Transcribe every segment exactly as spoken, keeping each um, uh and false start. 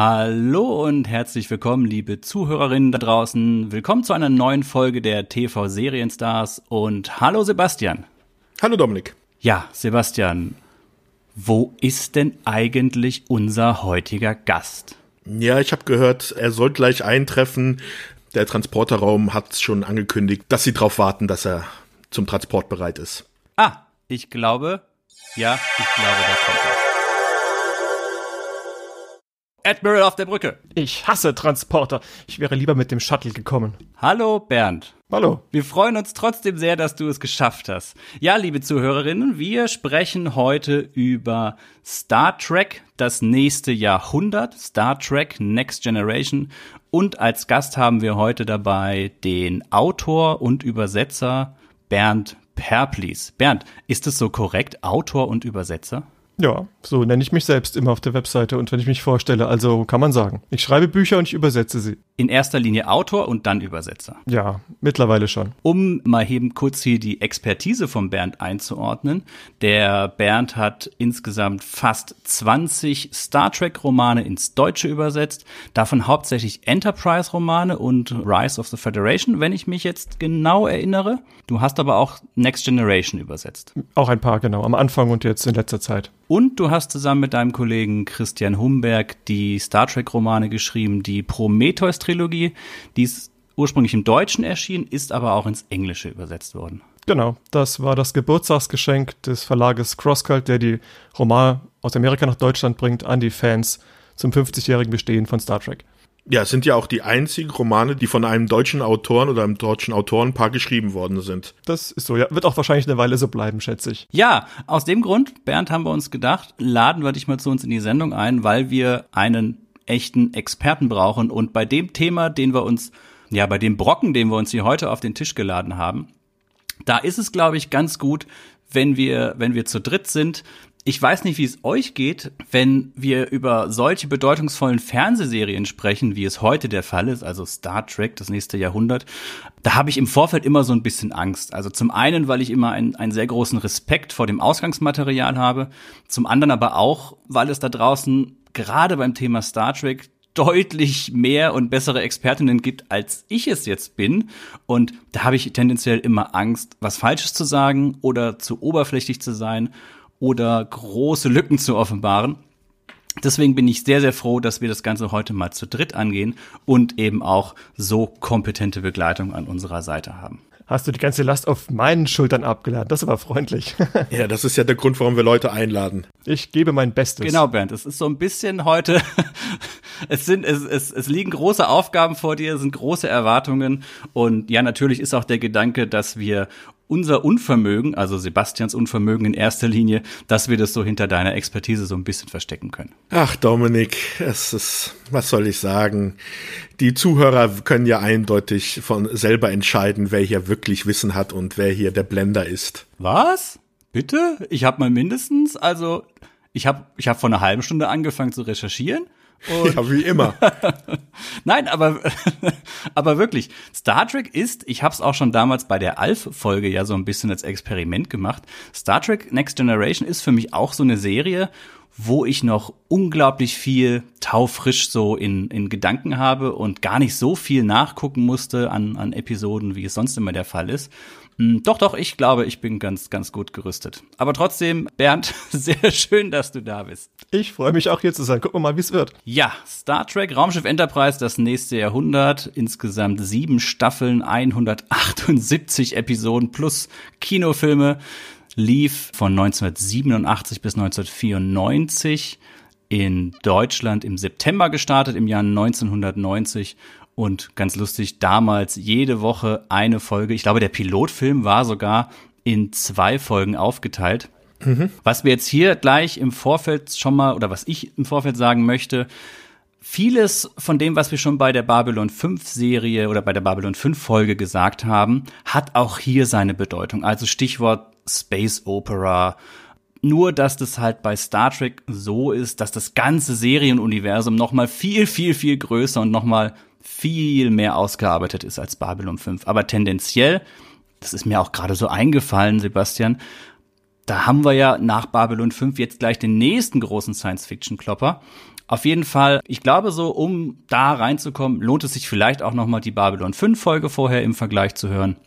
Hallo und herzlich willkommen, liebe Zuhörerinnen da draußen. Willkommen zu einer neuen Folge der T V-Serienstars und hallo Sebastian. Hallo Dominik. Ja, Sebastian, wo ist denn eigentlich unser heutiger Gast? Ja, ich habe gehört, er soll gleich eintreffen. Der Transporterraum hat schon angekündigt, dass sie darauf warten, dass er zum Transport bereit ist. Ah, ich glaube, ja, ich glaube, da kommt er. Admiral auf der Brücke. Ich hasse Transporter. Ich wäre lieber mit dem Shuttle gekommen. Hallo Bernd. Hallo. Wir freuen uns trotzdem sehr, dass du es geschafft hast. Ja, liebe Zuhörerinnen, wir sprechen heute über Star Trek, das nächste Jahrhundert, Star Trek Next Generation. Und als Gast haben wir heute dabei den Autor und Übersetzer Bernd Perplis. Bernd, ist es so korrekt, Autor und Übersetzer? Ja, so nenne ich mich selbst immer auf der Webseite und wenn ich mich vorstelle, also kann man sagen. Ich schreibe Bücher und ich übersetze sie. In erster Linie Autor und dann Übersetzer. Ja, mittlerweile schon. Um mal eben kurz hier die Expertise von Bernd einzuordnen. Der Bernd hat insgesamt fast zwanzig Star Trek-Romane ins Deutsche übersetzt, davon hauptsächlich Enterprise-Romane und Rise of the Federation, wenn ich mich jetzt genau erinnere. Du hast aber auch Next Generation übersetzt. Auch ein paar, genau, am Anfang und jetzt in letzter Zeit. Und du hast zusammen mit deinem Kollegen Christian Humberg die Star Trek-Romane geschrieben, die Prometheus-Trilogie. Die ist ursprünglich im Deutschen erschienen, ist aber auch ins Englische übersetzt worden. Genau, das war das Geburtstagsgeschenk des Verlages Crosscult, der die Romane aus Amerika nach Deutschland bringt, an die Fans zum fünfzigjährigen Bestehen von Star Trek. Ja, es sind ja auch die einzigen Romane, die von einem deutschen Autoren oder einem deutschen Autorenpaar geschrieben worden sind. Das ist so, ja. Wird auch wahrscheinlich eine Weile so bleiben, schätze ich. Ja, aus dem Grund, Bernd, haben wir uns gedacht, laden wir dich mal zu uns in die Sendung ein, weil wir einen echten Experten brauchen. Und bei dem Thema, den wir uns, ja, bei dem Brocken, den wir uns hier heute auf den Tisch geladen haben, da ist es, glaube ich, ganz gut, wenn wir, wenn wir zu dritt sind. Ich weiß nicht, wie es euch geht, wenn wir über solche bedeutungsvollen Fernsehserien sprechen, wie es heute der Fall ist, also Star Trek, das nächste Jahrhundert. Da habe ich im Vorfeld immer so ein bisschen Angst. Also zum einen, weil ich immer einen, einen sehr großen Respekt vor dem Ausgangsmaterial habe, zum anderen aber auch, weil es da draußen gerade beim Thema Star Trek deutlich mehr und bessere Expertinnen gibt, als ich es jetzt bin. Und da habe ich tendenziell immer Angst, was Falsches zu sagen oder zu oberflächlich zu sein oder große Lücken zu offenbaren. Deswegen bin ich sehr, sehr froh, dass wir das Ganze heute mal zu dritt angehen und eben auch so kompetente Begleitung an unserer Seite haben. Hast du die ganze Last auf meinen Schultern abgeladen? Das war freundlich. Ja, das ist ja der Grund, warum wir Leute einladen. Ich gebe mein Bestes. Genau, Bernd. Es ist so ein bisschen heute, es sind, es, es, es liegen große Aufgaben vor dir, es sind große Erwartungen. Und ja, natürlich ist auch der Gedanke, dass wir unser Unvermögen, also Sebastians Unvermögen in erster Linie, dass wir das so hinter deiner Expertise so ein bisschen verstecken können. Ach, Dominik, es ist, was soll ich sagen? Die Zuhörer können ja eindeutig von selber entscheiden, wer hier wirklich Wissen hat und wer hier der Blender ist. Was? Bitte? Ich habe mal mindestens, also ich habe ich hab vor einer halben Stunde angefangen zu recherchieren. Und ja, wie immer. Nein, aber aber wirklich, Star Trek ist, ich habe es auch schon damals bei der Alf-Folge ja so ein bisschen als Experiment gemacht. Star Trek Next Generation ist für mich auch so eine Serie, wo ich noch unglaublich viel taufrisch so in in Gedanken habe und gar nicht so viel nachgucken musste an an Episoden, wie es sonst immer der Fall ist. Doch, doch, ich glaube, ich bin ganz, ganz gut gerüstet. Aber trotzdem, Bernd, sehr schön, dass du da bist. Ich freue mich auch hier zu sein. Gucken wir mal, wie es wird. Ja, Star Trek, Raumschiff Enterprise, das nächste Jahrhundert. Insgesamt sieben Staffeln, hundertachtundsiebzig Episoden plus Kinofilme. Lief von neunzehnhundertsiebenundachtzig bis neunzehnhundertvierundneunzig. In Deutschland im September gestartet, im Jahr neunzehnhundertneunzig. Und ganz lustig, damals jede Woche eine Folge. Ich glaube, der Pilotfilm war sogar in zwei Folgen aufgeteilt. Mhm. Was wir jetzt hier gleich im Vorfeld schon mal, oder was ich im Vorfeld sagen möchte, vieles von dem, was wir schon bei der Babylon fünf Serie oder bei der Babylon fünf Folge gesagt haben, hat auch hier seine Bedeutung. Also Stichwort Space Opera. Nur, dass das halt bei Star Trek so ist, dass das ganze Serienuniversum noch mal viel, viel, viel größer und noch mal viel mehr ausgearbeitet ist als Babylon fünf. Aber tendenziell, das ist mir auch gerade so eingefallen, Sebastian, da haben wir ja nach Babylon fünf jetzt gleich den nächsten großen Science-Fiction-Klopper. Auf jeden Fall, ich glaube so, um da reinzukommen, lohnt es sich vielleicht auch nochmal die Babylon fünf Folge vorher im Vergleich zu hören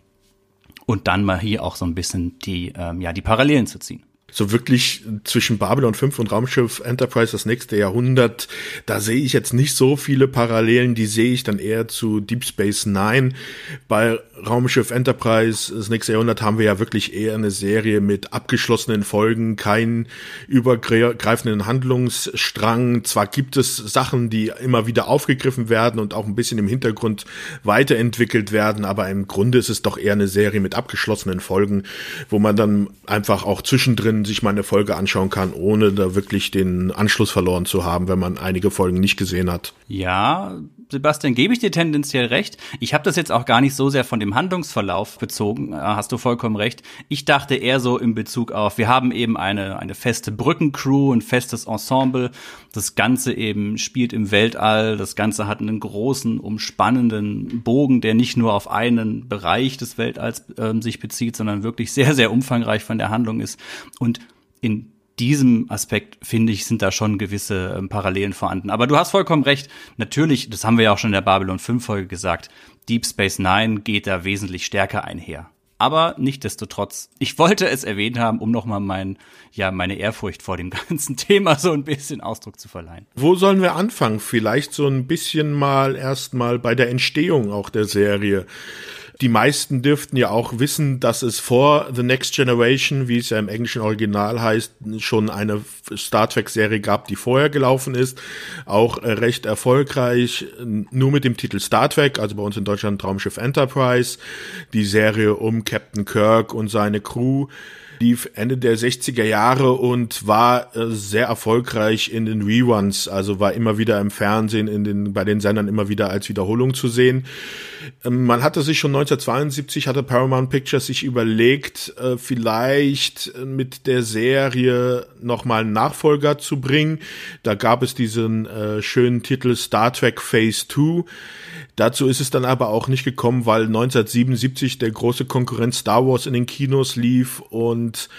und dann mal hier auch so ein bisschen die, ähm, ja, die Parallelen zu ziehen. So wirklich zwischen Babylon fünf und Raumschiff Enterprise das nächste Jahrhundert, da sehe ich jetzt nicht so viele Parallelen, die sehe ich dann eher zu Deep Space Nine. Bei Raumschiff Enterprise das nächste Jahrhundert haben wir ja wirklich eher eine Serie mit abgeschlossenen Folgen, keinen übergreifenden Handlungsstrang. Zwar gibt es Sachen, die immer wieder aufgegriffen werden und auch ein bisschen im Hintergrund weiterentwickelt werden, aber im Grunde ist es doch eher eine Serie mit abgeschlossenen Folgen, wo man dann einfach auch zwischendrin sich mal eine Folge anschauen kann, ohne da wirklich den Anschluss verloren zu haben, wenn man einige Folgen nicht gesehen hat. Ja, Sebastian, gebe ich dir tendenziell recht. Ich habe das jetzt auch gar nicht so sehr von dem Handlungsverlauf bezogen, hast du vollkommen recht. Ich dachte eher so in Bezug auf, wir haben eben eine eine feste Brückencrew, ein festes Ensemble. Das Ganze eben spielt im Weltall, das Ganze hat einen großen, umspannenden Bogen, der nicht nur auf einen Bereich des Weltalls äh, sich bezieht, sondern wirklich sehr, sehr umfangreich von der Handlung ist. Und in diesem Aspekt, finde ich, sind da schon gewisse ähm, Parallelen vorhanden. Aber du hast vollkommen recht. Natürlich, das haben wir ja auch schon in der Babylon fünf Folge gesagt, Deep Space Nine geht da wesentlich stärker einher. Aber nichtsdestotrotz, ich wollte es erwähnt haben, um nochmal mein, ja, meine Ehrfurcht vor dem ganzen Thema so ein bisschen Ausdruck zu verleihen. Wo sollen wir anfangen? Vielleicht so ein bisschen mal erstmal bei der Entstehung auch der Serie. Die meisten dürften ja auch wissen, dass es vor The Next Generation, wie es ja im englischen Original heißt, schon eine Star Trek-Serie gab, die vorher gelaufen ist. Auch recht erfolgreich, nur mit dem Titel Star Trek, also bei uns in Deutschland Raumschiff Enterprise. Die Serie um Captain Kirk und seine Crew lief Ende der sechziger Jahre und war äh, sehr erfolgreich in den Reruns, also war immer wieder im Fernsehen, in den bei den Sendern immer wieder als Wiederholung zu sehen. Ähm, man hatte sich schon neunzehnhundertzweiundsiebzig, hatte Paramount Pictures sich überlegt, äh, vielleicht mit der Serie nochmal einen Nachfolger zu bringen. Da gab es diesen äh, schönen Titel Star Trek Phase zwei. Dazu ist es dann aber auch nicht gekommen, weil neunzehnhundertsiebenundsiebzig der große Konkurrent Star Wars in den Kinos lief und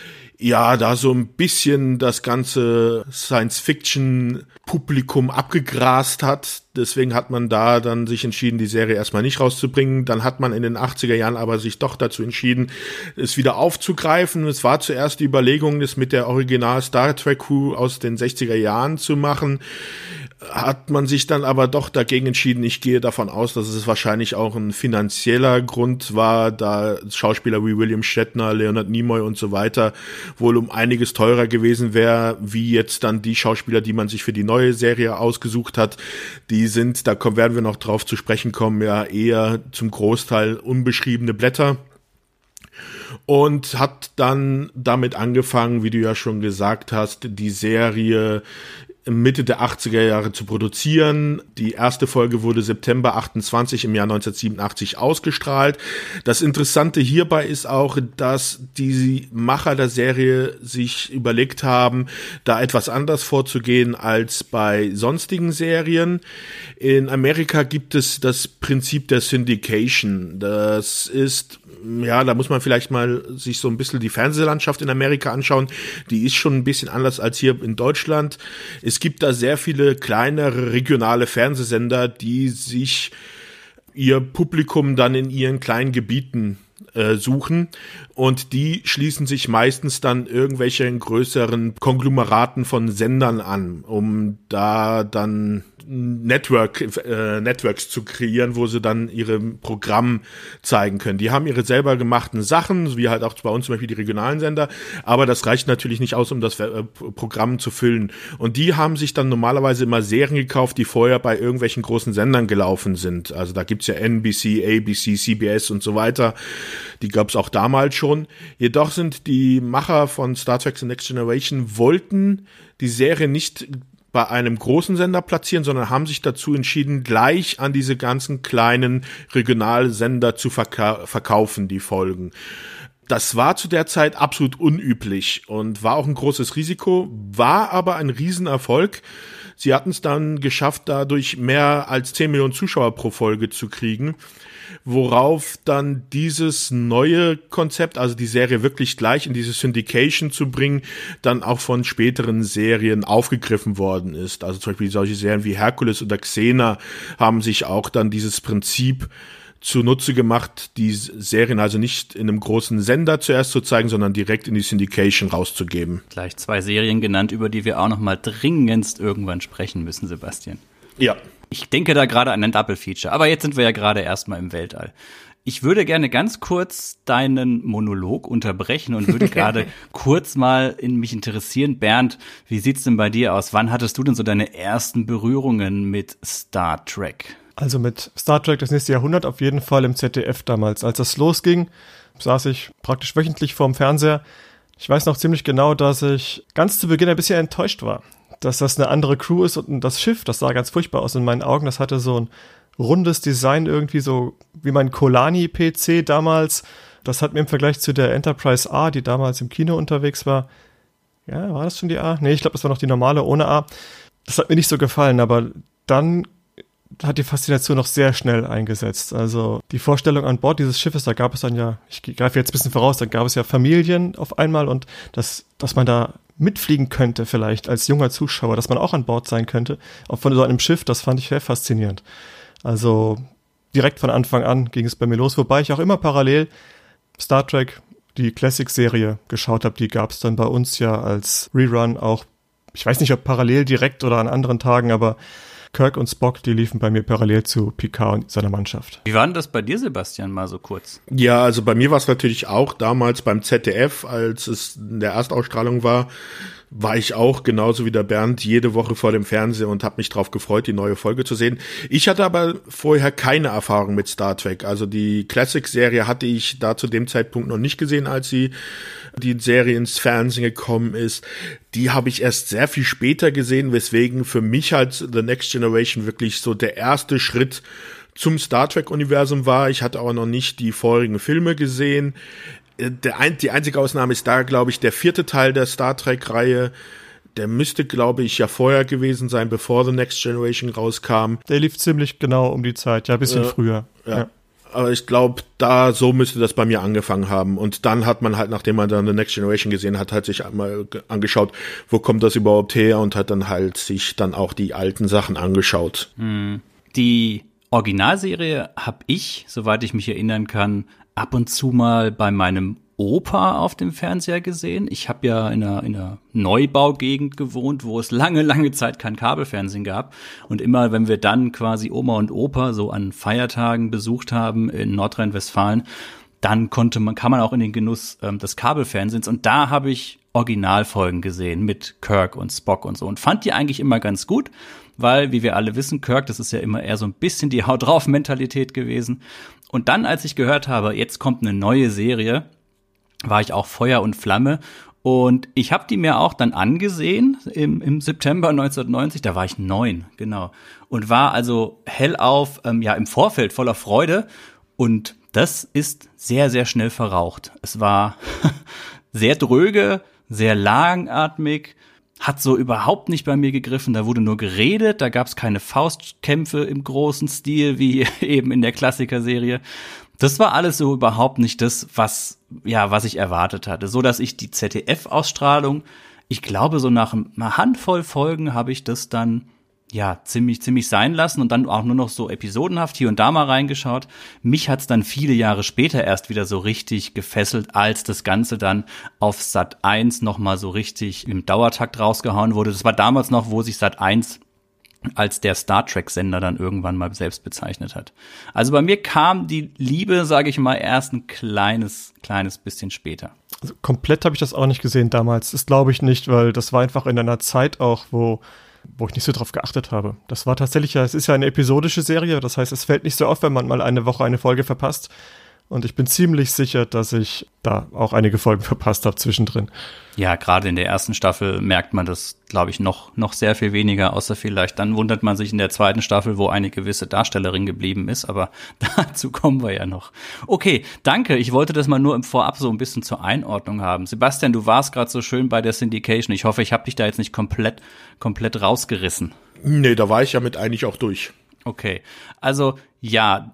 ja, da so ein bisschen das ganze Science-Fiction-Publikum abgegrast hat. Deswegen hat man da dann sich entschieden, die Serie erstmal nicht rauszubringen. Dann hat man in den achtziger Jahren aber sich doch dazu entschieden, es wieder aufzugreifen. Es war zuerst die Überlegung, das mit der Original Star Trek Crew aus den sechziger Jahren zu machen. Hat man sich dann aber doch dagegen entschieden. Ich gehe davon aus, dass es wahrscheinlich auch ein finanzieller Grund war, da Schauspieler wie William Shatner, Leonard Nimoy und so weiter wohl um einiges teurer gewesen wäre, wie jetzt dann die Schauspieler, die man sich für die neue Serie ausgesucht hat. Die sind, da kommen, werden wir noch drauf zu sprechen kommen, ja eher zum Großteil unbeschriebene Blätter. Und hat dann damit angefangen, wie du ja schon gesagt hast, die Serie Mitte der achtziger Jahre zu produzieren. Die erste Folge wurde September achtundzwanzig im Jahr neunzehnhundertsiebenundachtzig ausgestrahlt. Das Interessante hierbei ist auch, dass die Macher der Serie sich überlegt haben, da etwas anders vorzugehen als bei sonstigen Serien. In Amerika gibt es das Prinzip der Syndication. Das ist, ja, da muss man vielleicht mal sich so ein bisschen die Fernsehlandschaft in Amerika anschauen. Die ist schon ein bisschen anders als hier in Deutschland. Es gibt da sehr viele kleinere regionale Fernsehsender, die sich ihr Publikum dann in ihren kleinen Gebieten äh, suchen und die schließen sich meistens dann irgendwelchen größeren Konglomeraten von Sendern an, um da dann Network, äh, Networks zu kreieren, wo sie dann ihre Programm zeigen können. Die haben ihre selber gemachten Sachen, wie halt auch bei uns zum Beispiel die regionalen Sender, aber das reicht natürlich nicht aus, um das äh, Programm zu füllen. Und die haben sich dann normalerweise immer Serien gekauft, die vorher bei irgendwelchen großen Sendern gelaufen sind. Also da gibt's ja N B C, A B C, C B S und so weiter. Die gab's auch damals schon. Jedoch sind die Macher von Star Trek The Next Generation wollten die Serie nicht bei einem großen Sender platzieren, sondern haben sich dazu entschieden, gleich an diese ganzen kleinen Regionalsender zu verka- verkaufen, die Folgen. Das war zu der Zeit absolut unüblich und war auch ein großes Risiko, war aber ein Riesenerfolg. Sie hatten es dann geschafft, dadurch mehr als zehn Millionen Zuschauer pro Folge zu kriegen, worauf dann dieses neue Konzept, also die Serie wirklich gleich in diese Syndication zu bringen, dann auch von späteren Serien aufgegriffen worden ist. Also zum Beispiel solche Serien wie Herkules oder Xena haben sich auch dann dieses Prinzip zunutze gemacht, die Serien also nicht in einem großen Sender zuerst zu zeigen, sondern direkt in die Syndication rauszugeben. Gleich zwei Serien genannt, über die wir auch noch mal dringendst irgendwann sprechen müssen, Sebastian. Ja. Ich denke da gerade an ein Double-Feature, aber jetzt sind wir ja gerade erstmal im Weltall. Ich würde gerne ganz kurz deinen Monolog unterbrechen und würde gerade kurz mal in mich interessieren. Bernd, wie sieht's denn bei dir aus? Wann hattest du denn so deine ersten Berührungen mit Star Trek? Also mit Star Trek das nächste Jahrhundert auf jeden Fall im Z D F damals. Als das losging, saß ich praktisch wöchentlich vorm Fernseher. Ich weiß noch ziemlich genau, dass ich ganz zu Beginn ein bisschen enttäuscht war, dass das eine andere Crew ist und das Schiff, das sah ganz furchtbar aus in meinen Augen. Das hatte so ein rundes Design, irgendwie so wie mein Colani-P C damals. Das hat mir im Vergleich zu der Enterprise A, die damals im Kino unterwegs war, ja, war das schon die A? Nee, ich glaube, das war noch die normale ohne A. Das hat mir nicht so gefallen, aber dann hat die Faszination noch sehr schnell eingesetzt. Also die Vorstellung an Bord dieses Schiffes, da gab es dann ja, ich greife jetzt ein bisschen voraus, da gab es ja Familien auf einmal und das, dass man da mitfliegen könnte vielleicht als junger Zuschauer, dass man auch an Bord sein könnte, auch von so einem Schiff, das fand ich sehr faszinierend. Also direkt von Anfang an ging es bei mir los, wobei ich auch immer parallel Star Trek, die Classic-Serie geschaut habe, die gab es dann bei uns ja als Rerun auch, ich weiß nicht, ob parallel direkt oder an anderen Tagen, aber Kirk und Spock, die liefen bei mir parallel zu Picard und seiner Mannschaft. Wie war denn das bei dir, Sebastian, mal so kurz? Ja, also bei mir war es natürlich auch damals beim Z D F, als es in der Erstausstrahlung war, war ich auch genauso wie der Bernd jede Woche vor dem Fernseher und habe mich drauf gefreut, die neue Folge zu sehen. Ich hatte aber vorher keine Erfahrung mit Star Trek. Also die Classic-Serie hatte ich da zu dem Zeitpunkt noch nicht gesehen, als sie die Serie ins Fernsehen gekommen ist. Die habe ich erst sehr viel später gesehen, weswegen für mich halt The Next Generation wirklich so der erste Schritt zum Star Trek-Universum war. Ich hatte auch noch nicht die vorigen Filme gesehen. Der ein, die einzige Ausnahme ist da, glaube ich, der vierte Teil der Star Trek-Reihe. Der müsste, glaube ich, ja vorher gewesen sein, bevor The Next Generation rauskam. Der lief ziemlich genau um die Zeit, ja, ein bisschen äh, früher. Ja. ja. Aber ich glaube, da, so müsste das bei mir angefangen haben. Und dann hat man halt, nachdem man dann The Next Generation gesehen hat, hat sich einmal angeschaut, wo kommt das überhaupt her, und hat dann halt sich dann auch die alten Sachen angeschaut. Hm. Die Originalserie habe ich, soweit ich mich erinnern kann, ab und zu mal bei meinem Opa auf dem Fernseher gesehen. Ich habe ja in einer, in einer Neubaugegend gewohnt, wo es lange, lange Zeit kein Kabelfernsehen gab. Und immer, wenn wir dann quasi Oma und Opa so an Feiertagen besucht haben in Nordrhein-Westfalen, dann konnte man, kann man auch in den Genuss ähm, des Kabelfernsehens. Und da habe ich Originalfolgen gesehen mit Kirk und Spock und so und fand die eigentlich immer ganz gut, weil, wie wir alle wissen, Kirk, das ist ja immer eher so ein bisschen die Haut-drauf-Mentalität gewesen. Und dann, als ich gehört habe, jetzt kommt eine neue Serie, war ich auch Feuer und Flamme. Und ich habe die mir auch dann angesehen im, im September neunzehnhundertneunzig, da war ich neun, genau. Und war also hellauf, ähm, ja, im Vorfeld voller Freude. Und das ist sehr, sehr schnell verraucht. Es war sehr dröge, sehr langatmig, hat so überhaupt nicht bei mir gegriffen. Da wurde nur geredet, da gab es keine Faustkämpfe im großen Stil, wie eben in der Klassiker-Serie. Das war alles so überhaupt nicht das, was, ja, was ich erwartet hatte. So, dass ich die Z D F-Ausstrahlung, ich glaube, so nach einer Handvoll Folgen habe ich das dann, ja, ziemlich, ziemlich sein lassen und dann auch nur noch so episodenhaft hier und da mal reingeschaut. Mich hat's dann viele Jahre später erst wieder so richtig gefesselt, als das Ganze dann auf Sat eins noch mal so richtig im Dauertakt rausgehauen wurde. Das war damals noch, wo sich Sat eins als der Star Trek-Sender dann irgendwann mal selbst bezeichnet hat. Also bei mir kam die Liebe, sage ich mal, erst ein kleines, kleines bisschen später. Also komplett habe ich das auch nicht gesehen damals. Das glaube ich nicht, weil das war einfach in einer Zeit auch, wo wo ich nicht so drauf geachtet habe. Das war tatsächlich ja, es ist ja eine episodische Serie, das heißt, es fällt nicht so auf, wenn man mal eine Woche eine Folge verpasst. Und ich bin ziemlich sicher, dass ich da auch einige Folgen verpasst habe zwischendrin. Ja, gerade in der ersten Staffel merkt man das, glaube ich, noch noch sehr viel weniger, außer vielleicht dann wundert man sich in der zweiten Staffel, wo eine gewisse Darstellerin geblieben ist, aber dazu kommen wir ja noch. Okay, danke, ich wollte das mal nur im Vorab so ein bisschen zur Einordnung haben. Sebastian, du warst gerade so schön bei der Syndication. Ich hoffe, ich habe dich da jetzt nicht komplett komplett rausgerissen. Nee, da war ich ja mit eigentlich auch durch. Okay, also ja,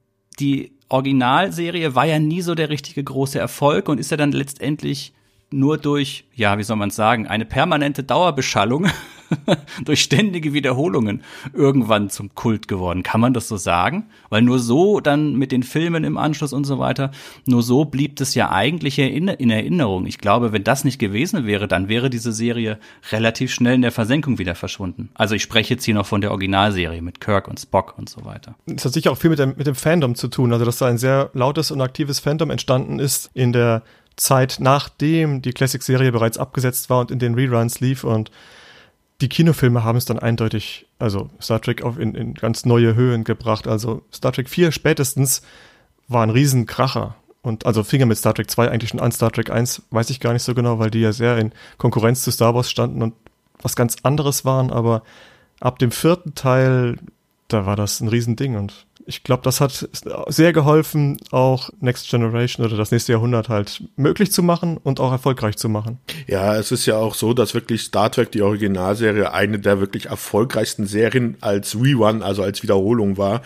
die Originalserie war ja nie so der richtige große Erfolg und ist ja dann letztendlich nur durch, ja, wie soll man sagen, eine permanente Dauerbeschallung, durch ständige Wiederholungen irgendwann zum Kult geworden. Kann man das so sagen? Weil nur so dann mit den Filmen im Anschluss und so weiter, nur so blieb es ja eigentlich in Erinnerung. Ich glaube, wenn das nicht gewesen wäre, dann wäre diese Serie relativ schnell in der Versenkung wieder verschwunden. Also ich spreche jetzt hier noch von der Originalserie mit Kirk und Spock und so weiter. Das hat sicher auch viel mit dem, mit dem Fandom zu tun, also dass da ein sehr lautes und aktives Fandom entstanden ist in der Zeit, nachdem die Classic-Serie bereits abgesetzt war und in den Reruns lief, und die Kinofilme haben es dann eindeutig, also Star Trek auf in, in ganz neue Höhen gebracht. Also Star Trek vier spätestens war ein Riesenkracher. Und also fing ja mit Star Trek zwei eigentlich schon an. Star Trek eins weiß ich gar nicht so genau, weil die ja sehr in Konkurrenz zu Star Wars standen und was ganz anderes waren. Aber ab dem vierten Teil, da war das ein Riesending, und ich glaube, das hat sehr geholfen, auch Next Generation oder das nächste Jahrhundert halt möglich zu machen und auch erfolgreich zu machen. Ja, es ist ja auch so, dass wirklich Star Trek, die Originalserie, eine der wirklich erfolgreichsten Serien als Rerun, also als Wiederholung war.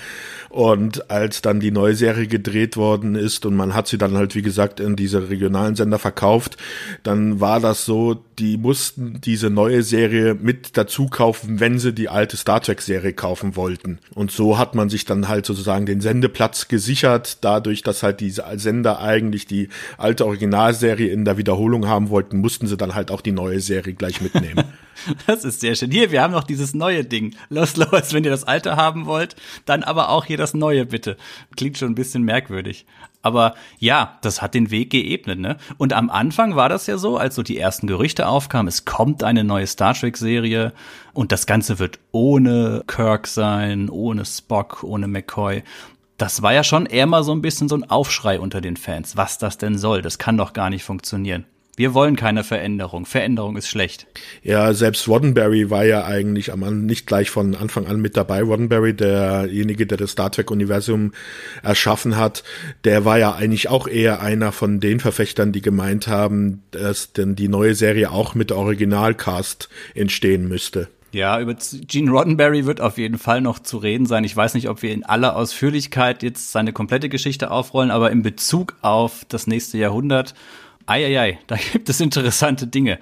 Und als dann die neue Serie gedreht worden ist und man hat sie dann halt, wie gesagt, in diese regionalen Sender verkauft, dann war das so, die mussten diese neue Serie mit dazu kaufen, wenn sie die alte Star Trek-Serie kaufen wollten. Und so hat man sich dann halt sozusagen den Sendeplatz gesichert, dadurch, dass halt diese Sender eigentlich die alte Originalserie in der Wiederholung haben wollten, mussten sie dann halt auch die neue Serie gleich mitnehmen. Das ist sehr schön. Hier, wir haben noch dieses neue Ding. Los, los, wenn ihr das alte haben wollt, dann aber auch hier das neue, bitte. Klingt schon ein bisschen merkwürdig. Aber ja, das hat den Weg geebnet, ne? Und am Anfang war das ja so, als so die ersten Gerüchte aufkamen, es kommt eine neue Star Trek-Serie und das Ganze wird ohne Kirk sein, ohne Spock, ohne McCoy. Das war ja schon eher mal so ein bisschen so ein Aufschrei unter den Fans, was das denn soll. Das kann doch gar nicht funktionieren. Wir wollen keine Veränderung. Veränderung ist schlecht. Ja, selbst Roddenberry war ja eigentlich am Anfang nicht gleich von Anfang an mit dabei. Roddenberry, derjenige, der das Star Trek-Universum erschaffen hat, der war ja eigentlich auch eher einer von den Verfechtern, die gemeint haben, dass denn die neue Serie auch mit Originalcast entstehen müsste. Ja, über Gene Roddenberry wird auf jeden Fall noch zu reden sein. Ich weiß nicht, ob wir in aller Ausführlichkeit jetzt seine komplette Geschichte aufrollen, aber in Bezug auf das nächste Jahrhundert, Eieiei, da gibt es interessante Dinge.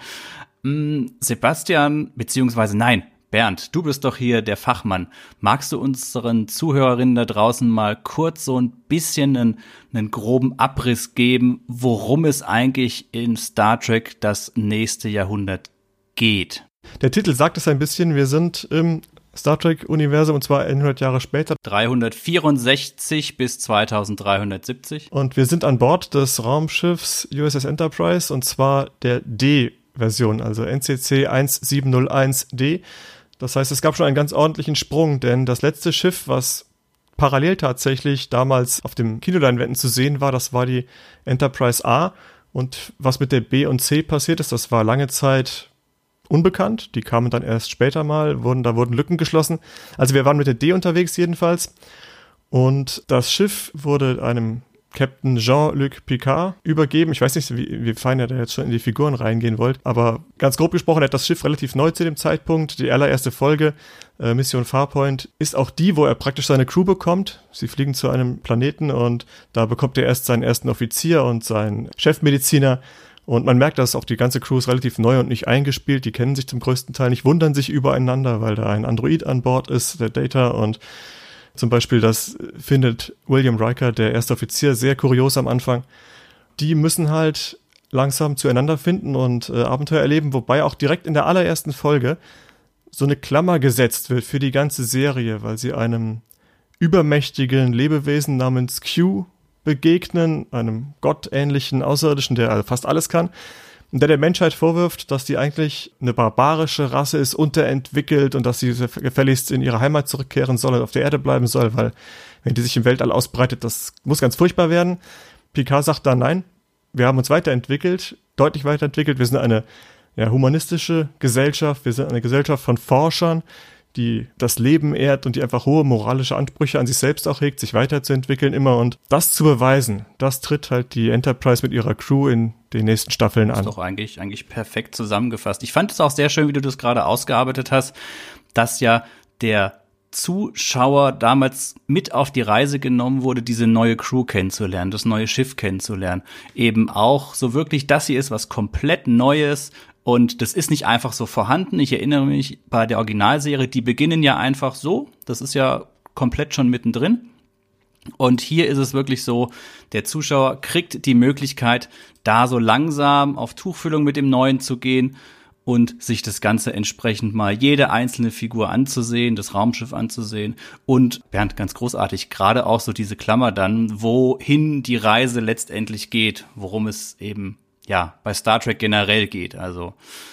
Hm, Sebastian, beziehungsweise nein, Bernd, du bist doch hier der Fachmann. Magst du unseren Zuhörerinnen da draußen mal kurz so ein bisschen einen, einen groben Abriss geben, worum es eigentlich in Star Trek das nächste Jahrhundert geht? Der Titel sagt es ein bisschen, wir sind im Star Trek-Universum, und zwar hundert Jahre später. dreihundertvierundsechzig bis zweitausenddreihundertsiebzig. Und wir sind an Bord des Raumschiffs U S S Enterprise, und zwar der D-Version, also N C C eins sieben null eins D. Das heißt, es gab schon einen ganz ordentlichen Sprung, denn das letzte Schiff, was parallel tatsächlich damals auf dem Kinoleinwänden zu sehen war, das war die Enterprise A. Und was mit der B und C passiert ist, das war lange Zeit unbekannt. Die kamen dann erst später mal, wurden, da wurden Lücken geschlossen. Also wir waren mit der D unterwegs jedenfalls. Und das Schiff wurde einem Captain Jean-Luc Picard übergeben. Ich weiß nicht, wie, wie fein ihr da jetzt schon in die Figuren reingehen wollt, aber ganz grob gesprochen hat das Schiff relativ neu zu dem Zeitpunkt. Die allererste Folge, äh, Mission Farpoint, ist auch die, wo er praktisch seine Crew bekommt. Sie fliegen zu einem Planeten und da bekommt er erst seinen ersten Offizier und seinen Chefmediziner. Und man merkt, dass auch die ganze Crew ist relativ neu und nicht eingespielt. Die kennen sich zum größten Teil nicht, wundern sich übereinander, weil da ein Android an Bord ist, der Data. Und zum Beispiel, das findet William Riker, der erste Offizier, sehr kurios am Anfang. Die müssen halt langsam zueinander finden und äh, Abenteuer erleben, wobei auch direkt in der allerersten Folge so eine Klammer gesetzt wird für die ganze Serie, weil sie einem übermächtigen Lebewesen namens Q begegnen, einem gottähnlichen Außerirdischen, der fast alles kann. und der der Menschheit vorwirft, dass die eigentlich eine barbarische Rasse ist, unterentwickelt und dass sie gefälligst in ihre Heimat zurückkehren soll und auf der Erde bleiben soll, weil wenn die sich im Weltall ausbreitet, das muss ganz furchtbar werden. Picard sagt da, nein, wir haben uns weiterentwickelt, deutlich weiterentwickelt, wir sind eine ja, humanistische Gesellschaft, wir sind eine Gesellschaft von Forschern, die das Leben ehrt und die einfach hohe moralische Ansprüche an sich selbst auch hegt, sich weiterzuentwickeln immer. Und das zu beweisen, das tritt halt die Enterprise mit ihrer Crew in den nächsten Staffeln an. Das ist doch eigentlich, eigentlich perfekt zusammengefasst. Ich fand es auch sehr schön, wie du das gerade ausgearbeitet hast, dass ja der Zuschauer damals mit auf die Reise genommen wurde, diese neue Crew kennenzulernen, das neue Schiff kennenzulernen. Eben auch so wirklich, das hier ist was komplett Neues. Und das ist nicht einfach so vorhanden. Ich erinnere mich bei der Originalserie, die beginnen ja einfach so. Das ist ja komplett schon mittendrin. Und hier ist es wirklich so, der Zuschauer kriegt die Möglichkeit, da so langsam auf Tuchfühlung mit dem Neuen zu gehen und sich das Ganze entsprechend mal jede einzelne Figur anzusehen, das Raumschiff anzusehen. Und Bernd, ganz großartig, gerade auch so diese Klammer dann, wohin die Reise letztendlich geht, worum es eben ja, bei Star Trek generell geht. Also,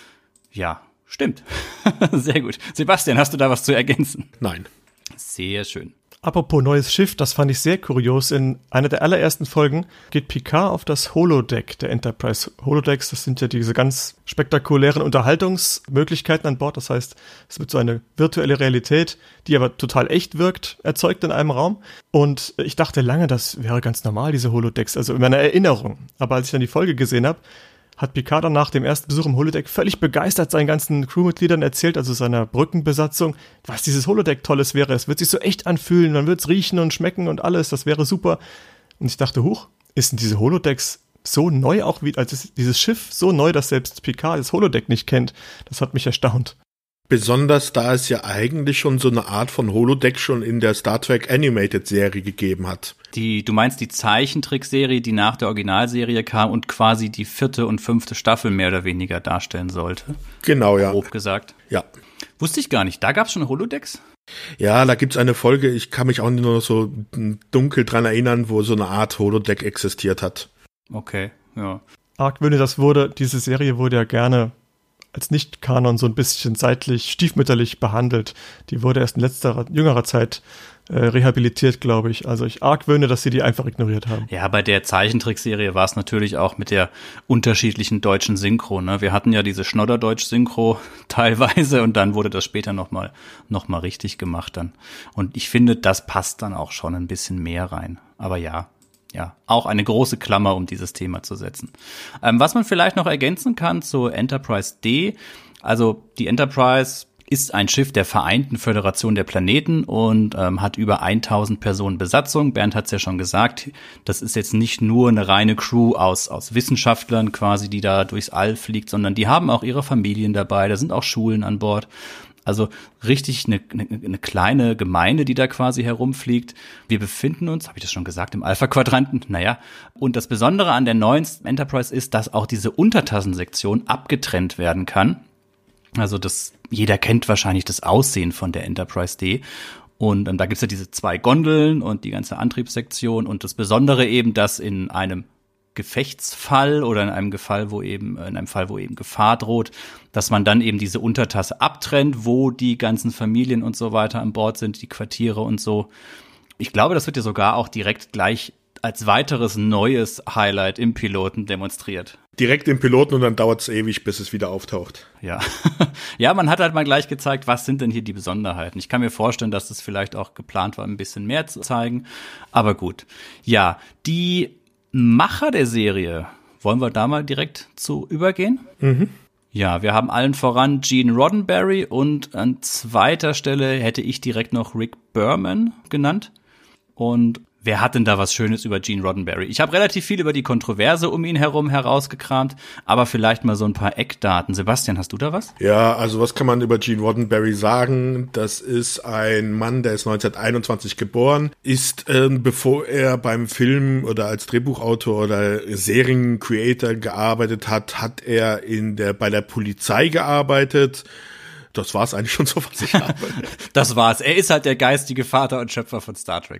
ja, stimmt. Sehr gut. Sebastian, hast du da was zu ergänzen? Nein. Sehr schön. Apropos neues Schiff, das fand ich sehr kurios. In einer der allerersten Folgen geht Picard auf das Holodeck der Enterprise. Holodecks, das sind ja diese ganz spektakulären Unterhaltungsmöglichkeiten an Bord. Das heißt, es wird so eine virtuelle Realität, die aber total echt wirkt, erzeugt in einem Raum. Und ich dachte lange, das wäre ganz normal, diese Holodecks, also in meiner Erinnerung. Aber als ich dann die Folge gesehen habe, hat Picard dann nach dem ersten Besuch im Holodeck völlig begeistert seinen ganzen Crewmitgliedern erzählt, also seiner Brückenbesatzung, was dieses Holodeck Tolles wäre. Es wird sich so echt anfühlen, man wird es riechen und schmecken und alles, das wäre super. Und ich dachte, huch, ist denn diese Holodecks so neu auch wie, also dieses Schiff so neu, dass selbst Picard das Holodeck nicht kennt? Das hat mich erstaunt. Besonders da es ja eigentlich schon so eine Art von Holodeck schon in der Star Trek Animated Serie gegeben hat. Die, du meinst die Zeichentrickserie, die nach der Originalserie kam und quasi die vierte und fünfte Staffel mehr oder weniger darstellen sollte? Genau, ja. Grob gesagt. Ja. Wusste ich gar nicht. Da gab es schon Holodecks? Ja, da gibt's eine Folge, ich kann mich auch nur noch so dunkel dran erinnern, wo so eine Art Holodeck existiert hat. Okay, ja. Argwöhne, das wurde, diese Serie wurde ja gerne als Nicht-Kanon so ein bisschen seitlich, stiefmütterlich behandelt. Die wurde erst in letzter, jüngerer Zeit äh, rehabilitiert, glaube ich. Also ich argwöhne, dass sie die einfach ignoriert haben. Ja, bei der Zeichentrickserie war es natürlich auch mit der unterschiedlichen deutschen Synchro. Ne? Wir hatten ja diese Schnodderdeutsch-Synchro teilweise und dann wurde das später nochmal noch mal richtig gemacht dann. Und ich finde, das passt dann auch schon ein bisschen mehr rein. Aber ja. Ja, auch eine große Klammer, um dieses Thema zu setzen. Ähm, was man vielleicht noch ergänzen kann zur Enterprise D, also die Enterprise ist ein Schiff der Vereinten Föderation der Planeten und ähm, hat über tausend Personen Besatzung. Bernd hat es ja schon gesagt, das ist jetzt nicht nur eine reine Crew aus aus Wissenschaftlern quasi, die da durchs All fliegt, sondern die haben auch ihre Familien dabei, da sind auch Schulen an Bord. Also richtig eine, eine, eine kleine Gemeinde, die da quasi herumfliegt. Wir befinden uns, habe ich das schon gesagt, im Alpha-Quadranten. Naja, und das Besondere an der neuen Enterprise ist, dass auch diese Untertassensektion abgetrennt werden kann. Also das, jeder kennt wahrscheinlich das Aussehen von der Enterprise D. Und ähm, da gibt's ja diese zwei Gondeln und die ganze Antriebssektion. Und das Besondere eben, dass in einem Gefechtsfall oder in einem Fall, wo eben in einem Fall, wo eben Gefahr droht, dass man dann eben diese Untertasse abtrennt, wo die ganzen Familien und so weiter an Bord sind, die Quartiere und so. Ich glaube, das wird ja sogar auch direkt gleich als weiteres neues Highlight im Piloten demonstriert. Direkt im Piloten und dann dauert es ewig, bis es wieder auftaucht. Ja. Ja, man hat halt mal gleich gezeigt, was sind denn hier die Besonderheiten. Ich kann mir vorstellen, dass das vielleicht auch geplant war, ein bisschen mehr zu zeigen. Aber gut. Ja, die Macher der Serie, wollen wir da mal direkt zu übergehen? Mhm. Ja, wir haben allen voran Gene Roddenberry und an zweiter Stelle hätte ich direkt noch Rick Berman genannt. Und wer hat denn da was Schönes über Gene Roddenberry? Ich habe relativ viel über die Kontroverse um ihn herum herausgekramt, aber vielleicht mal so ein paar Eckdaten. Sebastian, hast du da was? Ja, also was kann man über Gene Roddenberry sagen? Das ist ein Mann, der ist neunzehnhunderteinundzwanzig geboren, ist, äh, bevor er beim Film oder als Drehbuchautor oder Seriencreator gearbeitet hat, hat er in der bei der Polizei gearbeitet. Das war's eigentlich schon so, was ich habe. Das war's. Er ist halt der geistige Vater und Schöpfer von Star Trek.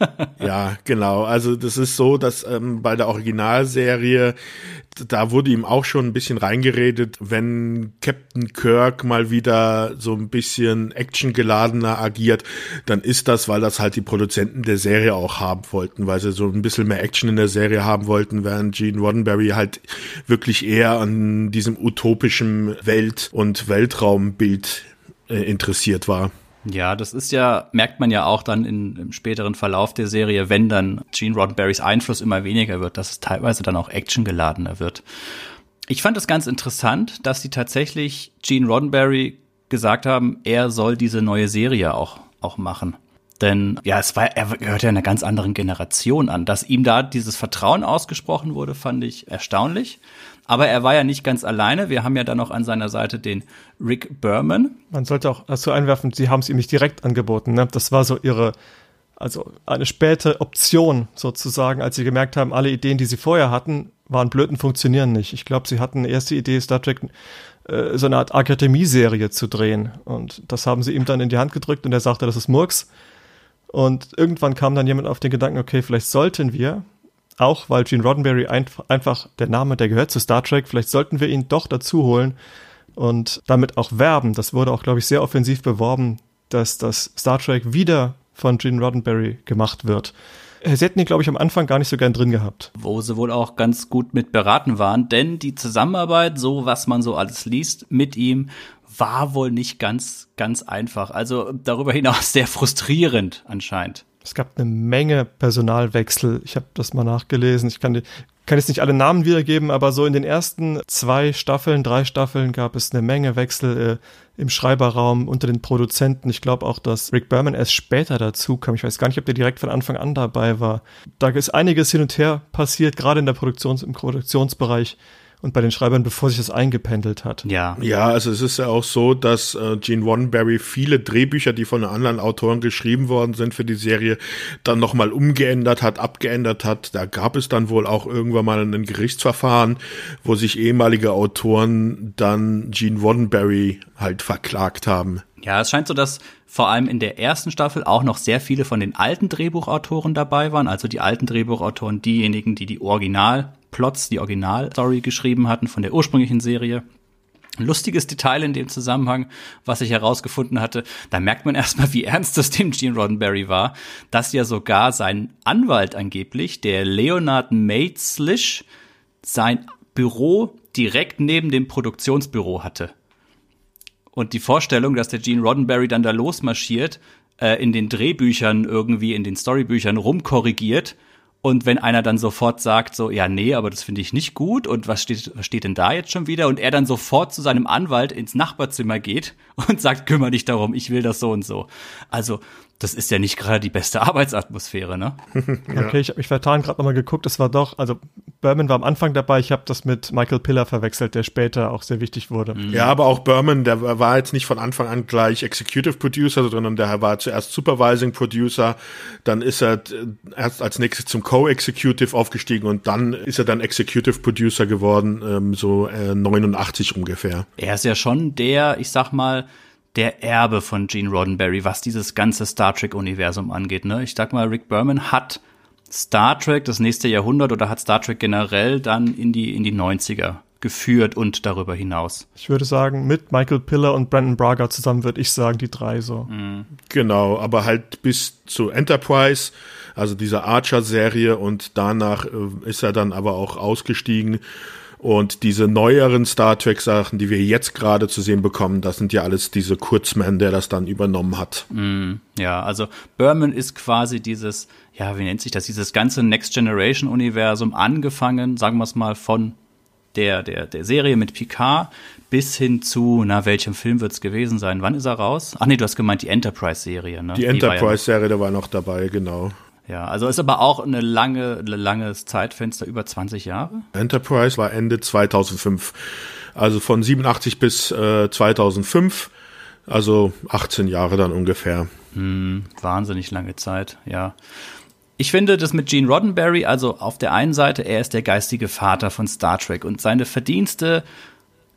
Ja, genau. Also das ist so, dass ähm, bei der Originalserie, da wurde ihm auch schon ein bisschen reingeredet, wenn Captain Kirk mal wieder so ein bisschen actiongeladener agiert, dann ist das, weil das halt die Produzenten der Serie auch haben wollten, weil sie so ein bisschen mehr Action in der Serie haben wollten, während Gene Roddenberry halt wirklich eher an diesem utopischen Welt- und Weltraumbild äh, interessiert war. Ja, das ist ja, merkt man ja auch dann in, im späteren Verlauf der Serie, wenn dann Gene Roddenberrys Einfluss immer weniger wird, dass es teilweise dann auch actiongeladener wird. Ich fand es ganz interessant, dass sie tatsächlich Gene Roddenberry gesagt haben, er soll diese neue Serie auch, auch machen. Denn ja, es war, er gehört ja einer ganz anderen Generation an. Dass ihm da dieses Vertrauen ausgesprochen wurde, fand ich erstaunlich. Aber er war ja nicht ganz alleine. Wir haben ja dann noch an seiner Seite den Rick Berman. Man sollte auch dazu einwerfen, sie haben es ihm nicht direkt angeboten. Ne? Das war so ihre, also eine späte Option sozusagen, als sie gemerkt haben, alle Ideen, die sie vorher hatten, waren blöd und funktionieren nicht. Ich glaube, sie hatten erste Idee, Star Trek äh, so eine Art Akademie-Serie zu drehen. Und das haben sie ihm dann in die Hand gedrückt und er sagte, das ist Murks. Und irgendwann kam dann jemand auf den Gedanken, okay, vielleicht sollten wir, auch weil Gene Roddenberry einf- einfach der Name, der gehört zu Star Trek, vielleicht sollten wir ihn doch dazu holen und damit auch werben. Das wurde auch, glaube ich, sehr offensiv beworben, dass das Star Trek wieder von Gene Roddenberry gemacht wird. Sie hätten ihn, glaube ich, am Anfang gar nicht so gern drin gehabt. Wo sie wohl auch ganz gut mit beraten waren, denn die Zusammenarbeit, so was man so alles liest, mit ihm, war wohl nicht ganz, ganz einfach. Also darüber hinaus sehr frustrierend anscheinend. Es gab eine Menge Personalwechsel. Ich habe das mal nachgelesen. Ich kann, die, kann jetzt nicht alle Namen wiedergeben, aber so in den ersten zwei Staffeln, drei Staffeln gab es eine Menge Wechsel äh, im Schreiberraum unter den Produzenten. Ich glaube auch, dass Rick Berman erst später dazu kam. Ich weiß gar nicht, ob der direkt von Anfang an dabei war. Da ist einiges hin und her passiert, gerade in der Produktions-, im Produktionsbereich. Und bei den Schreibern, bevor sich das eingependelt hat. Ja. Ja, also es ist ja auch so, dass äh, Gene Roddenberry viele Drehbücher, die von anderen Autoren geschrieben worden sind für die Serie, dann nochmal umgeändert hat, abgeändert hat. Da gab es dann wohl auch irgendwann mal ein Gerichtsverfahren, wo sich ehemalige Autoren dann Gene Roddenberry halt verklagt haben. Ja, es scheint so, dass vor allem in der ersten Staffel auch noch sehr viele von den alten Drehbuchautoren dabei waren. Also die alten Drehbuchautoren, diejenigen, die die Originalplots, die Originalstory geschrieben hatten von der ursprünglichen Serie. Ein lustiges Detail in dem Zusammenhang, was ich herausgefunden hatte, da merkt man erstmal, wie ernst das dem Gene Roddenberry war, dass ja sogar sein Anwalt angeblich, der Leonard Maetslish, sein Büro direkt neben dem Produktionsbüro hatte. Und die Vorstellung, dass der Gene Roddenberry dann da losmarschiert, äh, in den Drehbüchern irgendwie, in den Storybüchern rumkorrigiert und wenn einer dann sofort sagt so, ja, nee, aber das finde ich nicht gut und was steht, was steht denn da jetzt schon wieder? Und er dann sofort zu seinem Anwalt ins Nachbarzimmer geht und sagt, kümmere dich darum, ich will das so und so. Also, das ist ja nicht gerade die beste Arbeitsatmosphäre, ne? Ja. Okay, ich habe mich vertan, gerade nochmal geguckt, es war doch, also Berman war am Anfang dabei, ich habe das mit Michael Piller verwechselt, der später auch sehr wichtig wurde. Ja, aber auch Berman, der war jetzt nicht von Anfang an gleich Executive Producer, sondern der war zuerst Supervising Producer, dann ist er erst als nächstes zum Co-Executive aufgestiegen und dann ist er dann Executive Producer geworden, ähm, so äh, neunundachtzig ungefähr. Er ist ja schon der, ich sag mal, der Erbe von Gene Roddenberry, was dieses ganze Star Trek-Universum angeht, ne? Ich sag mal, Rick Berman hat Star Trek, das nächste Jahrhundert, oder hat Star Trek generell dann in die, in die neunziger geführt und darüber hinaus. Ich würde sagen, mit Michael Piller und Brandon Braga zusammen würde ich sagen, die drei so. Mhm. Genau, aber halt bis zu Enterprise, also dieser Archer-Serie, und danach äh, ist er dann aber auch ausgestiegen. Und diese neueren Star Trek-Sachen, die wir jetzt gerade zu sehen bekommen, das sind ja alles diese Kurtzman, der das dann übernommen hat. Mm, ja, also Berman ist quasi dieses, ja, wie nennt sich das, dieses ganze Next-Generation-Universum angefangen, sagen wir es mal, von der, der, der Serie mit Picard bis hin zu, na, welchem Film wird es gewesen sein? Wann ist er raus? Ach nee, du hast gemeint die Enterprise-Serie, ne? Die Enterprise-Serie, da war noch dabei, genau. Ja, also ist aber auch eine lange, eine langes Zeitfenster, über zwanzig Jahre. Enterprise war Ende zweitausendfünf, also von siebenundachtzig bis äh, zweitausendfünf, also achtzehn Jahre dann ungefähr. Hm, wahnsinnig lange Zeit, ja. Ich finde das mit Gene Roddenberry, also auf der einen Seite, er ist der geistige Vater von Star Trek und seine Verdienste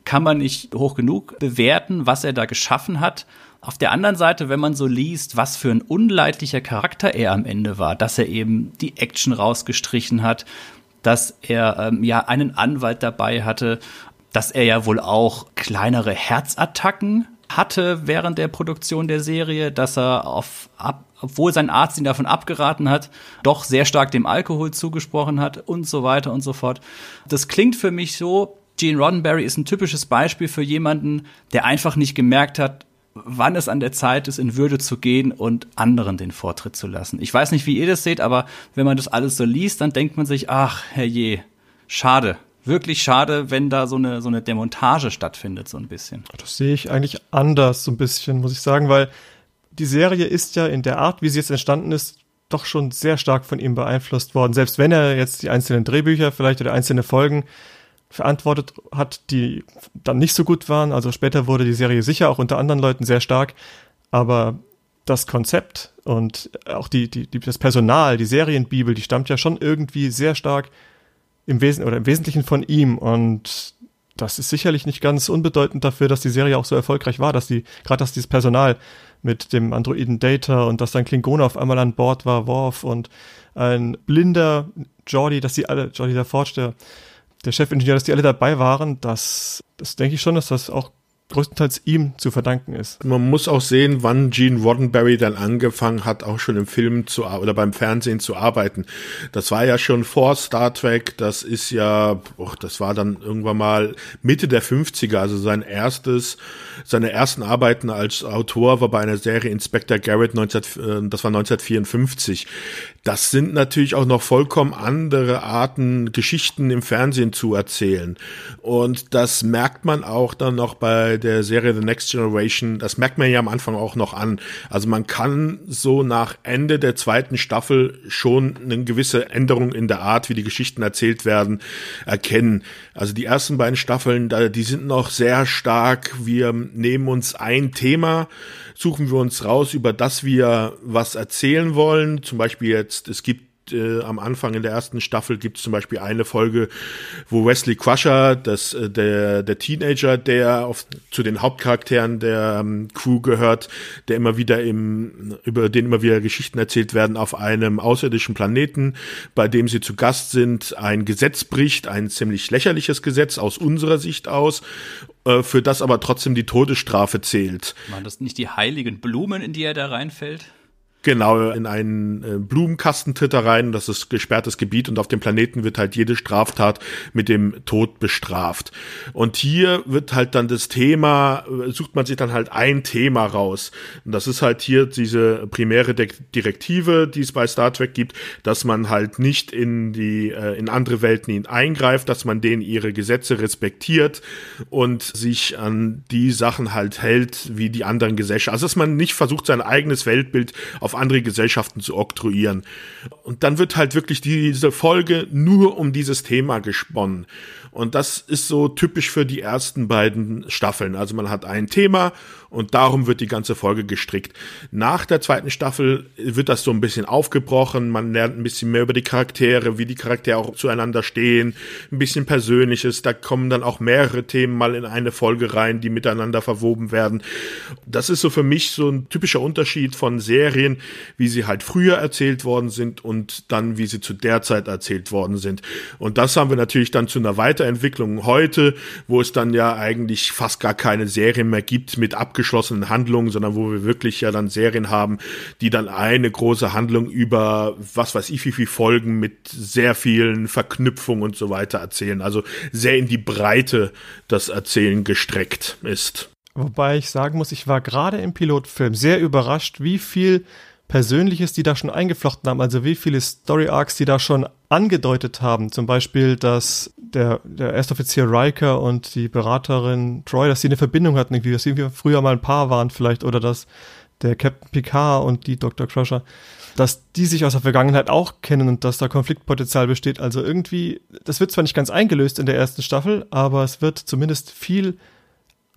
kann man nicht hoch genug bewerten, was er da geschaffen hat. Auf der anderen Seite, wenn man so liest, was für ein unleidlicher Charakter er am Ende war, dass er eben die Action rausgestrichen hat, dass er ähm, ja einen Anwalt dabei hatte, dass er ja wohl auch kleinere Herzattacken hatte während der Produktion der Serie, dass er, auf, ab, obwohl sein Arzt ihn davon abgeraten hat, doch sehr stark dem Alkohol zugesprochen hat und so weiter und so fort. Das klingt für mich so, Gene Roddenberry ist ein typisches Beispiel für jemanden, der einfach nicht gemerkt hat, wann es an der Zeit ist, in Würde zu gehen und anderen den Vortritt zu lassen. Ich weiß nicht, wie ihr das seht, aber wenn man das alles so liest, dann denkt man sich, ach, herrje, schade. Wirklich schade, wenn da so eine, so eine Demontage stattfindet, so ein bisschen. Das sehe ich eigentlich anders, so ein bisschen, muss ich sagen, weil die Serie ist ja in der Art, wie sie jetzt entstanden ist, doch schon sehr stark von ihm beeinflusst worden. Selbst wenn er jetzt die einzelnen Drehbücher vielleicht oder einzelne Folgen verantwortet hat, die dann nicht so gut waren. Also später wurde die Serie sicher auch unter anderen Leuten sehr stark. Aber das Konzept und auch die, die, die, das Personal, die Serienbibel, die stammt ja schon irgendwie sehr stark im Wesen oder im Wesentlichen von ihm. Und das ist sicherlich nicht ganz unbedeutend dafür, dass die Serie auch so erfolgreich war, dass die, gerade dass dieses Personal mit dem Androiden Data und dass dann Klingone auf einmal an Bord war, Worf und ein blinder Geordi, dass die alle, Geordi LaForge, der der Chefingenieur, dass die alle dabei waren, das, das denke ich schon, dass das auch größtenteils ihm zu verdanken ist. Man muss auch sehen, wann Gene Roddenberry dann angefangen hat, auch schon im Film zu oder beim Fernsehen zu arbeiten. Das war ja schon vor Star Trek, das ist ja, oh, das war dann irgendwann mal Mitte der fünfziger, also sein erstes, seine ersten Arbeiten als Autor war bei einer Serie Inspector Garrett, neunzehn, das war neunzehnhundertvierundfünfzig. Das sind natürlich auch noch vollkommen andere Arten, Geschichten im Fernsehen zu erzählen. Und das merkt man auch dann noch bei der Serie The Next Generation. Das merkt man ja am Anfang auch noch an. Also man kann so nach Ende der zweiten Staffel schon eine gewisse Änderung in der Art, wie die Geschichten erzählt werden, erkennen. Also die ersten beiden Staffeln, die sind noch sehr stark. Wir nehmen uns ein Thema, suchen wir uns raus, über das wir was erzählen wollen. Zum Beispiel jetzt, es gibt äh, am Anfang in der ersten Staffel gibt es zum Beispiel eine Folge, wo Wesley Crusher, das, äh, der, der Teenager, der auf, zu den Hauptcharakteren der ähm, Crew gehört, der immer wieder im, über den immer wieder Geschichten erzählt werden, auf einem außerirdischen Planeten, bei dem sie zu Gast sind, ein Gesetz bricht, ein ziemlich lächerliches Gesetz aus unserer Sicht aus, äh, für das aber trotzdem die Todesstrafe zählt. Waren das nicht die heiligen Blumen, in die er da reinfällt? Genau, in einen äh, Blumenkasten tritt er rein, das ist gesperrtes Gebiet und auf dem Planeten wird halt jede Straftat mit dem Tod bestraft. Und hier wird halt dann das Thema, sucht man sich dann halt ein Thema raus. Und das ist halt hier diese primäre De- Direktive, die es bei Star Trek gibt, dass man halt nicht in die äh, in andere Welten eingreift, dass man denen ihre Gesetze respektiert und sich an die Sachen halt hält, wie die anderen Gesellschaften. Also dass man nicht versucht, sein eigenes Weltbild auf andere Gesellschaften zu oktroyieren. Und dann wird halt wirklich diese Folge nur um dieses Thema gesponnen. Und das ist so typisch für die ersten beiden Staffeln. Also man hat ein Thema und darum wird die ganze Folge gestrickt. Nach der zweiten Staffel wird das so ein bisschen aufgebrochen. Man lernt ein bisschen mehr über die Charaktere, wie die Charaktere auch zueinander stehen. Ein bisschen Persönliches. Da kommen dann auch mehrere Themen mal in eine Folge rein, die miteinander verwoben werden. Das ist so für mich so ein typischer Unterschied von Serien, wie sie halt früher erzählt worden sind und dann, wie sie zu der Zeit erzählt worden sind. Und das haben wir natürlich dann zu einer Weiterentwicklung heute, wo es dann ja eigentlich fast gar keine Serien mehr gibt mit abgeschlossenen Handlungen, sondern wo wir wirklich ja dann Serien haben, die dann eine große Handlung über was weiß ich wie viele Folgen mit sehr vielen Verknüpfungen und so weiter erzählen. Also sehr in die Breite das Erzählen gestreckt ist. Wobei ich sagen muss, ich war gerade im Pilotfilm sehr überrascht, wie viel Persönliches die da schon eingeflochten haben, also wie viele Story-Arcs die da schon angedeutet haben. Zum Beispiel, dass der, der Erstoffizier Riker und die Beraterin Troy, dass sie eine Verbindung hatten, irgendwie, dass sie früher mal ein Paar waren vielleicht, oder dass der Captain Picard und die Doktor Crusher, dass die sich aus der Vergangenheit auch kennen und dass da Konfliktpotenzial besteht. Also irgendwie, das wird zwar nicht ganz eingelöst in der ersten Staffel, aber es wird zumindest viel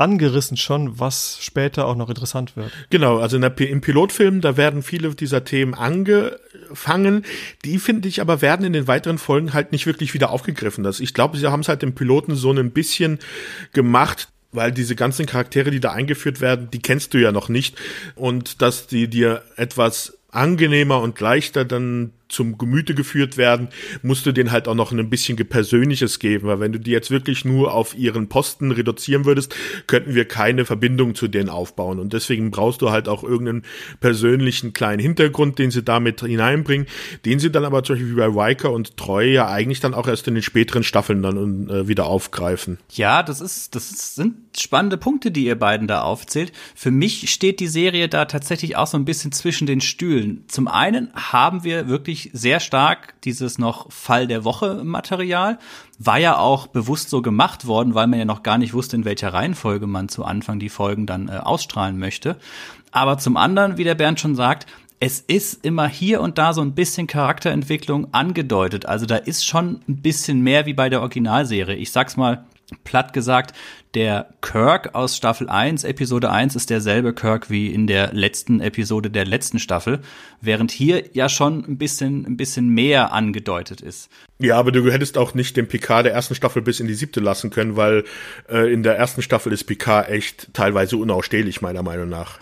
angerissen schon, was später auch noch interessant wird. Genau, also in der, im Pilotfilm, da werden viele dieser Themen angefangen, die, finde ich, aber werden in den weiteren Folgen halt nicht wirklich wieder aufgegriffen. Das, ich glaube, sie haben es halt im Piloten so ein bisschen gemacht, weil diese ganzen Charaktere, die da eingeführt werden, die kennst du ja noch nicht, und dass die dir etwas angenehmer und leichter dann zum Gemüte geführt werden, musst du denen halt auch noch ein bisschen Persönliches geben, weil wenn du die jetzt wirklich nur auf ihren Posten reduzieren würdest, könnten wir keine Verbindung zu denen aufbauen, und deswegen brauchst du halt auch irgendeinen persönlichen kleinen Hintergrund, den sie damit hineinbringen, den sie dann aber zum Beispiel wie bei Riker und Troi ja eigentlich dann auch erst in den späteren Staffeln dann äh, wieder aufgreifen. Ja, das ist, das ist, sind spannende Punkte, die ihr beiden da aufzählt. Für mich steht die Serie da tatsächlich auch so ein bisschen zwischen den Stühlen. Zum einen haben wir wirklich sehr stark dieses noch Fall der Woche Material. War ja auch bewusst so gemacht worden, weil man ja noch gar nicht wusste, in welcher Reihenfolge man zu Anfang die Folgen dann äh, ausstrahlen möchte. Aber zum anderen, wie der Bernd schon sagt, es ist immer hier und da so ein bisschen Charakterentwicklung angedeutet. Also da ist schon ein bisschen mehr wie bei der Originalserie. Ich sag's mal platt gesagt, der Kirk aus Staffel eins, Episode eins, ist derselbe Kirk wie in der letzten Episode der letzten Staffel, während hier ja schon ein bisschen, ein bisschen mehr angedeutet ist. Ja, aber du hättest auch nicht den Picard der ersten Staffel bis in die siebte lassen können, weil äh, in der ersten Staffel ist Picard echt teilweise unausstehlich, meiner Meinung nach.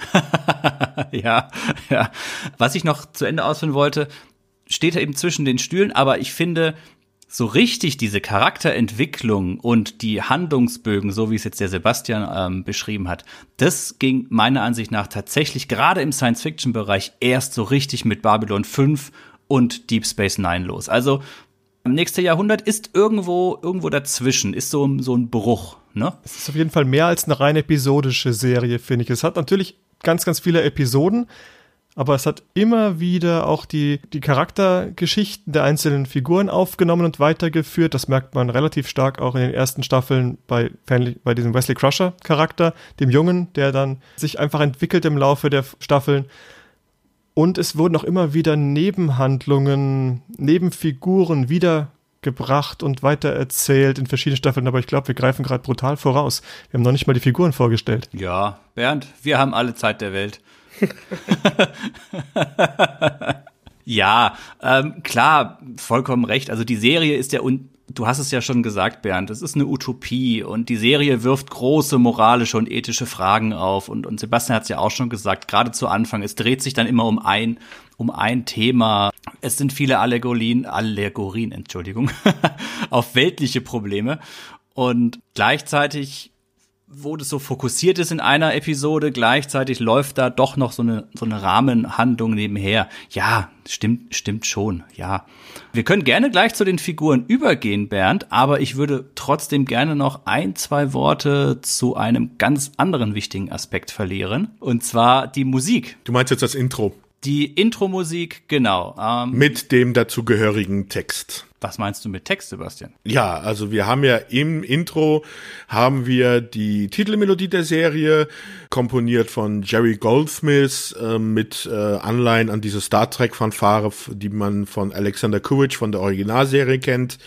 ja, ja. Was ich noch zu Ende ausführen wollte, steht eben zwischen den Stühlen, aber ich finde, so richtig diese Charakterentwicklung und die Handlungsbögen, so wie es jetzt der Sebastian ähm, beschrieben hat, das ging meiner Ansicht nach tatsächlich gerade im Science-Fiction-Bereich erst so richtig mit Babylon fünf und Deep Space Nine los. Also im nächsten Jahrhundert ist irgendwo irgendwo dazwischen, ist so, so ein Bruch, ne? Es ist auf jeden Fall mehr als eine rein episodische Serie, finde ich. Es hat natürlich ganz, ganz viele Episoden, aber es hat immer wieder auch die, die Charaktergeschichten der einzelnen Figuren aufgenommen und weitergeführt. Das merkt man relativ stark auch in den ersten Staffeln bei, bei diesem Wesley Crusher-Charakter, dem Jungen, der dann sich einfach entwickelt im Laufe der Staffeln. Und es wurden auch immer wieder Nebenhandlungen, Nebenfiguren wiedergebracht und weitererzählt in verschiedenen Staffeln. Aber ich glaube, wir greifen gerade brutal voraus. Wir haben noch nicht mal die Figuren vorgestellt. Ja, Bernd, wir haben alle Zeit der Welt. Ja, ähm, klar, vollkommen recht. Also die Serie ist ja, und du hast es ja schon gesagt, Bernd, es ist eine Utopie und die Serie wirft große moralische und ethische Fragen auf. Und, und Sebastian hat es ja auch schon gesagt, gerade zu Anfang, es dreht sich dann immer um ein, um ein Thema. Es sind viele Allegorien, Allegorien, Entschuldigung, auf weltliche Probleme. Und gleichzeitig, wo das so fokussiert ist in einer Episode, gleichzeitig läuft da doch noch so eine so eine Rahmenhandlung nebenher. Ja, stimmt stimmt schon, ja. Wir können gerne gleich zu den Figuren übergehen, Bernd, aber ich würde trotzdem gerne noch ein, zwei Worte zu einem ganz anderen wichtigen Aspekt verlieren, und zwar die Musik. Du meinst jetzt das Intro? Die Intro-Musik, genau. Ähm, Mit dem dazugehörigen Text. Was meinst du mit Text, Sebastian? Ja, also wir haben ja im Intro haben wir die Titelmelodie der Serie, komponiert von Jerry Goldsmith, äh, mit äh, Anleihen an diese Star Trek-Fanfare, die man von Alexander Courage von der Originalserie kennt.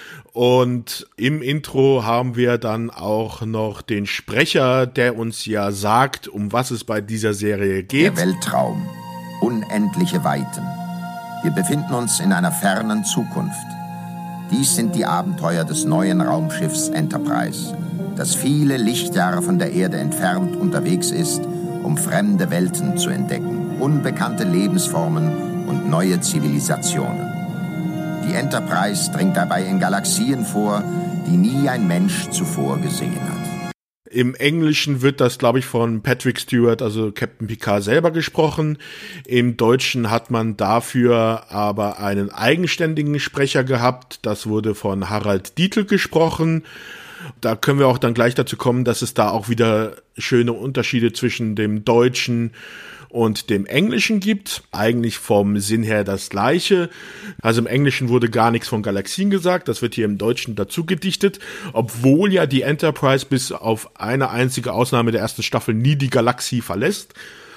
Und im Intro haben wir dann auch noch den Sprecher, der uns ja sagt, um was es bei dieser Serie geht. Der Weltraum. Unendliche Weiten. Wir befinden uns in einer fernen Zukunft. Dies sind die Abenteuer des neuen Raumschiffs Enterprise, das viele Lichtjahre von der Erde entfernt unterwegs ist, um fremde Welten zu entdecken, unbekannte Lebensformen und neue Zivilisationen. Die Enterprise dringt dabei in Galaxien vor, die nie ein Mensch zuvor gesehen hat. Im Englischen wird das, glaube ich, von Patrick Stewart, also Captain Picard, selber gesprochen. Im Deutschen hat man dafür aber einen eigenständigen Sprecher gehabt. Das wurde von Harald Dietl gesprochen. Da können wir auch dann gleich dazu kommen, dass es da auch wieder schöne Unterschiede zwischen dem Deutschen und dem Englischen gibt. Eigentlich vom Sinn her das Gleiche. Also im Englischen wurde gar nichts von Galaxien gesagt. Das wird hier im Deutschen dazu gedichtet. Obwohl ja die Enterprise bis auf eine einzige Ausnahme der ersten Staffel nie die Galaxie verlässt.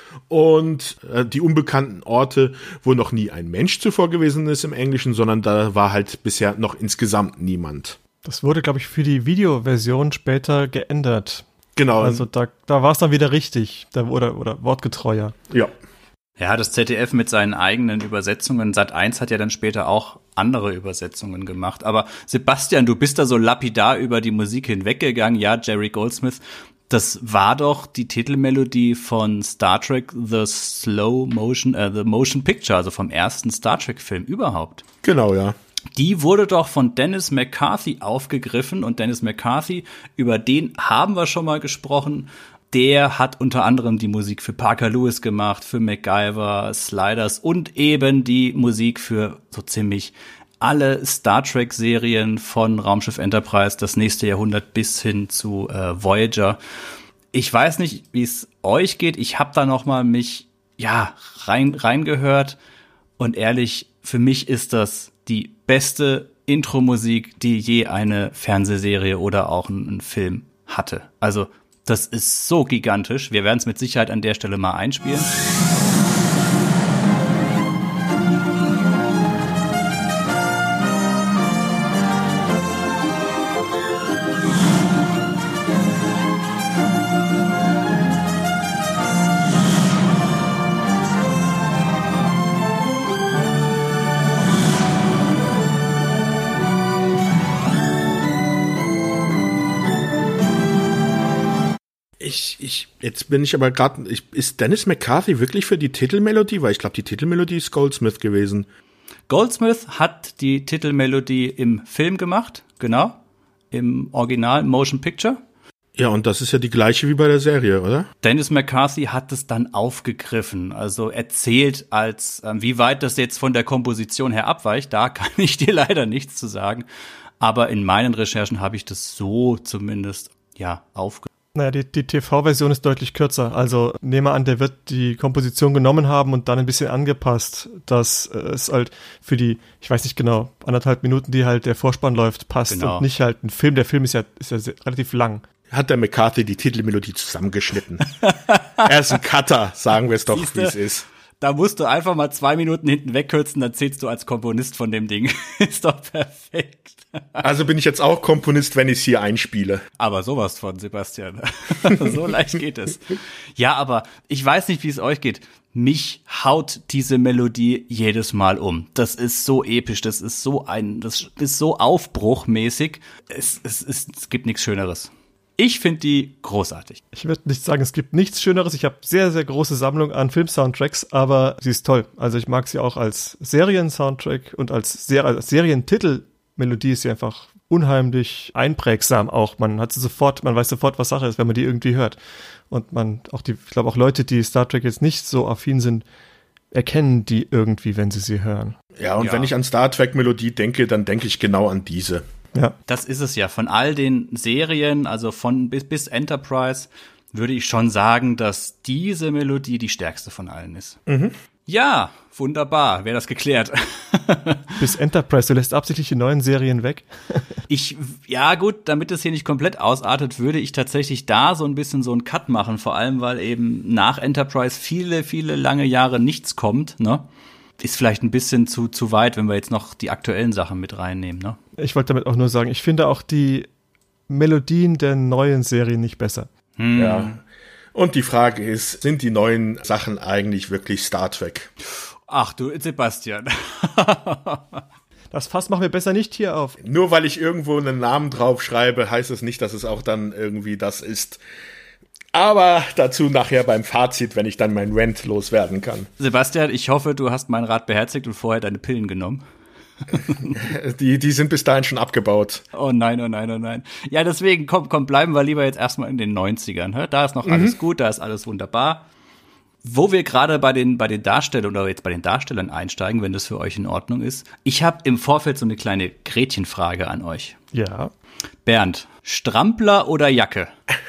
Und äh, die unbekannten Orte, wo noch nie ein Mensch zuvor gewesen ist im Englischen, sondern da war halt bisher noch insgesamt niemand. Das wurde, glaube ich, für die Videoversion später geändert. Genau. Also da, da war es dann wieder richtig, da, oder, oder wortgetreuer. Ja. Ja, das Z D F mit seinen eigenen Übersetzungen. Sat eins hat ja dann später auch andere Übersetzungen gemacht. Aber Sebastian, du bist da so lapidar über die Musik hinweggegangen. Ja, Jerry Goldsmith, das war doch die Titelmelodie von Star Trek The Slow Motion, äh, The Motion Picture, also vom ersten Star Trek-Film überhaupt. Genau, ja. Die wurde doch von Dennis McCarthy aufgegriffen. Und Dennis McCarthy, über den haben wir schon mal gesprochen. Der hat unter anderem die Musik für Parker Lewis gemacht, für MacGyver, Sliders und eben die Musik für so ziemlich alle Star Trek-Serien von Raumschiff Enterprise, das nächste Jahrhundert bis hin zu äh, Voyager. Ich weiß nicht, wie es euch geht. Ich habe da noch mal mich ja rein reingehört und ehrlich, für mich ist das die beste Intro-Musik, die je eine Fernsehserie oder auch ein, ein Film hatte. Also das ist so gigantisch. Wir werden es mit Sicherheit an der Stelle mal einspielen. Ich, ich, jetzt bin ich aber gerade, ist Dennis McCarthy wirklich für die Titelmelodie? Weil ich glaube, die Titelmelodie ist Goldsmith gewesen. Goldsmith hat die Titelmelodie im Film gemacht, genau, im Original Motion Picture. Ja, und das ist ja die gleiche wie bei der Serie, oder? Dennis McCarthy hat es dann aufgegriffen, also erzählt als, äh, wie weit das jetzt von der Komposition her abweicht, da kann ich dir leider nichts zu sagen. Aber in meinen Recherchen habe ich das so zumindest, ja, aufgegriffen. Naja, die, die T V-Version ist deutlich kürzer. Also nehme an, der wird die Komposition genommen haben und dann ein bisschen angepasst, dass äh, es halt für die, ich weiß nicht genau, anderthalb Minuten, die halt der Vorspann läuft, passt. Genau. Und nicht halt ein Film. Der Film ist ja, ist ja sehr, relativ lang. Hat der McCarthy die Titelmelodie zusammengeschnitten. Er ist ein Cutter, sagen wir es doch, wie es ist. Da musst du einfach mal zwei Minuten hinten wegkürzen, dann zählst du als Komponist von dem Ding. Ist doch perfekt. Also bin ich jetzt auch Komponist, wenn ich es hier einspiele. Aber sowas von, Sebastian. So leicht geht es. Ja, aber ich weiß nicht, wie es euch geht. Mich haut diese Melodie jedes Mal um. Das ist so episch, das ist so ein, das ist so aufbruchmäßig. Es, es, es, es gibt nichts Schöneres. Ich finde die großartig. Ich würde nicht sagen, es gibt nichts Schöneres. Ich habe sehr, sehr große Sammlung an Film-Soundtracks, aber sie ist toll. Also ich mag sie auch als Serien-Soundtrack und als, Ser- als Serientitel-Melodie ist sie einfach unheimlich einprägsam auch. Man hat sie sofort, man weiß sofort, was Sache ist, wenn man die irgendwie hört. Und man, auch die, ich glaube auch Leute, die Star Trek jetzt nicht so affin sind, erkennen die irgendwie, wenn sie sie hören. Ja, und Ja. wenn ich an Star Trek-Melodie denke, dann denke ich genau an diese. Ja. Das ist es ja. Von all den Serien, also von bis, bis Enterprise, würde ich schon sagen, dass diese Melodie die stärkste von allen ist. Mhm. Ja, wunderbar. Wäre das geklärt. Bis Enterprise, du lässt absichtlich die neuen Serien weg. Ich, ja gut, damit es hier nicht komplett ausartet, würde ich tatsächlich da so ein bisschen so einen Cut machen. Vor allem, weil eben nach Enterprise viele, viele lange Jahre nichts kommt, ne? Ist vielleicht ein bisschen zu, zu weit, wenn wir jetzt noch die aktuellen Sachen mit reinnehmen, ne? Ich wollte damit auch nur sagen, ich finde auch die Melodien der neuen Serien nicht besser. Hm. Ja. Und die Frage ist, sind die neuen Sachen eigentlich wirklich Star Trek? Ach du, Sebastian. Das Fass machen wir besser nicht hier auf. Nur weil ich irgendwo einen Namen draufschreibe, heißt es nicht, dass es auch dann irgendwie das ist. Aber dazu nachher beim Fazit, wenn ich dann mein Rant loswerden kann. Sebastian, ich hoffe, du hast meinen Rat beherzigt und vorher deine Pillen genommen. Die, die sind bis dahin schon abgebaut. Oh nein, oh nein, oh nein. Ja, deswegen, komm, komm, bleiben wir lieber jetzt erstmal in den neunzigern. hä? Da ist noch alles gut, da ist alles wunderbar. Wo wir gerade bei den, bei den Darstellern oder jetzt bei den Darstellern einsteigen, wenn das für euch in Ordnung ist. Ich habe im Vorfeld so eine kleine Gretchenfrage an euch. Ja. Bernd, Strampler oder Jacke?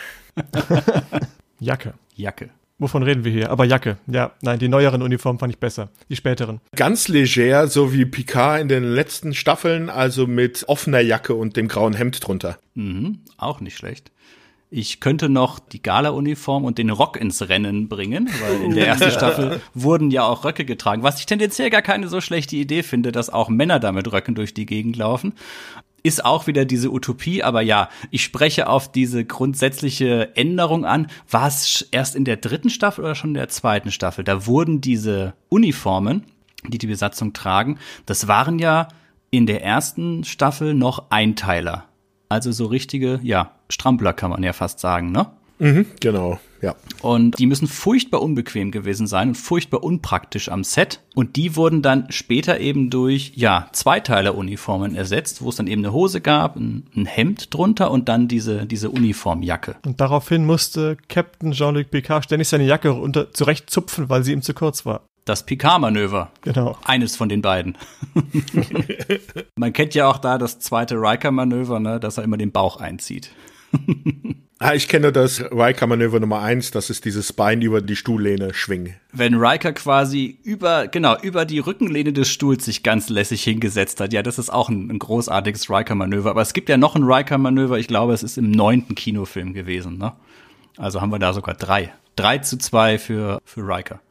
Jacke. Jacke. Wovon reden wir hier? Aber Jacke. Ja, nein, die neueren Uniformen fand ich besser. Die späteren. Ganz leger, so wie Picard in den letzten Staffeln, also mit offener Jacke und dem grauen Hemd drunter. Mhm, auch nicht schlecht. Ich könnte noch die Gala-Uniform und den Rock ins Rennen bringen, weil in der ersten Staffel wurden ja auch Röcke getragen, was ich tendenziell gar keine so schlechte Idee finde, dass auch Männer da mit Röcken durch die Gegend laufen. ist auch wieder diese Utopie, aber ja, ich spreche auf diese grundsätzliche Änderung an. War es erst in der dritten Staffel oder schon in der zweiten Staffel? Da wurden diese Uniformen, die die Besatzung tragen, das waren ja in der ersten Staffel noch Einteiler. Also so richtige, ja, Strampler kann man ja fast sagen, ne? Mhm, genau, ja. Und die müssen furchtbar unbequem gewesen sein und furchtbar unpraktisch am Set. Und die wurden dann später eben durch, ja, Zweiteiler-Uniformen ersetzt, wo es dann eben eine Hose gab, ein, ein Hemd drunter und dann diese, diese Uniformjacke. Und daraufhin musste Captain Jean-Luc Picard ständig seine Jacke unter, zurechtzupfen, weil sie ihm zu kurz war. Das Picard-Manöver. Genau. Eines von den beiden. Man kennt ja auch da das zweite Riker-Manöver, ne, dass er immer den Bauch einzieht. Ah, ich kenne das Riker-Manöver Nummer eins, das ist dieses Bein über die Stuhllehne schwingen. Wenn Riker quasi über, genau, über die Rückenlehne des Stuhls sich ganz lässig hingesetzt hat. Ja, das ist auch ein, ein großartiges Riker-Manöver. Aber es gibt ja noch ein Riker-Manöver, ich glaube, es ist im neunten Kinofilm gewesen, ne? Also haben wir da sogar drei. Drei zu zwei für, für Riker.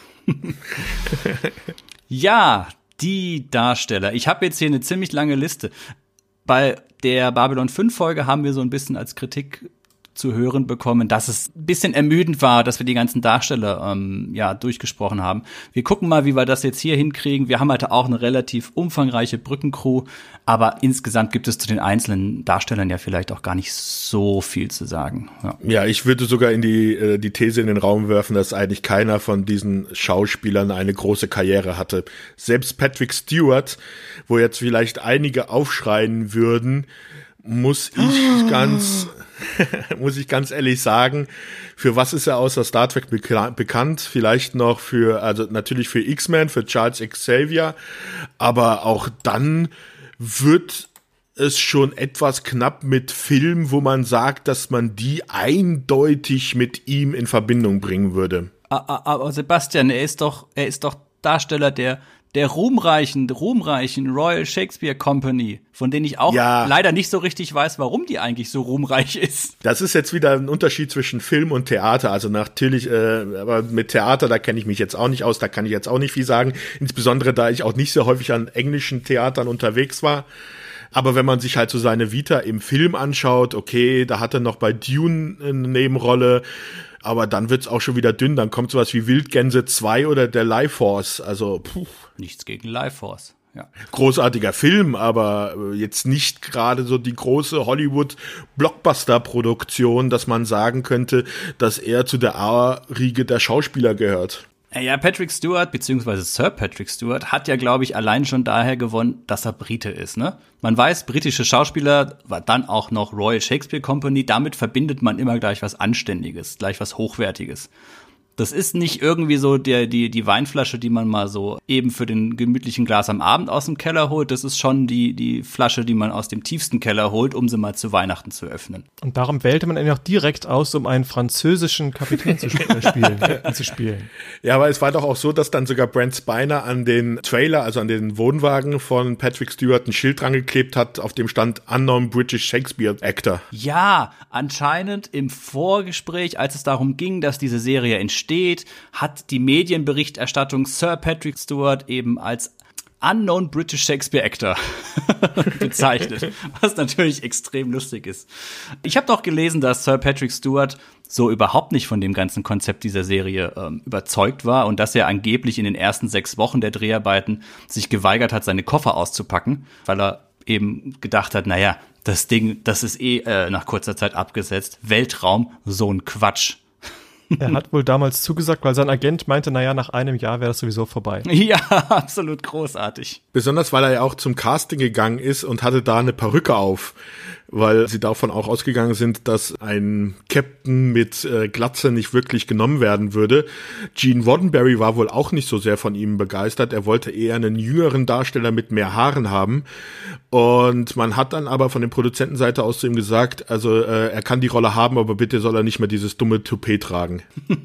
Ja, die Darsteller. Ich habe jetzt hier eine ziemlich lange Liste. Bei der Babylon fünf Folge haben wir so ein bisschen als Kritik zu hören bekommen, dass es ein bisschen ermüdend war, dass wir die ganzen Darsteller ähm, ja durchgesprochen haben. Wir gucken mal, wie wir das jetzt hier hinkriegen. Wir haben halt auch eine relativ umfangreiche Brückencrew, aber insgesamt gibt es zu den einzelnen Darstellern ja vielleicht auch gar nicht so viel zu sagen. Ja, ja, ich würde sogar in die äh, die These in den Raum werfen, dass eigentlich keiner von diesen Schauspielern eine große Karriere hatte. Selbst Patrick Stewart, wo jetzt vielleicht einige aufschreien würden, muss ich ganz muss ich ganz ehrlich sagen, für was ist er außer Star Trek beka- bekannt? Vielleicht noch für, also natürlich für X-Men, für Charles Xavier, aber auch dann wird es schon etwas knapp mit Filmen, wo man sagt, dass man die eindeutig mit ihm in Verbindung bringen würde. aber Sebastian, er ist doch, er ist doch Darsteller der der ruhmreichen, ruhmreichen Royal Shakespeare Company, von denen ich auch ja. leider nicht so richtig weiß, warum die eigentlich so ruhmreich ist. Das ist jetzt wieder ein Unterschied zwischen Film und Theater. Also natürlich, äh, aber mit Theater, da kenne ich mich jetzt auch nicht aus, da kann ich jetzt auch nicht viel sagen. Insbesondere, da ich auch nicht so häufig an englischen Theatern unterwegs war. Aber wenn man sich halt so seine Vita im Film anschaut, okay, da hat er noch bei Dune eine Nebenrolle, aber dann wird's auch schon wieder dünn, dann kommt sowas wie Wildgänse zwei oder der Life Force, also puh. Nichts gegen Life Force, ja. Großartiger Film, aber jetzt nicht gerade so die große Hollywood-Blockbuster-Produktion, dass man sagen könnte, dass er zu der A-Riege der Schauspieler gehört. Ja, Patrick Stewart, beziehungsweise Sir Patrick Stewart, hat ja, glaube ich, allein schon daher gewonnen, dass er Brite ist, ne? Man weiß, britische Schauspieler, war dann auch noch Royal Shakespeare Company, damit verbindet man immer gleich was Anständiges, gleich was Hochwertiges. Das ist nicht irgendwie so der, die, die Weinflasche, die man mal so eben für den gemütlichen Glas am Abend aus dem Keller holt. Das ist schon die, die Flasche, die man aus dem tiefsten Keller holt, um sie mal zu Weihnachten zu öffnen. Und darum wählte man ihn auch direkt aus, um einen französischen Kapitän zu spielen, äh, zu spielen. Ja, aber es war doch auch so, dass dann sogar Brent Spiner an den Trailer, also an den Wohnwagen von Patrick Stewart ein Schild dran geklebt hat, auf dem stand Unknown British Shakespeare Actor. Ja, anscheinend im Vorgespräch, als es darum ging, dass diese Serie entsteht, steht, hat die Medienberichterstattung Sir Patrick Stewart eben als Unknown British Shakespeare Actor bezeichnet, was natürlich extrem lustig ist. Ich habe doch gelesen, dass Sir Patrick Stewart so überhaupt nicht von dem ganzen Konzept dieser Serie ähm, überzeugt war und dass er angeblich in den ersten sechs Wochen der Dreharbeiten sich geweigert hat, seine Koffer auszupacken, weil er eben gedacht hat, naja, das Ding, das ist eh äh, nach kurzer Zeit abgesetzt. Weltraum, so ein Quatsch. Er hat wohl damals zugesagt, weil sein Agent meinte, naja, nach einem Jahr wäre das sowieso vorbei. Ja, absolut großartig. Besonders, weil er ja auch zum Casting gegangen ist und hatte da eine Perücke auf, weil sie davon auch ausgegangen sind, dass ein Captain mit äh, Glatze nicht wirklich genommen werden würde. Gene Roddenberry war wohl auch nicht so sehr von ihm begeistert. Er wollte eher einen jüngeren Darsteller mit mehr Haaren haben. Und man hat dann aber von der Produzentenseite aus zu ihm gesagt, also äh, er kann die Rolle haben, aber bitte soll er nicht mehr dieses dumme Toupet tragen.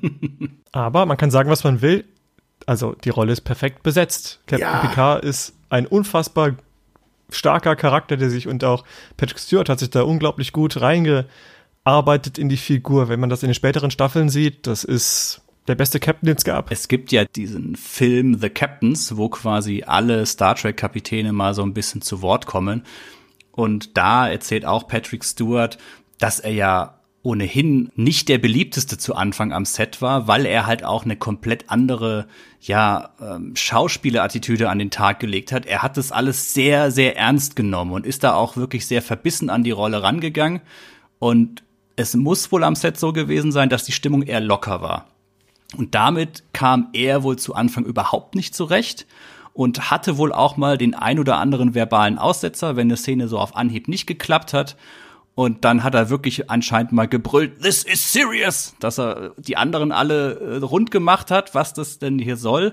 Aber man kann sagen, was man will. Also die Rolle ist perfekt besetzt. Captain ja. Picard ist ein unfassbar starker Charakter, der sich, und auch Patrick Stewart hat sich da unglaublich gut reingearbeitet in die Figur. Wenn man das in den späteren Staffeln sieht, das ist der beste Captain, den es gab. Es gibt ja diesen Film The Captains, wo quasi alle Star Trek-Kapitäne mal so ein bisschen zu Wort kommen. Und da erzählt auch Patrick Stewart, dass er ja ohnehin nicht der beliebteste zu Anfang am Set war, weil er halt auch eine komplett andere, ja, ähm, Schauspielerattitüde an den Tag gelegt hat. Er hat das alles sehr, sehr ernst genommen und ist da auch wirklich sehr verbissen an die Rolle rangegangen. Und es muss wohl am Set so gewesen sein, dass die Stimmung eher locker war. Und damit kam er wohl zu Anfang überhaupt nicht zurecht und hatte wohl auch mal den ein oder anderen verbalen Aussetzer, wenn eine Szene so auf Anhieb nicht geklappt hat. Und dann hat er wirklich anscheinend mal gebrüllt, "This is serious", dass er die anderen alle äh, rund gemacht hat, was das denn hier soll.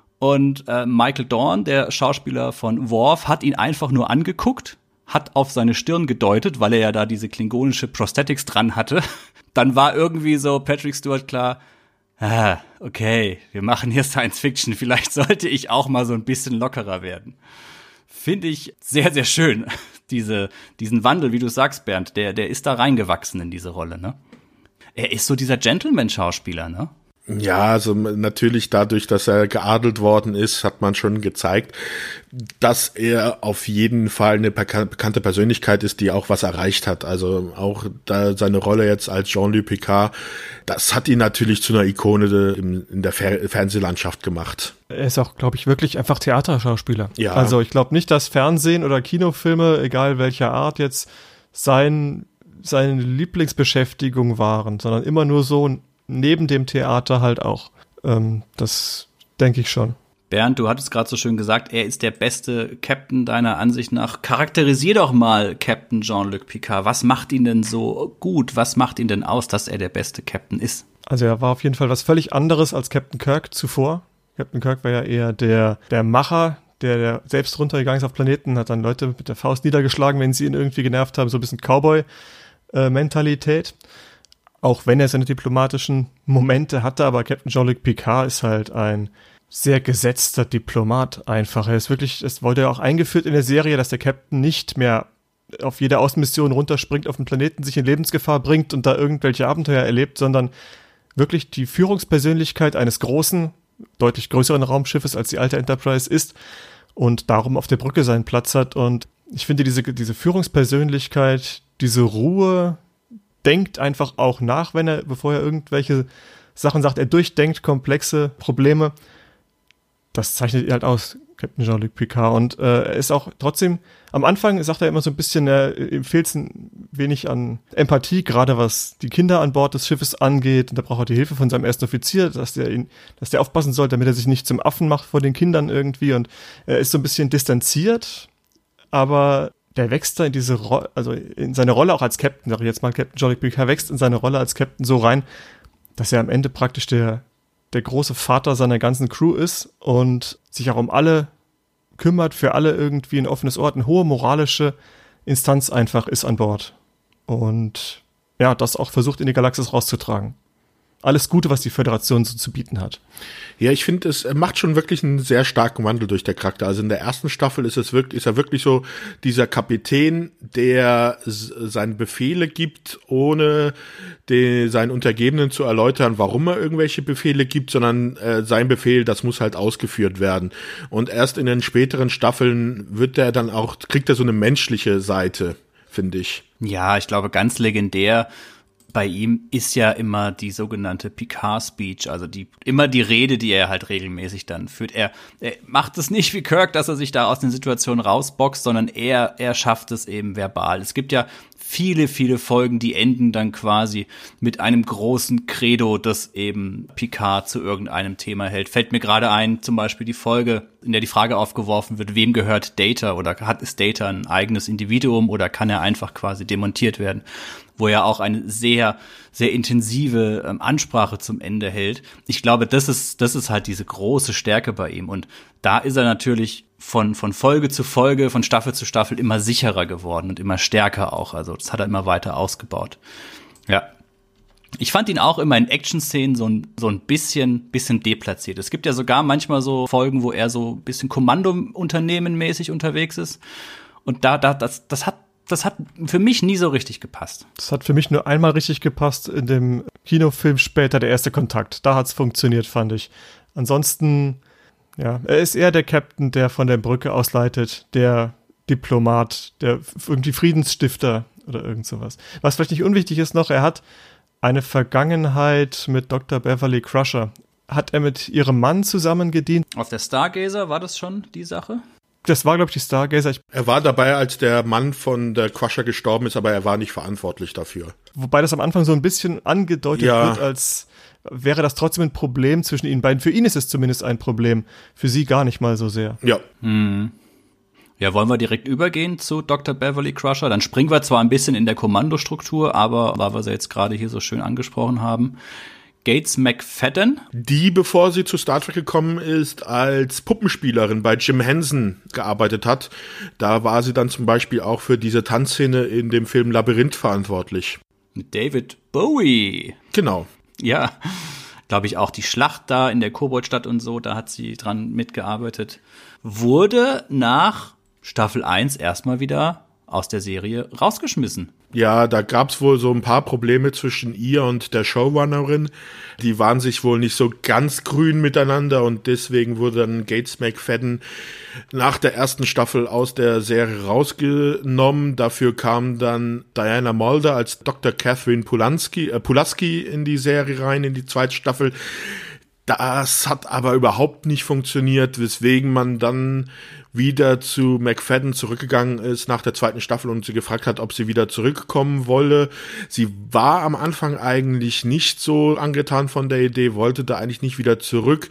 Und äh, Michael Dorn, der Schauspieler von Worf, hat ihn einfach nur angeguckt, hat auf seine Stirn gedeutet, weil er ja da diese klingonische Prosthetics dran hatte. Dann war irgendwie so Patrick Stewart klar, ah, okay, wir machen hier Science Fiction, vielleicht sollte ich auch mal so ein bisschen lockerer werden. Finde ich sehr, sehr schön, diese, diesen Wandel, wie du sagst, Bernd, der, der ist da reingewachsen in diese Rolle, ne? Er ist so dieser Gentleman-Schauspieler, ne? Ja, also natürlich dadurch, dass er geadelt worden ist, hat man schon gezeigt, dass er auf jeden Fall eine bekannte Persönlichkeit ist, die auch was erreicht hat. Also auch da seine Rolle jetzt als Jean-Luc Picard, das hat ihn natürlich zu einer Ikone in der Fer- Fernsehlandschaft gemacht. Er ist auch, glaube ich, wirklich einfach Theaterschauspieler. Ja. Also ich glaube nicht, dass Fernsehen oder Kinofilme, egal welcher Art jetzt, sein, seine Lieblingsbeschäftigung waren, sondern immer nur so neben dem Theater halt auch. Ähm, das denke ich schon. Bernd, du hattest gerade so schön gesagt, er ist der beste Captain deiner Ansicht nach. Charakterisier doch mal Captain Jean-Luc Picard. Was macht ihn denn so gut? Was macht ihn denn aus, dass er der beste Captain ist? Also er war auf jeden Fall was völlig anderes als Captain Kirk zuvor. Captain Kirk war ja eher der, der Macher, der, der selbst runtergegangen ist auf Planeten, hat dann Leute mit der Faust niedergeschlagen, wenn sie ihn irgendwie genervt haben. So ein bisschen Cowboy-Mentalität. Auch wenn er seine diplomatischen Momente hatte, aber Captain Jean-Luc Picard ist halt ein sehr gesetzter Diplomat einfach. Er ist wirklich, es wurde ja auch eingeführt in der Serie, dass der Captain nicht mehr auf jede Außenmission runterspringt, auf den Planeten sich in Lebensgefahr bringt und da irgendwelche Abenteuer erlebt, sondern wirklich die Führungspersönlichkeit eines großen, deutlich größeren Raumschiffes als die alte Enterprise ist und darum auf der Brücke seinen Platz hat. Und ich finde diese, diese Führungspersönlichkeit, diese Ruhe, denkt einfach auch nach, wenn er, bevor er irgendwelche Sachen sagt, er durchdenkt komplexe Probleme. Das zeichnet ihn halt aus, Captain Jean-Luc Picard. Und äh, er ist auch trotzdem, am Anfang sagt er immer so ein bisschen, äh, ihm fehlt es ein wenig an Empathie, gerade was die Kinder an Bord des Schiffes angeht. Und da braucht er die Hilfe von seinem ersten Offizier, dass der ihn, dass der aufpassen soll, damit er sich nicht zum Affen macht vor den Kindern irgendwie. Und er ist so ein bisschen distanziert, aber der wächst da in diese Rolle, also in seine Rolle auch als Captain, sag ich jetzt mal, Captain Jean-Luc Picard wächst in seine Rolle als Captain so rein, dass er am Ende praktisch der, der große Vater seiner ganzen Crew ist und sich auch um alle kümmert, für alle irgendwie ein offenes Ohr, eine hohe moralische Instanz einfach ist an Bord. Und ja, das auch versucht in die Galaxis rauszutragen. Alles Gute, was die Föderation so zu bieten hat. Ja, ich finde, es macht schon wirklich einen sehr starken Wandel durch der Charakter. Also in der ersten Staffel ist es wirklich, ist er wirklich so dieser Kapitän, der seine Befehle gibt, ohne den, seinen Untergebenen zu erläutern, warum er irgendwelche Befehle gibt, sondern äh, sein Befehl, das muss halt ausgeführt werden. Und erst in den späteren Staffeln wird er dann auch, kriegt er so eine menschliche Seite, finde ich. Ja, ich glaube, ganz legendär bei ihm ist ja immer die sogenannte Picard-Speech, also die immer die Rede, die er halt regelmäßig dann führt. Er, er macht es nicht wie Kirk, dass er sich da aus den Situationen rausboxt, sondern er, er schafft es eben verbal. Es gibt ja viele, viele Folgen, die enden dann quasi mit einem großen Credo, das eben Picard zu irgendeinem Thema hält. Fällt mir gerade ein, zum Beispiel die Folge, in der die Frage aufgeworfen wird, wem gehört Data oder hat ist Data ein eigenes Individuum oder kann er einfach quasi demontiert werden? Wo er auch eine sehr, sehr intensive ähm, Ansprache zum Ende hält. Ich glaube, das ist, das ist halt diese große Stärke bei ihm. Und da ist er natürlich von, von Folge zu Folge, von Staffel zu Staffel immer sicherer geworden und immer stärker auch. Also das hat er immer weiter ausgebaut. Ja. Ich fand ihn auch immer in Action-Szenen so ein, so ein bisschen, bisschen deplatziert. Es gibt ja sogar manchmal so Folgen, wo er so ein bisschen Kommando-Unternehmen-mäßig unterwegs ist. Und da, da, das, das hat Das hat für mich nie so richtig gepasst. Das hat für mich nur einmal richtig gepasst in dem Kinofilm später, der erste Kontakt. Da hat's funktioniert, fand ich. Ansonsten, ja, er ist eher der Captain, der von der Brücke ausleitet, der Diplomat, der irgendwie Friedensstifter oder irgend sowas. Was vielleicht nicht unwichtig ist noch, er hat eine Vergangenheit mit Doktor Beverly Crusher. Hat er mit ihrem Mann zusammen gedient? Auf der Stargazer war das schon die Sache? Das war, glaube ich, die Stargazer. Ich er war dabei, als der Mann von der Crusher gestorben ist, aber er war nicht verantwortlich dafür. Wobei das am Anfang so ein bisschen angedeutet ja. wird, als wäre das trotzdem ein Problem zwischen ihnen beiden. Für ihn ist es zumindest ein Problem, für sie gar nicht mal so sehr. Ja. Hm. Ja, wollen wir direkt übergehen zu Doktor Beverly Crusher? Dann springen wir zwar ein bisschen in der Kommandostruktur, aber weil wir sie jetzt gerade hier so schön angesprochen haben. Gates McFadden. Die, bevor sie zu Star Trek gekommen ist, als Puppenspielerin bei Jim Henson gearbeitet hat. Da war sie dann zum Beispiel auch für diese Tanzszene in dem Film Labyrinth verantwortlich. Mit David Bowie. Genau. Ja, glaube ich auch die Schlacht da in der Koboldstadt und so, da hat sie dran mitgearbeitet. Wurde nach Staffel eins erstmal wieder aus der Serie rausgeschmissen. Ja, da gab's wohl so ein paar Probleme zwischen ihr und der Showrunnerin. Die waren sich wohl nicht so ganz grün miteinander und deswegen wurde dann Gates McFadden nach der ersten Staffel aus der Serie rausgenommen. Dafür kam dann Diana Muldaur als Doktor Catherine Pulaski, äh, Pulaski in die Serie rein, in die zweite Staffel. Das hat aber überhaupt nicht funktioniert, weswegen man dann wieder zu McFadden zurückgegangen ist nach der zweiten Staffel und sie gefragt hat, ob sie wieder zurückkommen wolle. Sie war am Anfang eigentlich nicht so angetan von der Idee, wollte da eigentlich nicht wieder zurück,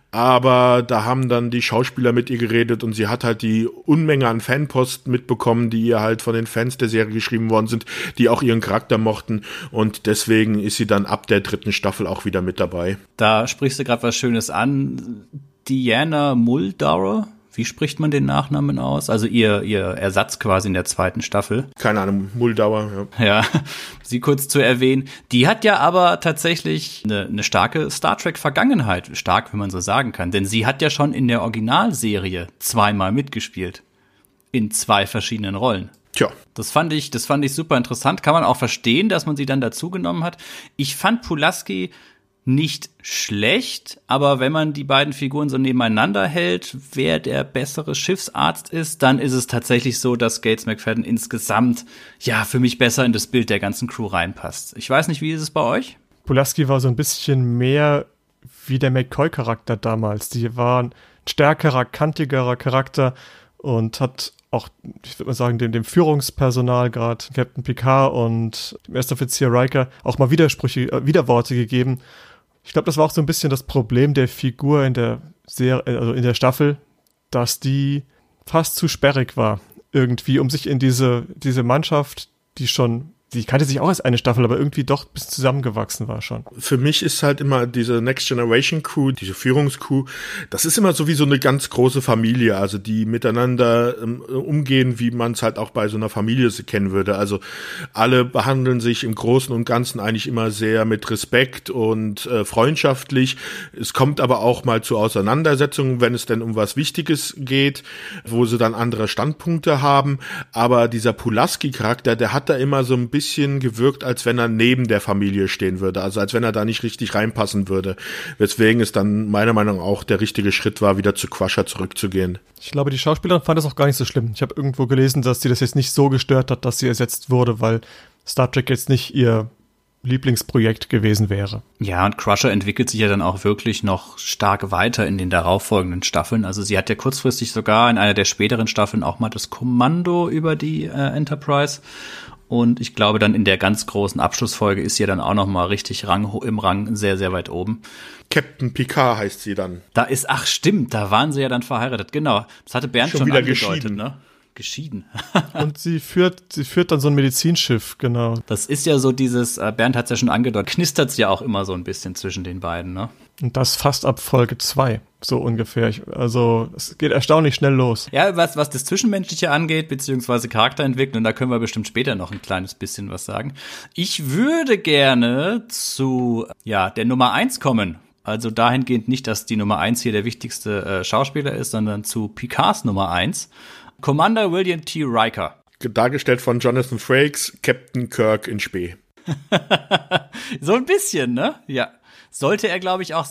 aber da haben dann die Schauspieler mit ihr geredet und sie hat halt die Unmenge an Fanpost mitbekommen, die ihr halt von den Fans der Serie geschrieben worden sind, die auch ihren Charakter mochten und deswegen ist sie dann ab der dritten Staffel auch wieder mit dabei. Da sprichst du gerade was Schönes an. Diana Muldaur. Wie spricht man den Nachnamen aus? Also ihr ihr Ersatz quasi in der zweiten Staffel. Keine Ahnung, Muldaur, ja. Ja, sie kurz zu erwähnen. Die hat ja aber tatsächlich eine, eine starke Star Trek-Vergangenheit. Stark, wenn man so sagen kann. Denn sie hat ja schon in der Originalserie zweimal mitgespielt. In zwei verschiedenen Rollen. Tja. Das fand ich, das fand ich super interessant. Kann man auch verstehen, dass man sie dann dazugenommen hat. Ich fand Pulaski nicht schlecht, aber wenn man die beiden Figuren so nebeneinander hält, wer der bessere Schiffsarzt ist, dann ist es tatsächlich so, dass Gates McFadden insgesamt ja für mich besser in das Bild der ganzen Crew reinpasst. Ich weiß nicht, wie ist es bei euch? Pulaski war so ein bisschen mehr wie der McCoy-Charakter damals. Die war ein stärkerer, kantigerer Charakter und hat auch, ich würde mal sagen, dem, dem Führungspersonal, gerade Captain Picard und dem Erstoffizier Riker, auch mal Widersprüche, äh, Widerworte gegeben. Ich glaube, das war auch so ein bisschen das Problem der Figur in der Serie, also in der Staffel, dass die fast zu sperrig war irgendwie, um sich in diese diese Mannschaft, die schon, die kannte sich auch als eine Staffel, aber irgendwie doch bis zusammengewachsen war schon. Für mich ist halt immer diese Next Generation Crew, diese Führungscrew, das ist immer so wie so eine ganz große Familie, also die miteinander ähm, umgehen, wie man es halt auch bei so einer Familie kennen würde. Also alle behandeln sich im Großen und Ganzen eigentlich immer sehr mit Respekt und äh, freundschaftlich. Es kommt aber auch mal zu Auseinandersetzungen, wenn es denn um was Wichtiges geht, wo sie dann andere Standpunkte haben. Aber dieser Pulaski-Charakter, der hat da immer so ein bisschen bisschen gewirkt, als wenn er neben der Familie stehen würde, also als wenn er da nicht richtig reinpassen würde, weswegen es dann meiner Meinung nach auch der richtige Schritt war, wieder zu Crusher zurückzugehen. Ich glaube, die Schauspielerin fand das auch gar nicht so schlimm. Ich habe irgendwo gelesen, dass sie das jetzt nicht so gestört hat, dass sie ersetzt wurde, weil Star Trek jetzt nicht ihr Lieblingsprojekt gewesen wäre. Ja, und Crusher entwickelt sich ja dann auch wirklich noch stark weiter in den darauffolgenden Staffeln. Also sie hat ja kurzfristig sogar in einer der späteren Staffeln auch mal das Kommando über die äh, Enterprise. Und ich glaube, dann in der ganz großen Abschlussfolge ist sie ja dann auch noch mal richtig Rang, im Rang sehr, sehr weit oben. Captain Picard heißt sie dann. Da ist, ach stimmt, da waren sie ja dann verheiratet. Genau, das hatte Bernd schon, schon wieder angedeutet, geschieden. Ne? Geschieden. Und sie führt, sie führt dann so ein Medizinschiff, genau. Das ist ja so dieses, äh, Bernd hat es ja schon angedeutet, knistert es ja auch immer so ein bisschen zwischen den beiden, ne? Und das fast ab Folge zwei, so ungefähr. Ich, also es geht erstaunlich schnell los. Ja, was, was das Zwischenmenschliche angeht, beziehungsweise Charakterentwicklung, da können wir bestimmt später noch ein kleines bisschen was sagen. Ich würde gerne zu, ja, der Nummer eins kommen. Also dahingehend nicht, dass die Nummer eins hier der wichtigste äh, Schauspieler ist, sondern zu Picards Nummer eins. Commander William T. Riker. Dargestellt von Jonathan Frakes, Captain Kirk in Spee. So ein bisschen, ne? Ja. Sollte er, glaube ich, auch sein.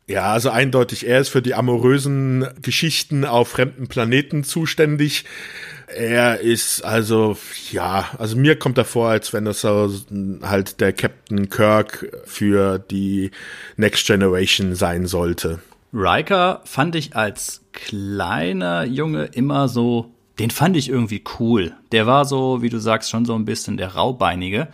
Ja, also eindeutig, er ist für die amorösen Geschichten auf fremden Planeten zuständig. Er ist also, ja, also mir kommt er vor, als wenn das so halt der Captain Kirk für die Next Generation sein sollte. Riker fand ich als kleiner Junge immer so, den fand ich irgendwie cool. Der war so, wie du sagst, schon so ein bisschen der Raubeinige.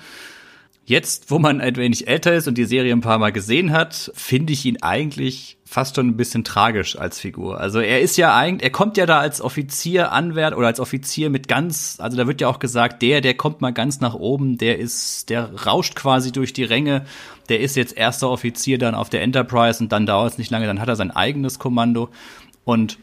Jetzt, wo man ein wenig älter ist und die Serie ein paar Mal gesehen hat, finde ich ihn eigentlich fast schon ein bisschen tragisch als Figur. Also er ist ja eigentlich, er kommt ja da als Offizier anwärts oder als Offizier mit ganz, also da wird ja auch gesagt, der, der kommt mal ganz nach oben, der ist, der rauscht quasi durch die Ränge, der ist jetzt erster Offizier dann auf der Enterprise und dann dauert es nicht lange, dann hat er sein eigenes Kommando. Und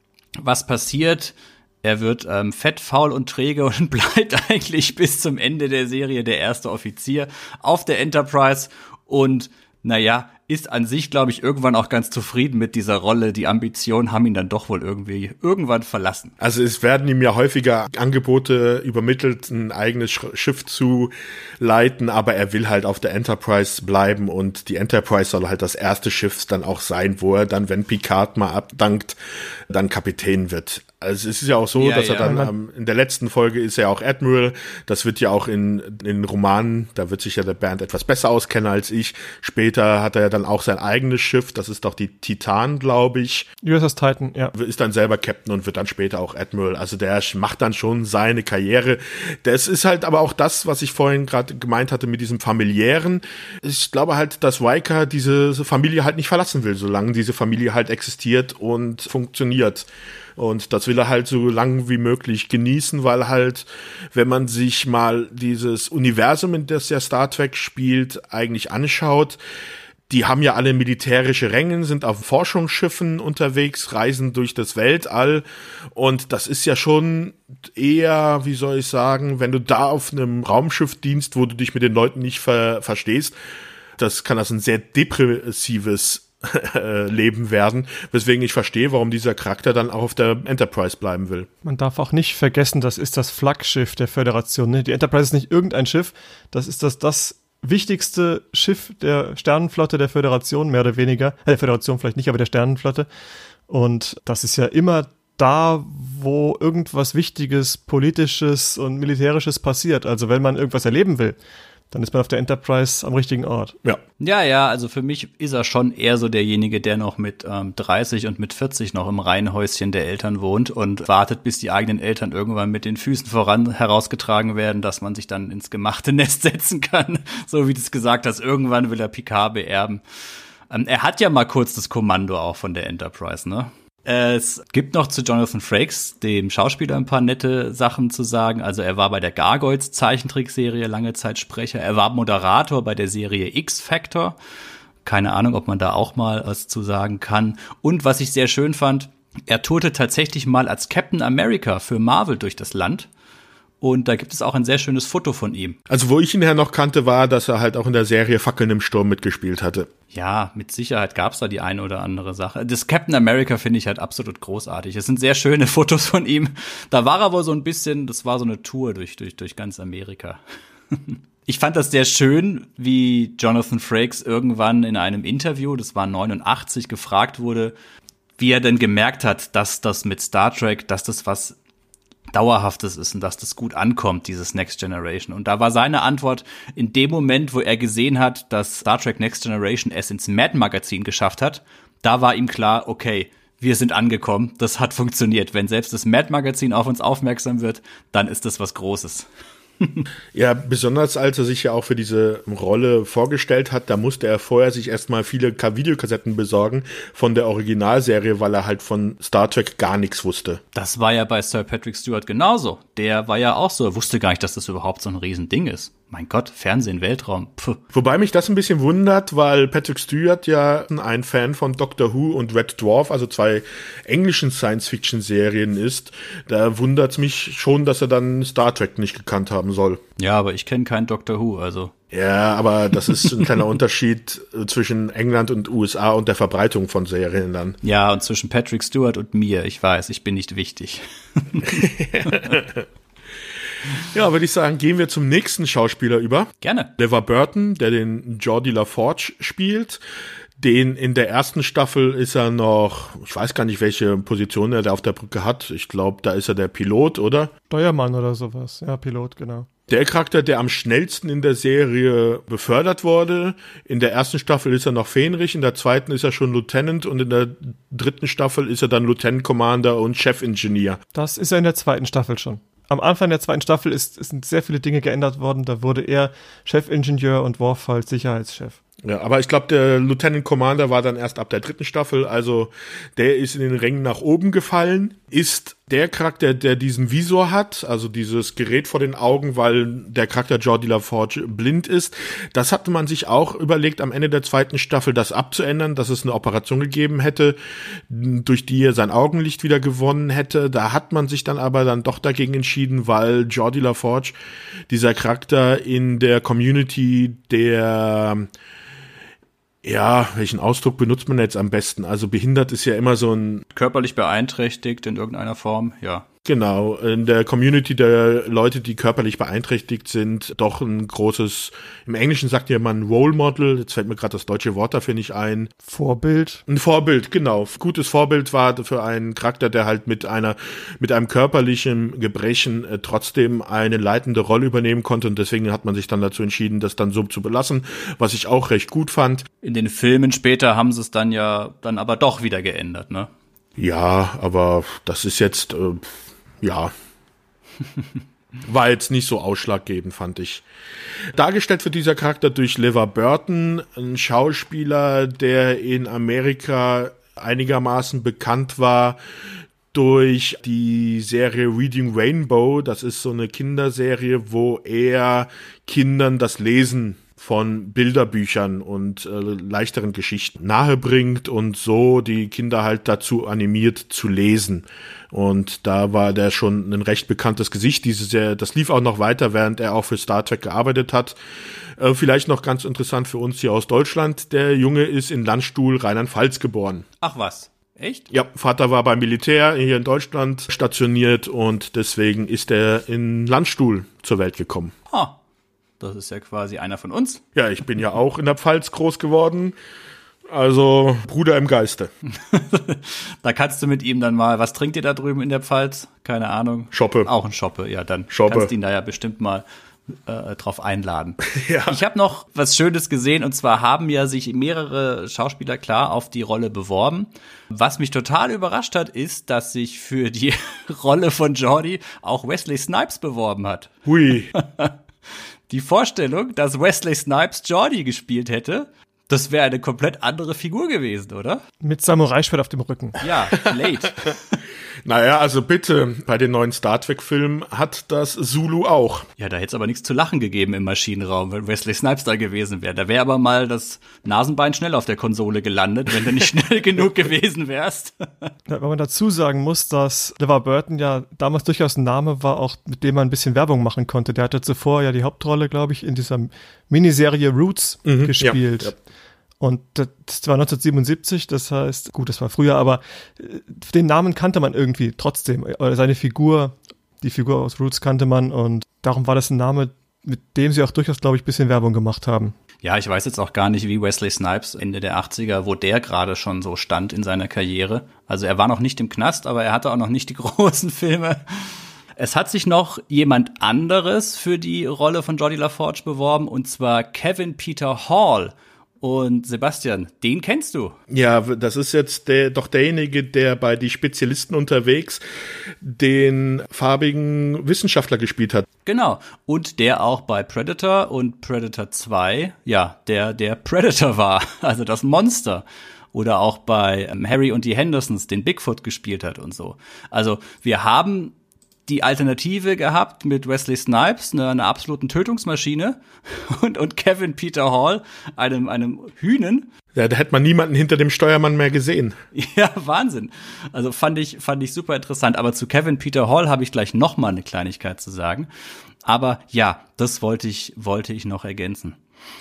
was passiert? Er wird ähm, fett, faul und träge und bleibt eigentlich bis zum Ende der Serie der erste Offizier auf der Enterprise und, naja, ist an sich, glaube ich, irgendwann auch ganz zufrieden mit dieser Rolle. Die Ambitionen haben ihn dann doch wohl irgendwie irgendwann verlassen. Also es werden ihm ja häufiger Angebote übermittelt, ein eigenes Schiff zu leiten, aber er will halt auf der Enterprise bleiben und die Enterprise soll halt das erste Schiff dann auch sein, wo er dann, wenn Picard mal abdankt, dann Kapitän wird. Also es ist ja auch so, ja, dass er ja. dann ähm, in der letzten Folge ist er auch Admiral. Das wird ja auch in, in den Romanen, da wird sich ja der Bernd etwas besser auskennen als ich. Später hat er ja dann auch sein eigenes Schiff, das ist doch die Titan, glaube ich. U S S Titan, ja. Ist dann selber Captain und wird dann später auch Admiral. Also der macht dann schon seine Karriere. Das ist halt aber auch das, was ich vorhin gerade gemeint hatte mit diesem Familiären. Ich glaube halt, dass Riker diese Familie halt nicht verlassen will, solange diese Familie halt existiert und funktioniert. Und das will er halt so lang wie möglich genießen, weil halt, wenn man sich mal dieses Universum, in das ja Star Trek spielt, eigentlich anschaut, die haben ja alle militärische Ränge, sind auf Forschungsschiffen unterwegs, reisen durch das Weltall und das ist ja schon eher, wie soll ich sagen, wenn du da auf einem Raumschiff dienst, wo du dich mit den Leuten nicht ver- verstehst, das kann das ein sehr depressives Leben werden, weswegen ich verstehe, warum dieser Charakter dann auch auf der Enterprise bleiben will. Man darf auch nicht vergessen, das ist das Flaggschiff der Föderation. Ne? Die Enterprise ist nicht irgendein Schiff, das ist das, das wichtigste Schiff der Sternenflotte der Föderation, mehr oder weniger. Äh, der Föderation vielleicht nicht, aber der Sternenflotte. Und das ist ja immer da, wo irgendwas Wichtiges, Politisches und Militärisches passiert. Also wenn man irgendwas erleben will, dann ist man auf der Enterprise am richtigen Ort. Ja. Ja, ja, also für mich ist er schon eher so derjenige, der noch mit ähm, dreißig und mit vierzig noch im Reihenhäuschen der Eltern wohnt und wartet, bis die eigenen Eltern irgendwann mit den Füßen voran herausgetragen werden, dass man sich dann ins gemachte Nest setzen kann. So wie du es gesagt hast, irgendwann will er Picard beerben. Ähm, er hat ja mal kurz das Kommando auch von der Enterprise, ne? Es gibt noch zu Jonathan Frakes, dem Schauspieler, ein paar nette Sachen zu sagen. Also er war bei der Gargoyles Zeichentrickserie lange Zeit Sprecher. Er war Moderator bei der Serie X-Factor. Keine Ahnung, ob man da auch mal was zu sagen kann. Und was ich sehr schön fand, er tourte tatsächlich mal als Captain America für Marvel durch das Land. Und da gibt es auch ein sehr schönes Foto von ihm. Also wo ich ihn ja noch kannte, war, dass er halt auch in der Serie Fackeln im Sturm mitgespielt hatte. Ja, mit Sicherheit gab's da die eine oder andere Sache. Das Captain America finde ich halt absolut großartig. Es sind sehr schöne Fotos von ihm. Da war er wohl so ein bisschen, das war so eine Tour durch, durch, durch ganz Amerika. Ich fand das sehr schön, wie Jonathan Frakes irgendwann in einem Interview, das war neunundachtzig, gefragt wurde, wie er denn gemerkt hat, dass das mit Star Trek, dass das was Dauerhaftes ist und dass das gut ankommt, dieses Next Generation. Und da war seine Antwort, in dem Moment, wo er gesehen hat, dass Star Trek Next Generation es ins Mad-Magazin geschafft hat, da war ihm klar, okay, wir sind angekommen, das hat funktioniert. Wenn selbst das Mad-Magazin auf uns aufmerksam wird, dann ist das was Großes. Ja, besonders als er sich ja auch für diese Rolle vorgestellt hat, da musste er vorher sich erstmal viele Videokassetten besorgen von der Originalserie, weil er halt von Star Trek gar nichts wusste. Das war ja bei Sir Patrick Stewart genauso. Der war ja auch so, er wusste gar nicht, dass das überhaupt so ein Riesending ist. Mein Gott, Fernsehen, Weltraum. Puh. Wobei mich das ein bisschen wundert, weil Patrick Stewart ja ein Fan von Doctor Who und Red Dwarf, also zwei englischen Science-Fiction-Serien ist. Da wundert es mich schon, dass er dann Star Trek nicht gekannt haben soll. Ja, aber ich kenne keinen Doctor Who, also. Ja, aber das ist ein kleiner Unterschied zwischen England und U S A und der Verbreitung von Serien dann. Ja, und zwischen Patrick Stewart und mir. Ich weiß, ich bin nicht wichtig. Ja, würde ich sagen, gehen wir zum nächsten Schauspieler über. Gerne. LeVar Burton, der den Geordi LaForge spielt. Den in der ersten Staffel ist er noch, ich weiß gar nicht, welche Position er da auf der Brücke hat. Ich glaube, da ist er der Pilot, oder? Steuermann oder sowas. Ja, Pilot, genau. Der Charakter, der am schnellsten in der Serie befördert wurde. In der ersten Staffel ist er noch Fähnrich, in der zweiten ist er schon Lieutenant und in der dritten Staffel ist er dann Lieutenant Commander und Chefingenieur. Das ist er in der zweiten Staffel schon. Am Anfang der zweiten Staffel ist, sind sehr viele Dinge geändert worden. Da wurde er Chefingenieur und Worf halt Sicherheitschef. Ja, aber ich glaube, der Lieutenant Commander war dann erst ab der dritten Staffel, also der ist in den Rängen nach oben gefallen, ist der Charakter, der diesen Visor hat, also dieses Gerät vor den Augen, weil der Charakter Geordi LaForge blind ist. Das hatte man sich auch überlegt, am Ende der zweiten Staffel das abzuändern, dass es eine Operation gegeben hätte, durch die er sein Augenlicht wieder gewonnen hätte. Da hat man sich dann aber dann doch dagegen entschieden, weil Geordi LaForge, dieser Charakter in der Community der ja, welchen Ausdruck benutzt man jetzt am besten? Also behindert ist ja immer so ein... Körperlich beeinträchtigt in irgendeiner Form, ja. Genau, in der Community der Leute, die körperlich beeinträchtigt sind, doch ein großes, im Englischen sagt ja man Role Model, jetzt fällt mir gerade das deutsche Wort dafür nicht ein. Vorbild. Ein Vorbild, genau. Gutes Vorbild war für einen Charakter, der halt mit einer, mit einem körperlichen Gebrechen äh, trotzdem eine leitende Rolle übernehmen konnte und deswegen hat man sich dann dazu entschieden, das dann so zu belassen, was ich auch recht gut fand. In den Filmen später haben sie es dann ja dann aber doch wieder geändert, ne? Ja, aber das ist jetzt, äh, ja, war jetzt nicht so ausschlaggebend, fand ich. Dargestellt wird dieser Charakter durch LeVar Burton, ein Schauspieler, der in Amerika einigermaßen bekannt war durch die Serie Reading Rainbow. Das ist so eine Kinderserie, wo er Kindern das Lesen von Bilderbüchern und äh, leichteren Geschichten nahebringt und so die Kinder halt dazu animiert zu lesen. Und da war der schon ein recht bekanntes Gesicht. Diese Serie, das lief auch noch weiter, während er auch für Star Trek gearbeitet hat. Äh, vielleicht noch ganz interessant für uns hier aus Deutschland. Der Junge ist in Landstuhl, Rheinland-Pfalz geboren. Ach was, echt? Ja, Vater war beim Militär hier in Deutschland stationiert und deswegen ist er in Landstuhl zur Welt gekommen. Ha. Das ist ja quasi einer von uns. Ja, ich bin ja auch in der Pfalz groß geworden. Also Bruder im Geiste. Da kannst du mit ihm dann mal, was trinkt ihr da drüben in der Pfalz? Keine Ahnung. Schoppe. Auch ein Schoppe, ja, dann Schoppe. Kannst du ihn da ja bestimmt mal äh, drauf einladen. Ja. Ich habe noch was Schönes gesehen und zwar haben ja sich mehrere Schauspieler klar auf die Rolle beworben. Was mich total überrascht hat, ist, dass sich für die Rolle von Geordi auch Wesley Snipes beworben hat. Hui. Die Vorstellung, dass Wesley Snipes Geordi gespielt hätte, das wäre eine komplett andere Figur gewesen, oder? Mit Samurai-Schwert auf dem Rücken. Ja, Blade. Naja, also bitte, bei den neuen Star Trek-Filmen hat das Zulu auch. Ja, da hätte es aber nichts zu lachen gegeben im Maschinenraum, wenn Wesley Snipes da gewesen wäre. Da wäre aber mal das Nasenbein schnell auf der Konsole gelandet, wenn du nicht schnell genug gewesen wärst. Ja, weil man dazu sagen muss, dass LeVar Burton ja damals durchaus ein Name war, auch mit dem man ein bisschen Werbung machen konnte. Der hatte zuvor ja die Hauptrolle, glaube ich, in dieser Miniserie Roots mhm, gespielt. Ja, ja. Und das war neunzehnhundertsiebenundsiebzig, das heißt, gut, das war früher, aber den Namen kannte man irgendwie trotzdem. Oder seine Figur, die Figur aus Roots kannte man und darum war das ein Name, mit dem sie auch durchaus, glaube ich, ein bisschen Werbung gemacht haben. Ja, ich weiß jetzt auch gar nicht, wie Wesley Snipes Ende der achtziger, wo der gerade schon so stand in seiner Karriere. Also er war noch nicht im Knast, aber er hatte auch noch nicht die großen Filme. Es hat sich noch jemand anderes für die Rolle von Geordi LaForge beworben, und zwar Kevin Peter Hall. Und Sebastian, den kennst du. Ja, das ist jetzt der, doch derjenige, der bei Die Spezialisten unterwegs den farbigen Wissenschaftler gespielt hat. Genau. Und der auch bei Predator und Predator zwei, ja, der, der Predator war, also das Monster. Oder auch bei ähm, Harry und die Hendersons den Bigfoot gespielt hat und so. Also wir haben die Alternative gehabt mit Wesley Snipes, ne, einer absoluten Tötungsmaschine, und, und Kevin Peter Hall, einem, einem Hühnen. Ja, da hätte man niemanden hinter dem Steuermann mehr gesehen. Ja, Wahnsinn. Also fand ich, fand ich super interessant. Aber zu Kevin Peter Hall habe ich gleich noch mal eine Kleinigkeit zu sagen. Aber ja, das wollte ich, wollte ich noch ergänzen.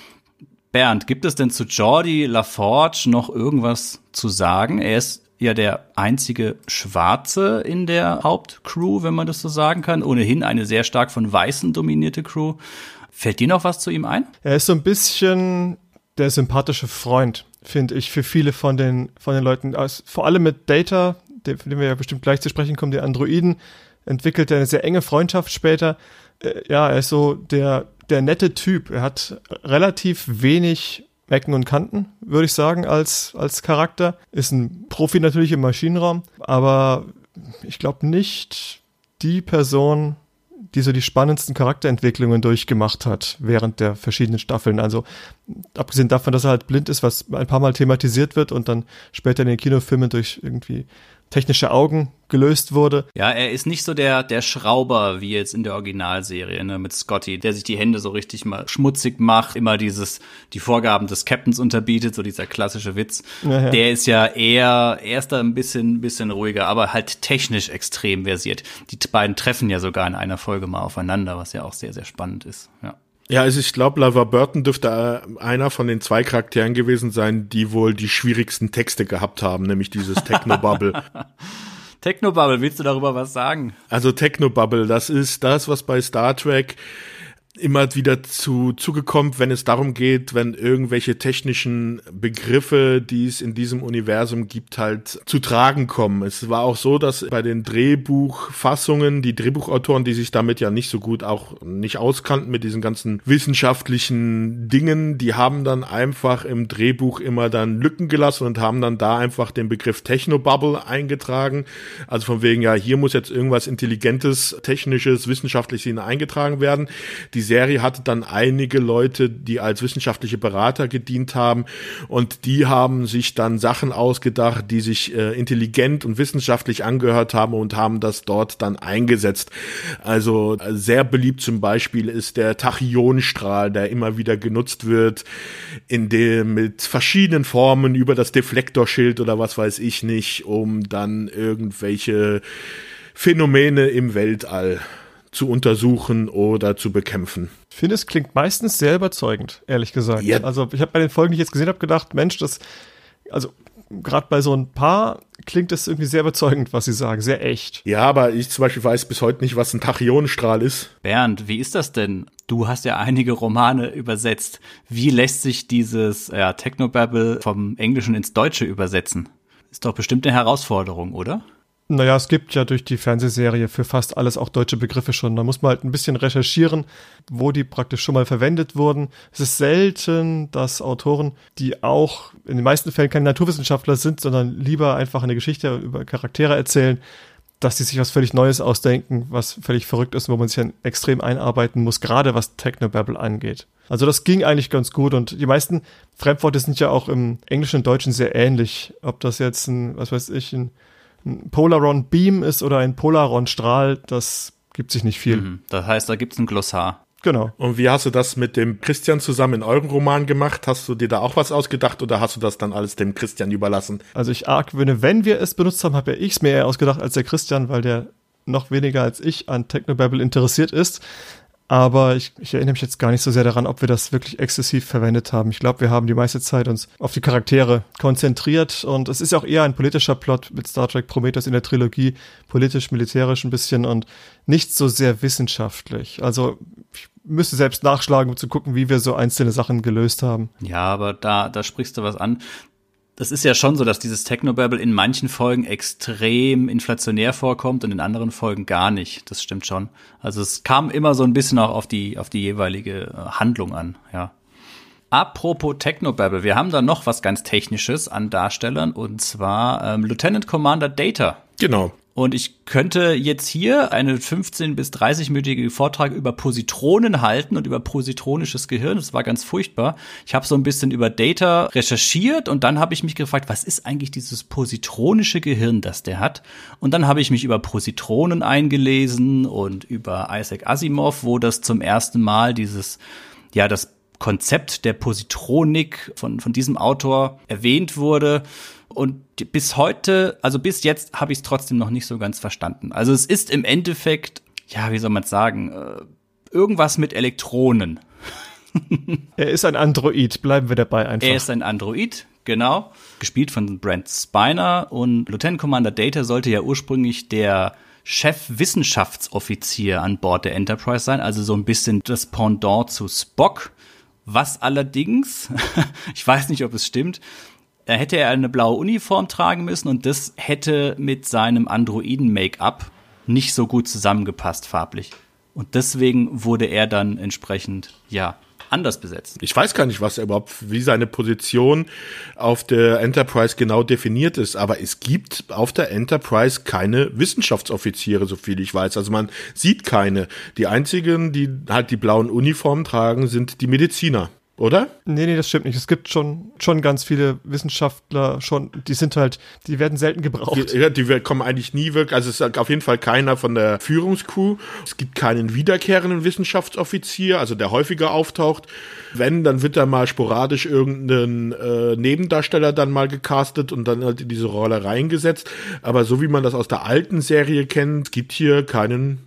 Bernd, gibt es denn zu Geordi LaForge noch irgendwas zu sagen? Er ist ja der einzige Schwarze in der Hauptcrew, wenn man das so sagen kann. Ohnehin eine sehr stark von Weißen dominierte Crew. Fällt dir noch was zu ihm ein? Er ist so ein bisschen der sympathische Freund finde ich, für viele von den, von den Leuten. Also, vor allem mit Data, den, von dem wir ja bestimmt gleich zu sprechen kommen, den Androiden, entwickelt er eine sehr enge Freundschaft später. Äh, ja, er ist so der, der nette Typ. Er hat relativ wenig Ecken und Kanten, würde ich sagen, als, als Charakter. Ist ein Profi natürlich im Maschinenraum, aber ich glaube nicht die Person, die so die spannendsten Charakterentwicklungen durchgemacht hat während der verschiedenen Staffeln. Also abgesehen davon, dass er halt blind ist, was ein paar Mal thematisiert wird und dann später in den Kinofilmen durch irgendwie technische Augen gelöst wurde. Ja, er ist nicht so der der Schrauber wie jetzt in der Originalserie, ne, mit Scotty, der sich die Hände so richtig mal schmutzig macht, immer dieses die Vorgaben des Captains unterbietet, so dieser klassische Witz. Ja, ja. Der ist ja eher erst ein bisschen bisschen ruhiger, aber halt technisch extrem versiert. Die beiden treffen ja sogar in einer Folge mal aufeinander, was ja auch sehr sehr spannend ist. Ja. Ja, also ich glaube, LeVar Burton dürfte einer von den zwei Charakteren gewesen sein, die wohl die schwierigsten Texte gehabt haben, nämlich dieses Technobubble. Technobubble, willst du darüber was sagen? Also Technobubble, das ist das, was bei Star Trek immer wieder zu zugekommen, wenn es darum geht, wenn irgendwelche technischen Begriffe, die es in diesem Universum gibt, halt zu tragen kommen. Es war auch so, dass bei den Drehbuchfassungen die Drehbuchautoren, die sich damit ja nicht so gut auch nicht auskannten mit diesen ganzen wissenschaftlichen Dingen, die haben dann einfach im Drehbuch immer dann Lücken gelassen und haben dann da einfach den Begriff Technobubble eingetragen. Also von wegen, ja, hier muss jetzt irgendwas Intelligentes, Technisches, Wissenschaftliches eingetragen werden. Die Serie hatte dann einige Leute, die als wissenschaftliche Berater gedient haben und die haben sich dann Sachen ausgedacht, die sich äh, intelligent und wissenschaftlich angehört haben und haben das dort dann eingesetzt. Also äh, sehr beliebt zum Beispiel ist der Tachyonstrahl, der immer wieder genutzt wird, in dem mit verschiedenen Formen über das Deflektorschild oder was weiß ich nicht, um dann irgendwelche Phänomene im Weltall zu untersuchen oder zu bekämpfen. Ich finde, es klingt meistens sehr überzeugend, ehrlich gesagt. Ja. Also ich habe bei den Folgen, die ich jetzt gesehen habe, gedacht, Mensch, das, also gerade bei so ein paar klingt das irgendwie sehr überzeugend, was sie sagen, sehr echt. Ja, aber ich zum Beispiel weiß bis heute nicht, was ein Tachyonstrahl ist. Bernd, wie ist das denn? Du hast ja einige Romane übersetzt. Wie lässt sich dieses ja, Technobabble vom Englischen ins Deutsche übersetzen? Ist doch bestimmt eine Herausforderung, oder? Naja, es gibt ja durch die Fernsehserie für fast alles auch deutsche Begriffe schon. Da muss man halt ein bisschen recherchieren, wo die praktisch schon mal verwendet wurden. Es ist selten, dass Autoren, die auch in den meisten Fällen keine Naturwissenschaftler sind, sondern lieber einfach eine Geschichte über Charaktere erzählen, dass sie sich was völlig Neues ausdenken, was völlig verrückt ist und wo man sich dann extrem einarbeiten muss, gerade was Technobabble angeht. Also das ging eigentlich ganz gut und die meisten Fremdworte sind ja auch im Englischen und Deutschen sehr ähnlich. Ob das jetzt ein, was weiß ich, ein ein Polaron Beam ist oder ein Polaron Strahl, das gibt sich nicht viel. Mhm. Das heißt, da gibt's ein Glossar. Genau. Und wie hast du das mit dem Christian zusammen in eurem Roman gemacht? Hast du dir da auch was ausgedacht oder hast du das dann alles dem Christian überlassen? Also ich argwöhne, wenn wir es benutzt haben, habe ja ich es mir eher ausgedacht als der Christian, weil der noch weniger als ich an Technobabble interessiert ist. Aber ich, ich erinnere mich jetzt gar nicht so sehr daran, ob wir das wirklich exzessiv verwendet haben. Ich glaube, wir haben die meiste Zeit uns auf die Charaktere konzentriert. Und es ist ja auch eher ein politischer Plot mit Star Trek Prometheus in der Trilogie. Politisch, militärisch ein bisschen und nicht so sehr wissenschaftlich. Also ich müsste selbst nachschlagen, um zu gucken, wie wir so einzelne Sachen gelöst haben. Ja, aber da, da sprichst du was an. Das ist ja schon so, dass dieses Technobabble in manchen Folgen extrem inflationär vorkommt und in anderen Folgen gar nicht. Das stimmt schon. Also es kam immer so ein bisschen auch auf die, auf die jeweilige Handlung an, ja. Apropos Technobabble, wir haben da noch was ganz Technisches an Darstellern und zwar ähm, Lieutenant Commander Data. Genau. Und ich könnte jetzt hier einen fünfzehn- bis dreißig-minütigen Vortrag über Positronen halten und über positronisches Gehirn. Das war ganz furchtbar. Ich habe so ein bisschen über Data recherchiert und dann habe ich mich gefragt, was ist eigentlich dieses positronische Gehirn, das der hat? Und dann habe ich mich über Positronen eingelesen und über Isaac Asimov, wo das zum ersten Mal dieses, ja, das Konzept der Positronik von, von diesem Autor erwähnt wurde. Und bis heute, also bis jetzt, habe ich es trotzdem noch nicht so ganz verstanden. Also es ist im Endeffekt, ja, wie soll man es sagen, äh, irgendwas mit Elektronen. Er ist ein Android, bleiben wir dabei einfach. Er ist ein Android, genau. Gespielt von Brent Spiner. Und Lieutenant Commander Data sollte ja ursprünglich der Chefwissenschaftsoffizier an Bord der Enterprise sein. Also so ein bisschen das Pendant zu Spock. Was allerdings, ich weiß nicht, ob es stimmt, da hätte er eine blaue Uniform tragen müssen und das hätte mit seinem Androiden-Make-up nicht so gut zusammengepasst farblich. Und deswegen wurde er dann entsprechend, ja, anders besetzt. Ich weiß gar nicht, was er überhaupt, wie seine Position auf der Enterprise genau definiert ist, aber es gibt auf der Enterprise keine Wissenschaftsoffiziere, so viel ich weiß. Also man sieht keine. Die einzigen, die halt die blauen Uniformen tragen, sind die Mediziner. Oder? Nee, nee, das stimmt nicht. Es gibt schon, schon ganz viele Wissenschaftler, schon, die sind halt, die werden selten gebraucht. Die, die kommen eigentlich nie wirklich, also es ist auf jeden Fall keiner von der Führungscrew. Es gibt keinen wiederkehrenden Wissenschaftsoffizier, also der häufiger auftaucht. Wenn, dann wird da mal sporadisch irgendein äh, Nebendarsteller dann mal gecastet und dann halt in diese Rolle reingesetzt. Aber so wie man das aus der alten Serie kennt, gibt hier keinen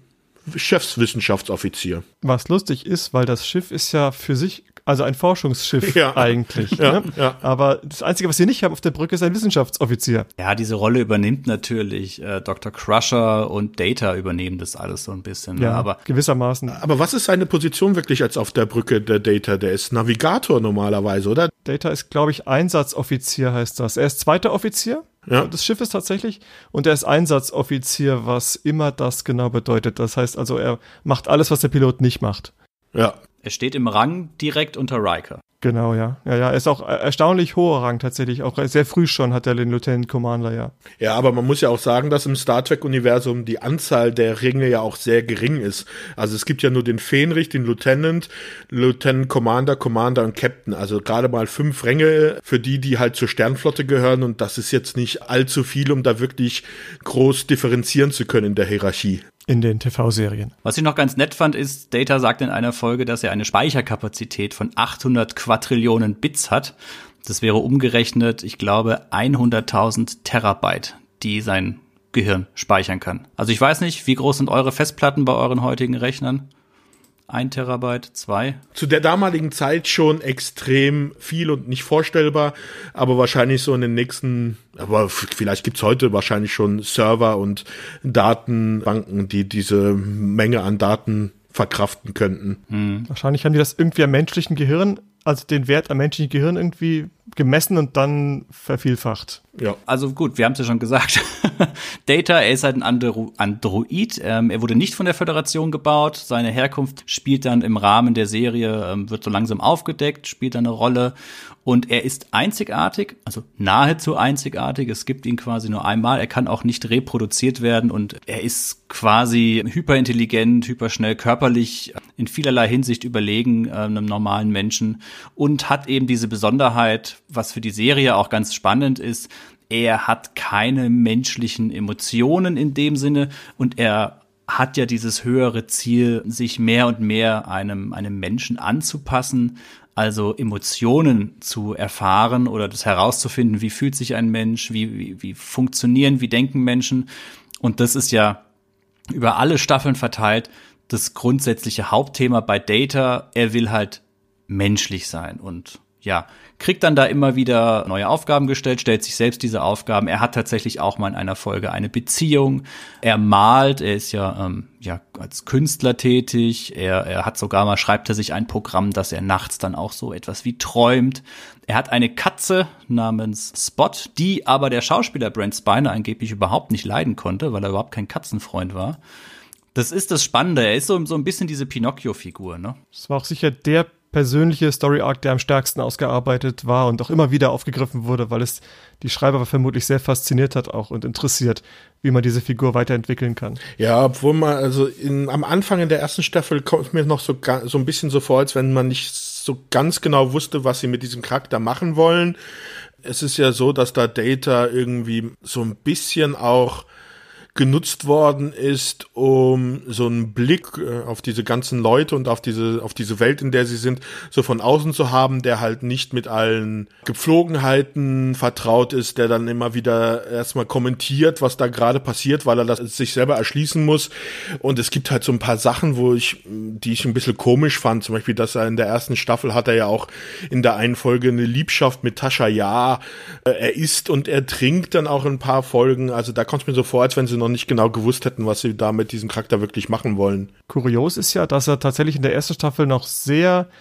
Chefswissenschaftsoffizier. Was lustig ist, weil das Schiff ist ja für sich, also ein Forschungsschiff ja. eigentlich. Ja, ne? ja. Aber das Einzige, was wir nicht haben auf der Brücke, ist ein Wissenschaftsoffizier. Ja, diese Rolle übernimmt natürlich äh, Doktor Crusher und Data übernehmen das alles so ein bisschen. Ja, ne? aber gewissermaßen. Aber was ist seine Position wirklich als auf der Brücke der Data? Der ist Navigator normalerweise, oder? Data ist, glaube ich, Einsatzoffizier heißt das. Er ist zweiter Offizier ja. des Schiffes tatsächlich und er ist Einsatzoffizier, was immer das genau bedeutet. Das heißt also, er macht alles, was der Pilot nicht macht. Ja. Er steht im Rang direkt unter Riker. Genau, ja. Ja, ja, er ist auch erstaunlich hoher Rang tatsächlich. Auch sehr früh schon hat er den Lieutenant Commander, ja. Ja, aber man muss ja auch sagen, dass im Star Trek-Universum die Anzahl der Ränge ja auch sehr gering ist. Also es gibt ja nur den Fähnrich, den Lieutenant, Lieutenant Commander, Commander und Captain. Also gerade mal fünf Ränge für die, die halt zur Sternflotte gehören. Und das ist jetzt nicht allzu viel, um da wirklich groß differenzieren zu können in der Hierarchie. In den T V-Serien. Was ich noch ganz nett fand, ist, Data sagt in einer Folge, dass er eine Speicherkapazität von achthundert Quadrillionen Bits hat. Das wäre umgerechnet, ich glaube, hunderttausend Terabyte, die sein Gehirn speichern kann. Also ich weiß nicht, wie groß sind eure Festplatten bei euren heutigen Rechnern? Ein Terabyte, zwei? Zu der damaligen Zeit schon extrem viel und nicht vorstellbar, aber wahrscheinlich so in den nächsten, aber vielleicht gibt's heute wahrscheinlich schon Server und Datenbanken, die diese Menge an Daten verkraften könnten. Hm. Wahrscheinlich haben die das irgendwie am menschlichen Gehirn, also den Wert am menschlichen Gehirn irgendwie gemessen und dann vervielfacht. Ja. Also gut, wir haben es ja schon gesagt. Data, er ist halt ein Andro- Android. Ähm, er wurde nicht von der Föderation gebaut. Seine Herkunft spielt dann im Rahmen der Serie, ähm, wird so langsam aufgedeckt, spielt dann eine Rolle. Und er ist einzigartig, also nahezu einzigartig. Es gibt ihn quasi nur einmal. Er kann auch nicht reproduziert werden und er ist quasi hyperintelligent, hyperschnell, körperlich in vielerlei Hinsicht überlegen äh, einem normalen Menschen und hat eben diese Besonderheit, was für die Serie auch ganz spannend ist, er hat keine menschlichen Emotionen in dem Sinne und er hat ja dieses höhere Ziel, sich mehr und mehr einem, einem Menschen anzupassen, also Emotionen zu erfahren oder das herauszufinden, wie fühlt sich ein Mensch, wie, wie, wie funktionieren, wie denken Menschen. Und das ist ja über alle Staffeln verteilt das grundsätzliche Hauptthema bei Data. Er will halt menschlich sein und ja, kriegt dann da immer wieder neue Aufgaben gestellt, stellt sich selbst diese Aufgaben. Er hat tatsächlich auch mal in einer Folge eine Beziehung. Er malt, er ist ja, ähm, ja als Künstler tätig. Er, er hat sogar mal, schreibt er sich ein Programm, dass er nachts dann auch so etwas wie träumt. Er hat eine Katze namens Spot, die aber der Schauspieler Brent Spiner angeblich überhaupt nicht leiden konnte, weil er überhaupt kein Katzenfreund war. Das ist das Spannende. Er ist so, so ein bisschen diese Pinocchio-Figur, ne? Das war auch sicher der persönliche Story-Arc, der am stärksten ausgearbeitet war und auch immer wieder aufgegriffen wurde, weil es die Schreiber vermutlich sehr fasziniert hat auch und interessiert, wie man diese Figur weiterentwickeln kann. Ja, obwohl man, also in, am Anfang in der ersten Staffel kommt mir noch so, so ein bisschen so vor, als wenn man nicht so ganz genau wusste, was sie mit diesem Charakter machen wollen. Es ist ja so, dass da Data irgendwie so ein bisschen auch genutzt worden ist, um so einen Blick äh, auf diese ganzen Leute und auf diese auf diese Welt, in der sie sind, so von außen zu haben, der halt nicht mit allen Gepflogenheiten vertraut ist, der dann immer wieder erstmal kommentiert, was da gerade passiert, weil er das sich selber erschließen muss. Und es gibt halt so ein paar Sachen, wo ich, die ich ein bisschen komisch fand, zum Beispiel, dass er in der ersten Staffel hat er ja auch in der einen Folge eine Liebschaft mit Tascha Yar. Äh, er isst und er trinkt dann auch in ein paar Folgen. Also da kommt es mir so vor, als wenn sie noch nicht genau gewusst hätten, was sie da mit diesem Charakter wirklich machen wollen. Kurios ist ja, dass er tatsächlich in der ersten Staffel noch sehr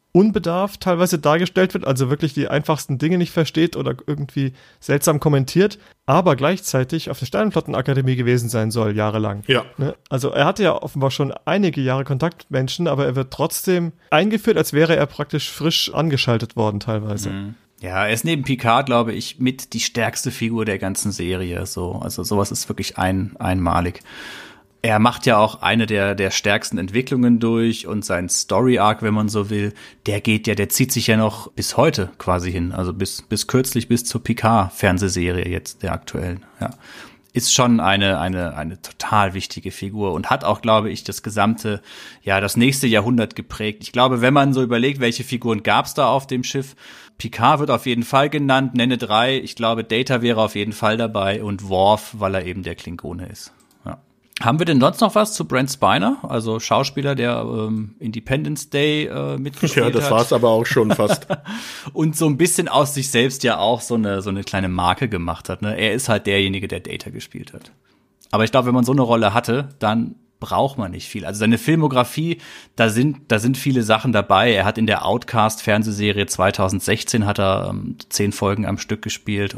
unbedarft teilweise dargestellt wird, also wirklich die einfachsten Dinge nicht versteht oder irgendwie seltsam kommentiert, aber gleichzeitig auf der Sternenflottenakademie gewesen sein soll, jahrelang. Ja. Ne? Also er hatte ja offenbar schon einige Jahre Kontakt mit Menschen, aber er wird trotzdem eingeführt, als wäre er praktisch frisch angeschaltet worden teilweise. Mhm. Ja, er ist neben Picard, glaube ich, mit die stärkste Figur der ganzen Serie. So, also sowas ist wirklich ein, einmalig. Er macht ja auch eine der, der stärksten Entwicklungen durch und sein Story-Arc, wenn man so will, der geht ja, der zieht sich ja noch bis heute quasi hin. Also bis, bis kürzlich, bis zur Picard-Fernsehserie jetzt, der aktuellen, ja. Ist schon eine, eine, eine total wichtige Figur und hat auch, glaube ich, das gesamte, ja, das nächste Jahrhundert geprägt. Ich glaube, wenn man so überlegt, welche Figuren gab's da auf dem Schiff, Picard wird auf jeden Fall genannt, nenne drei. Ich glaube, Data wäre auf jeden Fall dabei und Worf, weil er eben der Klingone ist. Haben wir denn sonst noch was zu Brent Spiner, also Schauspieler, der ähm, Independence Day äh, mitgespielt hat? Ja, das hat. war's aber auch schon fast. Und so ein bisschen aus sich selbst ja auch so eine so eine kleine Marke gemacht hat. Ne? Er ist halt derjenige, der Data gespielt hat. Aber ich glaube, wenn man so eine Rolle hatte, dann braucht man nicht viel. Also seine Filmografie, da sind da sind viele Sachen dabei. Er hat in der Outcast-Fernsehserie zweitausendsechzehn hat er ähm, zehn Folgen am Stück gespielt.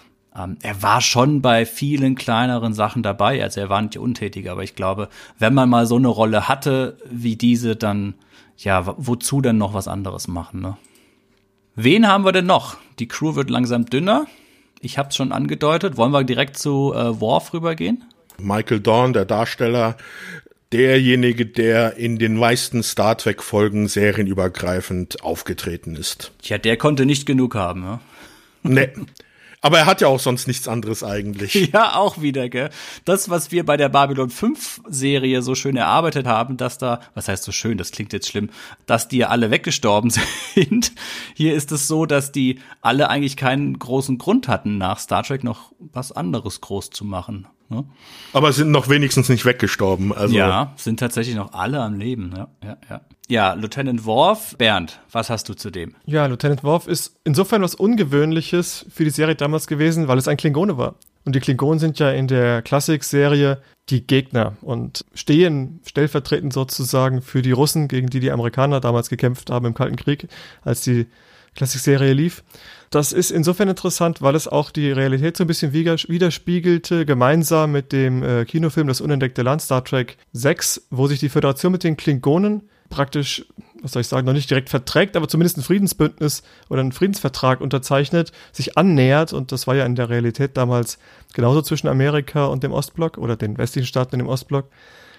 Er war schon bei vielen kleineren Sachen dabei, also er war nicht untätig, aber ich glaube, wenn man mal so eine Rolle hatte wie diese, dann, ja, wozu denn noch was anderes machen, ne? Wen haben wir denn noch? Die Crew wird langsam dünner. Ich hab's schon angedeutet. Wollen wir direkt zu äh, Worf rübergehen? Michael Dorn, der Darsteller, derjenige, der in den meisten Star Trek-Folgen serienübergreifend aufgetreten ist. Tja, der konnte nicht genug haben, ne? Nee. Aber er hat ja auch sonst nichts anderes eigentlich. Ja, auch wieder, gell. Das, was wir bei der Babylon fünf Serie so schön erarbeitet haben, dass da, was heißt so schön, das klingt jetzt schlimm, dass die alle weggestorben sind. Hier ist es so, dass die alle eigentlich keinen großen Grund hatten, nach Star Trek noch was anderes groß zu machen. Ne? Aber sind noch wenigstens nicht weggestorben. Also ja, sind tatsächlich noch alle am Leben. Ja, ja, ja. Ja, Lieutenant Worf. Bernd, was hast du zu dem? Ja, Lieutenant Worf ist insofern was Ungewöhnliches für die Serie damals gewesen, weil es ein Klingone war. Und die Klingonen sind ja in der Klassik-Serie die Gegner und stehen stellvertretend sozusagen für die Russen, gegen die die Amerikaner damals gekämpft haben im Kalten Krieg, als die Klassik-Serie lief. Das ist insofern interessant, weil es auch die Realität so ein bisschen widerspiegelte, gemeinsam mit dem äh, Kinofilm Das unentdeckte Land, Star Trek sechs, wo sich die Föderation mit den Klingonen praktisch, was soll ich sagen, noch nicht direkt verträgt, aber zumindest ein Friedensbündnis oder einen Friedensvertrag unterzeichnet, sich annähert, und das war ja in der Realität damals genauso zwischen Amerika und dem Ostblock oder den westlichen Staaten in dem Ostblock.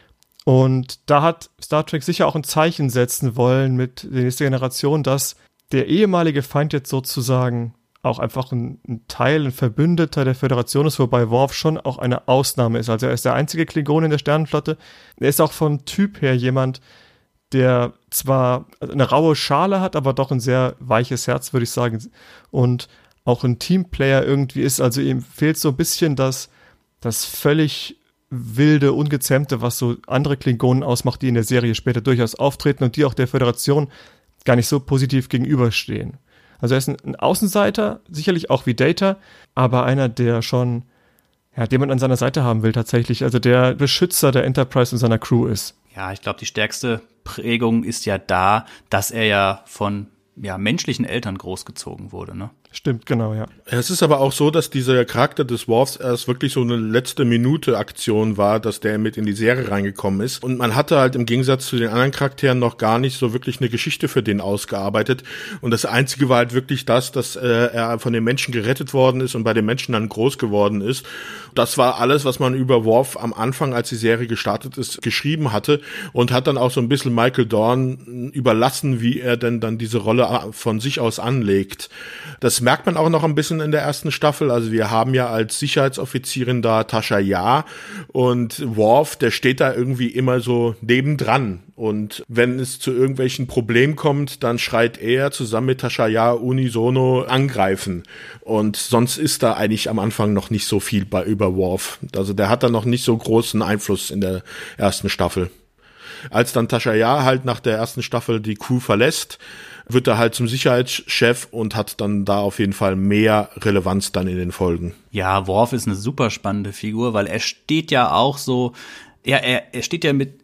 Und da hat Star Trek sicher auch ein Zeichen setzen wollen mit der nächsten Generation, dass der ehemalige Feind jetzt sozusagen auch einfach ein, ein Teil, ein Verbündeter der Föderation ist, wobei Worf schon auch eine Ausnahme ist. Also er ist der einzige Klingon in der Sternenflotte. Er ist auch vom Typ her jemand, der zwar eine raue Schale hat, aber doch ein sehr weiches Herz, würde ich sagen, und auch ein Teamplayer irgendwie ist. Also ihm fehlt so ein bisschen das, das völlig wilde, ungezähmte, was so andere Klingonen ausmacht, die in der Serie später durchaus auftreten und die auch der Föderation gar nicht so positiv gegenüberstehen. Also er ist ein, ein Außenseiter, sicherlich auch wie Data, aber einer, der schon, ja, den man an seiner Seite haben will tatsächlich, also der Beschützer der Enterprise und seiner Crew ist. Ja, ich glaube, die stärkste Prägung ist ja da, dass er ja von ja, menschlichen Eltern großgezogen wurde, ne? Stimmt, genau, ja. Es ist aber auch so, dass dieser Charakter des Worfs erst wirklich so eine letzte Minute Aktion war, dass der mit in die Serie reingekommen ist. Und man hatte halt im Gegensatz zu den anderen Charakteren noch gar nicht so wirklich eine Geschichte für den ausgearbeitet. Und das Einzige war halt wirklich das, dass äh, er von den Menschen gerettet worden ist und bei den Menschen dann groß geworden ist. Das war alles, was man über Worf am Anfang, als die Serie gestartet ist, geschrieben hatte, und hat dann auch so ein bisschen Michael Dorn überlassen, wie er denn dann diese Rolle von sich aus anlegt. Das merkt man auch noch ein bisschen in der ersten Staffel. Also wir haben ja als Sicherheitsoffizierin da Tasha Yar, und Worf, der steht da irgendwie immer so nebendran. Und wenn es zu irgendwelchen Problemen kommt, dann schreit er zusammen mit Tasha Yar unisono angreifen. Und sonst ist da eigentlich am Anfang noch nicht so viel bei über Worf. Also der hat da noch nicht so großen Einfluss in der ersten Staffel. Als dann Tasha Yar halt nach der ersten Staffel die Crew verlässt, wird er halt zum Sicherheitschef und hat dann da auf jeden Fall mehr Relevanz dann in den Folgen. Ja, Worf ist eine super spannende Figur, weil er steht ja auch so, ja, er, er steht ja mit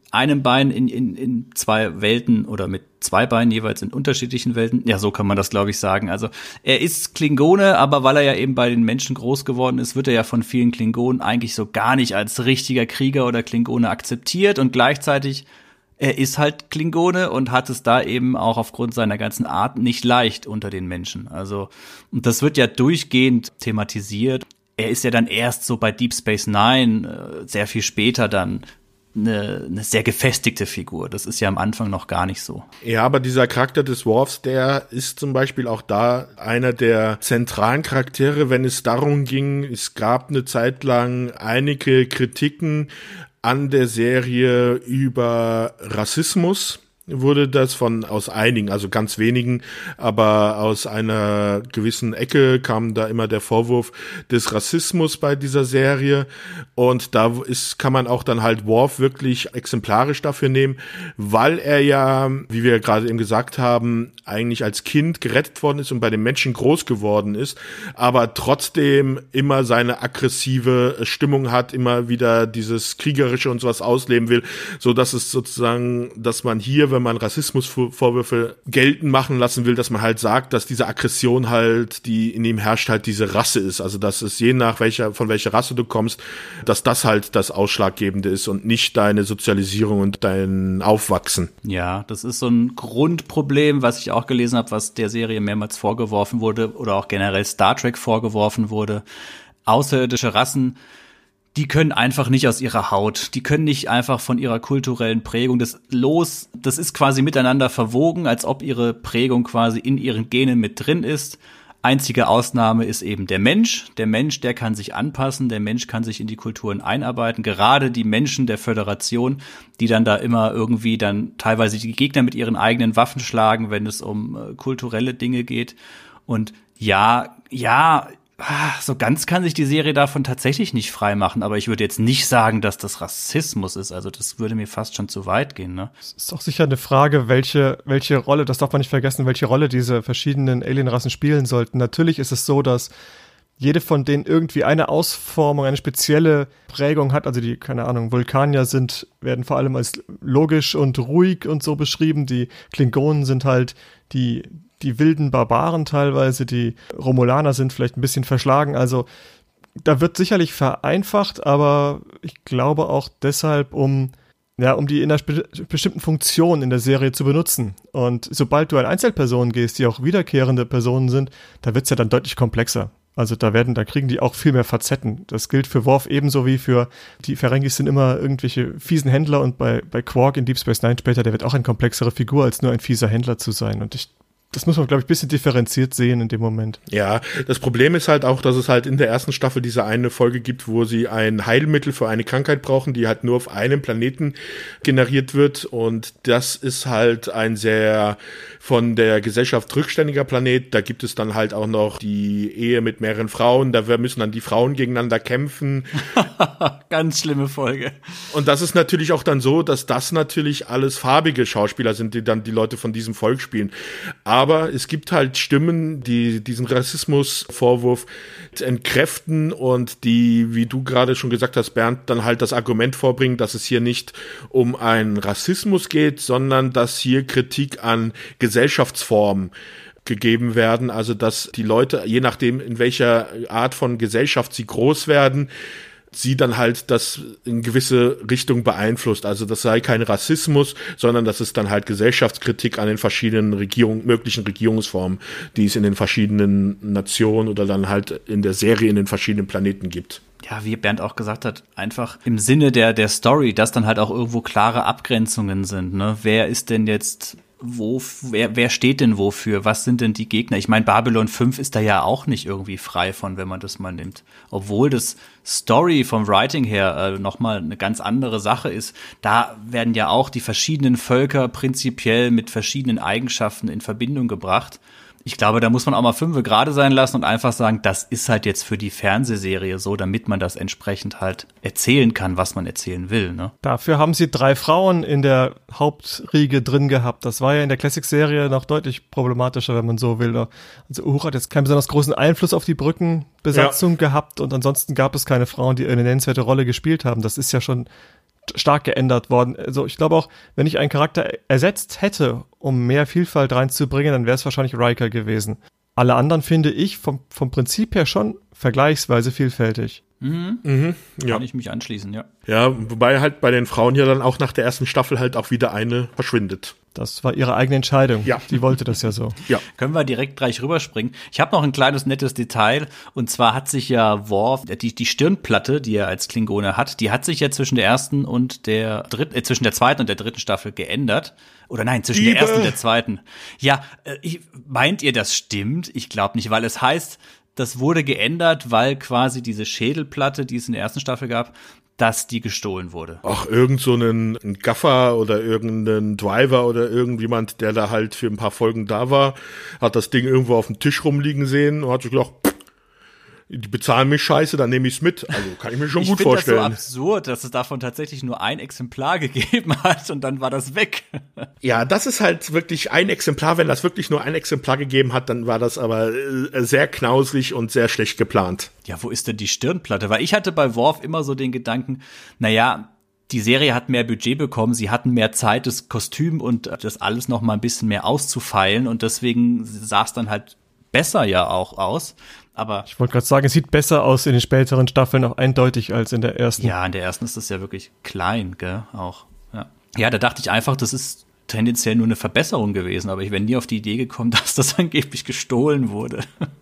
einem Bein in, in, in zwei Welten oder mit zwei Beinen jeweils in unterschiedlichen Welten. Ja, so kann man das, glaube ich, sagen. Also er ist Klingone, aber weil er ja eben bei den Menschen groß geworden ist, wird er ja von vielen Klingonen eigentlich so gar nicht als richtiger Krieger oder Klingone akzeptiert. Und gleichzeitig, er ist halt Klingone und hat es da eben auch aufgrund seiner ganzen Art nicht leicht unter den Menschen. Also, und das wird ja durchgehend thematisiert. Er ist ja dann erst so bei Deep Space Nine, äh, sehr viel später dann Eine, eine sehr gefestigte Figur. Das ist ja am Anfang noch gar nicht so. Ja, aber dieser Charakter des Worfs, der ist zum Beispiel auch da einer der zentralen Charaktere, wenn es darum ging, es gab eine Zeit lang einige Kritiken an der Serie über Rassismus. Wurde das von aus einigen, also ganz wenigen, aber aus einer gewissen Ecke kam da immer der Vorwurf des Rassismus bei dieser Serie, und da ist kann man auch dann halt Worf wirklich exemplarisch dafür nehmen, weil er ja, wie wir gerade eben gesagt haben, eigentlich als Kind gerettet worden ist und bei den Menschen groß geworden ist, aber trotzdem immer seine aggressive Stimmung hat, immer wieder dieses Kriegerische und sowas ausleben will, so dass es sozusagen, dass man hier, wenn man Rassismusvorwürfe geltend machen lassen will, dass man halt sagt, dass diese Aggression halt, die in ihm herrscht, halt diese Rasse ist. Also dass es je nach welcher, von welcher Rasse du kommst, dass das halt das Ausschlaggebende ist und nicht deine Sozialisierung und dein Aufwachsen. Ja, das ist so ein Grundproblem, was ich auch gelesen habe, was der Serie mehrmals vorgeworfen wurde oder auch generell Star Trek vorgeworfen wurde. Außerirdische Rassen, die können einfach nicht aus ihrer Haut, die können nicht einfach von ihrer kulturellen Prägung das los, das ist quasi miteinander verwogen, als ob ihre Prägung quasi in ihren Genen mit drin ist. Einzige Ausnahme ist eben der Mensch. Der Mensch, der kann sich anpassen, der Mensch kann sich in die Kulturen einarbeiten. Gerade die Menschen der Föderation, die dann da immer irgendwie dann teilweise die Gegner mit ihren eigenen Waffen schlagen, wenn es um äh, kulturelle Dinge geht. Und ja, ja, so ganz kann sich die Serie davon tatsächlich nicht frei machen, aber ich würde jetzt nicht sagen, dass das Rassismus ist. Also das würde mir fast schon zu weit gehen, ne? Es ist auch sicher eine Frage, welche, welche Rolle, das darf man nicht vergessen, welche Rolle diese verschiedenen Alienrassen spielen sollten. Natürlich ist es so, dass jede von denen irgendwie eine Ausformung, eine spezielle Prägung hat. Also die, keine Ahnung, Vulkanier sind, werden vor allem als logisch und ruhig und so beschrieben. Die Klingonen sind halt die die wilden Barbaren teilweise, die Romulaner sind vielleicht ein bisschen verschlagen, also da wird sicherlich vereinfacht, aber ich glaube auch deshalb, um ja, um die in einer spe- bestimmten Funktion in der Serie zu benutzen. Und sobald du an Einzelpersonen gehst, die auch wiederkehrende Personen sind, da wird's ja dann deutlich komplexer. Also da werden, da kriegen die auch viel mehr Facetten. Das gilt für Worf ebenso wie für die Ferengis sind immer irgendwelche fiesen Händler, und bei, bei Quark in Deep Space Nine später, der wird auch eine komplexere Figur, als nur ein fieser Händler zu sein. Und ich Das muss man, glaube ich, ein bisschen differenziert sehen in dem Moment. Ja, das Problem ist halt auch, dass es halt in der ersten Staffel diese eine Folge gibt, wo sie ein Heilmittel für eine Krankheit brauchen, die halt nur auf einem Planeten generiert wird. Und das ist halt ein sehr von der Gesellschaft rückständiger Planet. Da gibt es dann halt auch noch die Ehe mit mehreren Frauen. Da müssen dann die Frauen gegeneinander kämpfen. Ganz schlimme Folge. Und das ist natürlich auch dann so, dass das natürlich alles farbige Schauspieler sind, die dann die Leute von diesem Volk spielen. Aber es gibt halt Stimmen, die diesen Rassismusvorwurf entkräften und die, wie du gerade schon gesagt hast, Bernd, dann halt das Argument vorbringen, dass es hier nicht um einen Rassismus geht, sondern dass hier Kritik an Gesellschaftsformen gegeben werden. Also dass die Leute, je nachdem in welcher Art von Gesellschaft sie groß werden, sie dann halt das in gewisse Richtung beeinflusst. Also das sei kein Rassismus, sondern das ist dann halt Gesellschaftskritik an den verschiedenen Regierung, möglichen Regierungsformen, die es in den verschiedenen Nationen oder dann halt in der Serie in den verschiedenen Planeten gibt. Ja, wie Bernd auch gesagt hat, einfach im Sinne der der Story, dass dann halt auch irgendwo klare Abgrenzungen sind, ne? Wer ist denn jetzt wo, wer, wer steht denn wofür? Was sind denn die Gegner? Ich meine, Babylon fünf ist da ja auch nicht irgendwie frei von, wenn man das mal nimmt. Obwohl das Story vom Writing her äh, nochmal eine ganz andere Sache ist. Da werden ja auch die verschiedenen Völker prinzipiell mit verschiedenen Eigenschaften in Verbindung gebracht. Ich glaube, da muss man auch mal fünfe gerade sein lassen und einfach sagen, das ist halt jetzt für die Fernsehserie so, damit man das entsprechend halt erzählen kann, was man erzählen will, ne? Dafür haben sie drei Frauen in der Hauptriege drin gehabt. Das war ja in der Classic-Serie noch deutlich problematischer, wenn man so will. Also Uhura hat jetzt keinen besonders großen Einfluss auf die Brückenbesatzung ja. gehabt und ansonsten gab es keine Frauen, die eine nennenswerte Rolle gespielt haben. Das ist ja schon stark geändert worden. Also ich glaube auch, wenn ich einen Charakter ersetzt hätte, um mehr Vielfalt reinzubringen, dann wäre es wahrscheinlich Riker gewesen. Alle anderen finde ich vom, vom Prinzip her schon vergleichsweise vielfältig. Mhm. Mhm, ja. Kann ich mich anschließen, ja. Ja, wobei halt bei den Frauen ja dann auch nach der ersten Staffel halt auch wieder eine verschwindet. Das war ihre eigene Entscheidung. Ja. Die wollte das ja so. Ja. Können wir direkt gleich rüberspringen. Ich habe noch ein kleines nettes Detail. Und zwar hat sich ja Worf, die, die Stirnplatte, die er als Klingone hat, die hat sich ja zwischen der ersten und der dritten, äh, zwischen der zweiten und der dritten Staffel geändert. Oder nein, zwischen Liebe. der ersten und der zweiten. Ja, äh, ich, meint ihr, das stimmt? Ich glaube nicht, weil es heißt, das wurde geändert, weil quasi diese Schädelplatte, die es in der ersten Staffel gab, dass die gestohlen wurde. Ach, irgend so einen, ein Gaffer oder irgendeinen Driver oder irgendjemand, der da halt für ein paar Folgen da war, hat das Ding irgendwo auf dem Tisch rumliegen sehen und hat sich gedacht, die bezahlen mich scheiße, dann nehme ich es mit. Also kann ich mir schon ich gut vorstellen. Ich finde das so absurd, dass es davon tatsächlich nur ein Exemplar gegeben hat und dann war das weg. Ja, das ist halt wirklich ein Exemplar. Wenn das wirklich nur ein Exemplar gegeben hat, dann war das aber äh, sehr knausrig und sehr schlecht geplant. Ja, wo ist denn die Stirnplatte? Weil ich hatte bei Worf immer so den Gedanken, naja, die Serie hat mehr Budget bekommen, sie hatten mehr Zeit, das Kostüm und das alles noch mal ein bisschen mehr auszufeilen und deswegen sah es dann halt besser ja auch aus. Aber ich wollte gerade sagen, es sieht besser aus in den späteren Staffeln auch eindeutig als in der ersten. Ja, in der ersten ist das ja wirklich klein, gell, auch. Ja, ja, da dachte ich einfach, das ist tendenziell nur eine Verbesserung gewesen, aber ich wäre nie auf die Idee gekommen, dass das angeblich gestohlen wurde.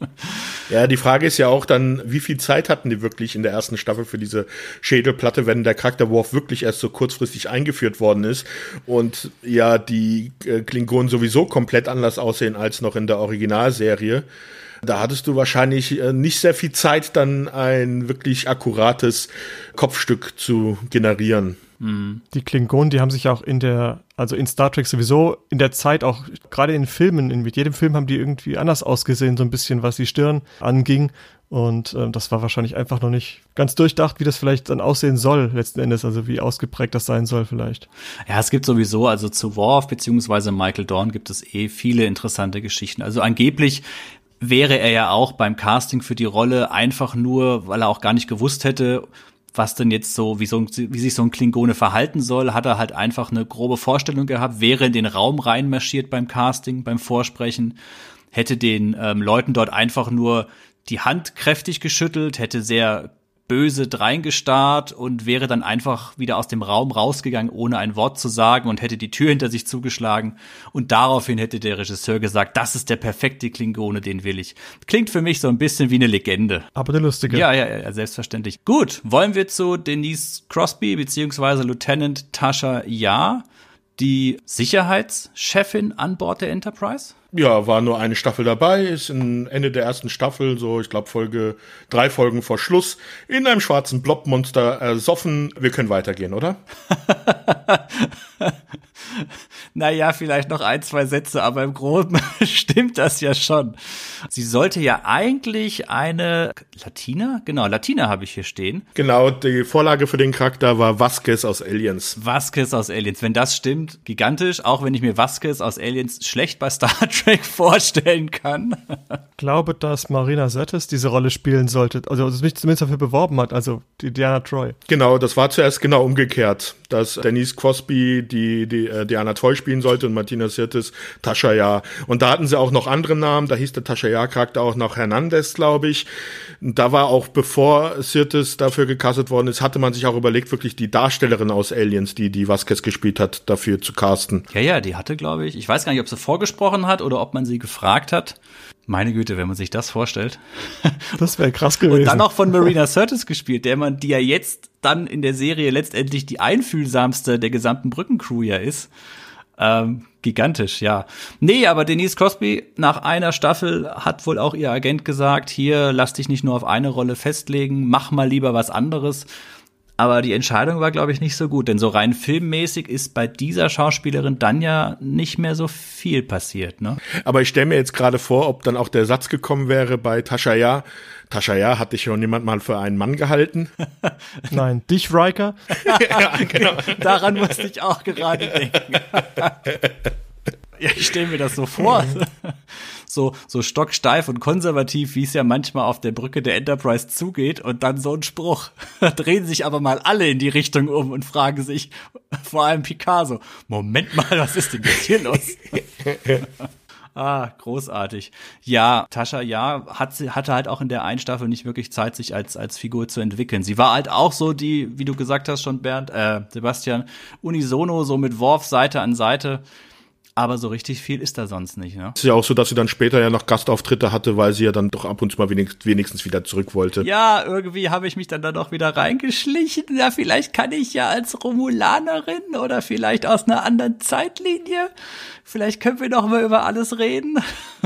Ja, die Frage ist ja auch dann, wie viel Zeit hatten die wirklich in der ersten Staffel für diese Schädelplatte, wenn der Charakter Worf wirklich erst so kurzfristig eingeführt worden ist und ja die äh, Klingonen sowieso komplett anders aussehen als noch in der Originalserie. Da hattest du wahrscheinlich äh, nicht sehr viel Zeit, dann ein wirklich akkurates Kopfstück zu generieren. Die Klingonen, die haben sich auch in der, also in Star Trek sowieso, in der Zeit auch, gerade in den Filmen, in, mit jedem Film haben die irgendwie anders ausgesehen, so ein bisschen, was die Stirn anging. Und ähm, das war wahrscheinlich einfach noch nicht ganz durchdacht, wie das vielleicht dann aussehen soll, letzten Endes, also wie ausgeprägt das sein soll vielleicht. Ja, es gibt sowieso, also zu Worf beziehungsweise Michael Dorn gibt es eh viele interessante Geschichten. Also angeblich wäre er ja auch beim Casting für die Rolle einfach nur, weil er auch gar nicht gewusst hätte, was denn jetzt so, wie, so, wie sich so ein Klingone verhalten soll, hat er halt einfach eine grobe Vorstellung gehabt, wäre in den Raum reinmarschiert beim Casting, beim Vorsprechen, hätte den ähm, Leuten dort einfach nur die Hand kräftig geschüttelt, hätte sehr böse dreingestarrt und wäre dann einfach wieder aus dem Raum rausgegangen, ohne ein Wort zu sagen und hätte die Tür hinter sich zugeschlagen und daraufhin hätte der Regisseur gesagt, das ist der perfekte Klingone, den will ich. Klingt für mich so ein bisschen wie eine Legende. Aber der lustige. Ja, ja, ja, selbstverständlich. Gut, wollen wir zu Denise Crosby beziehungsweise Lieutenant Tasha Yar, die Sicherheitschefin an Bord der Enterprise? Ja, war nur eine Staffel dabei, ist am Ende der ersten Staffel, so ich glaube Folge, drei Folgen vor Schluss, in einem schwarzen Blobmonster ersoffen. Wir können weitergehen, oder? Naja, vielleicht noch ein, zwei Sätze, aber im Groben stimmt das ja schon. Sie sollte ja eigentlich eine Latina? Genau, Latina habe ich hier stehen. Genau, die Vorlage für den Charakter war Vasquez aus Aliens. Vasquez aus Aliens. Wenn das stimmt, gigantisch, auch wenn ich mir Vasquez aus Aliens schlecht bei Star Trek vorstellen kann. Ich glaube, dass Marina Sirtis diese Rolle spielen sollte, also sich zumindest dafür beworben hat, also die Diana Troy. Genau, das war zuerst genau umgekehrt, dass Denise Crosby die, die äh, Diana Troy spielen sollte und Martina Sirtis Tasha Yar. Und da hatten sie auch noch andere Namen, da hieß der Tasha Yar-Charakter auch noch Hernandez, glaube ich. Und da war auch, bevor Sirtis dafür gecastet worden ist, hatte man sich auch überlegt, wirklich die Darstellerin aus Aliens, die die Vasquez gespielt hat, dafür zu casten. Ja, ja, die hatte, glaube ich, ich weiß gar nicht, ob sie vorgesprochen hat oder ob man sie gefragt hat. Meine Güte, wenn man sich das vorstellt. Das wäre krass gewesen. Und dann noch von Marina Sirtis gespielt, der man, die ja jetzt dann in der Serie letztendlich die einfühlsamste der gesamten Brückencrew ja ist. Ähm, gigantisch, ja. Nee, aber Denise Crosby nach einer Staffel hat wohl auch ihr Agent gesagt, hier, lass dich nicht nur auf eine Rolle festlegen, mach mal lieber was anderes. Aber die Entscheidung war, glaube ich, nicht so gut, denn so rein filmmäßig ist bei dieser Schauspielerin dann ja nicht mehr so viel passiert, ne? Aber ich stelle mir jetzt gerade vor, ob dann auch der Satz gekommen wäre bei Tasha Yar. Tasha Yar, hat dich schon jemand mal für einen Mann gehalten? Nein, dich, Riker? Ja, genau. Daran musste ich auch gerade denken. Ja, ich stelle mir das so vor. so, so stocksteif und konservativ, wie es ja manchmal auf der Brücke der Enterprise zugeht und dann so ein Spruch. Da drehen sich aber mal alle in die Richtung um und fragen sich, vor allem Picasso, Moment mal, was ist denn jetzt hier los? Ah, großartig. Ja, Tascha, ja, hat sie, hatte halt auch in der einen Staffel nicht wirklich Zeit, sich als, als Figur zu entwickeln. Sie war halt auch so die, wie du gesagt hast schon, Bernd, äh, Sebastian, unisono, so mit Worf Seite an Seite. Aber so richtig viel ist da sonst nicht, ne? Es ist ja auch so, dass sie dann später ja noch Gastauftritte hatte, weil sie ja dann doch ab und zu mal wenigstens, wenigstens wieder zurück wollte. Ja, irgendwie habe ich mich dann da doch wieder reingeschlichen. Ja, vielleicht kann ich ja als Romulanerin oder vielleicht aus einer anderen Zeitlinie. Vielleicht können wir noch mal über alles reden.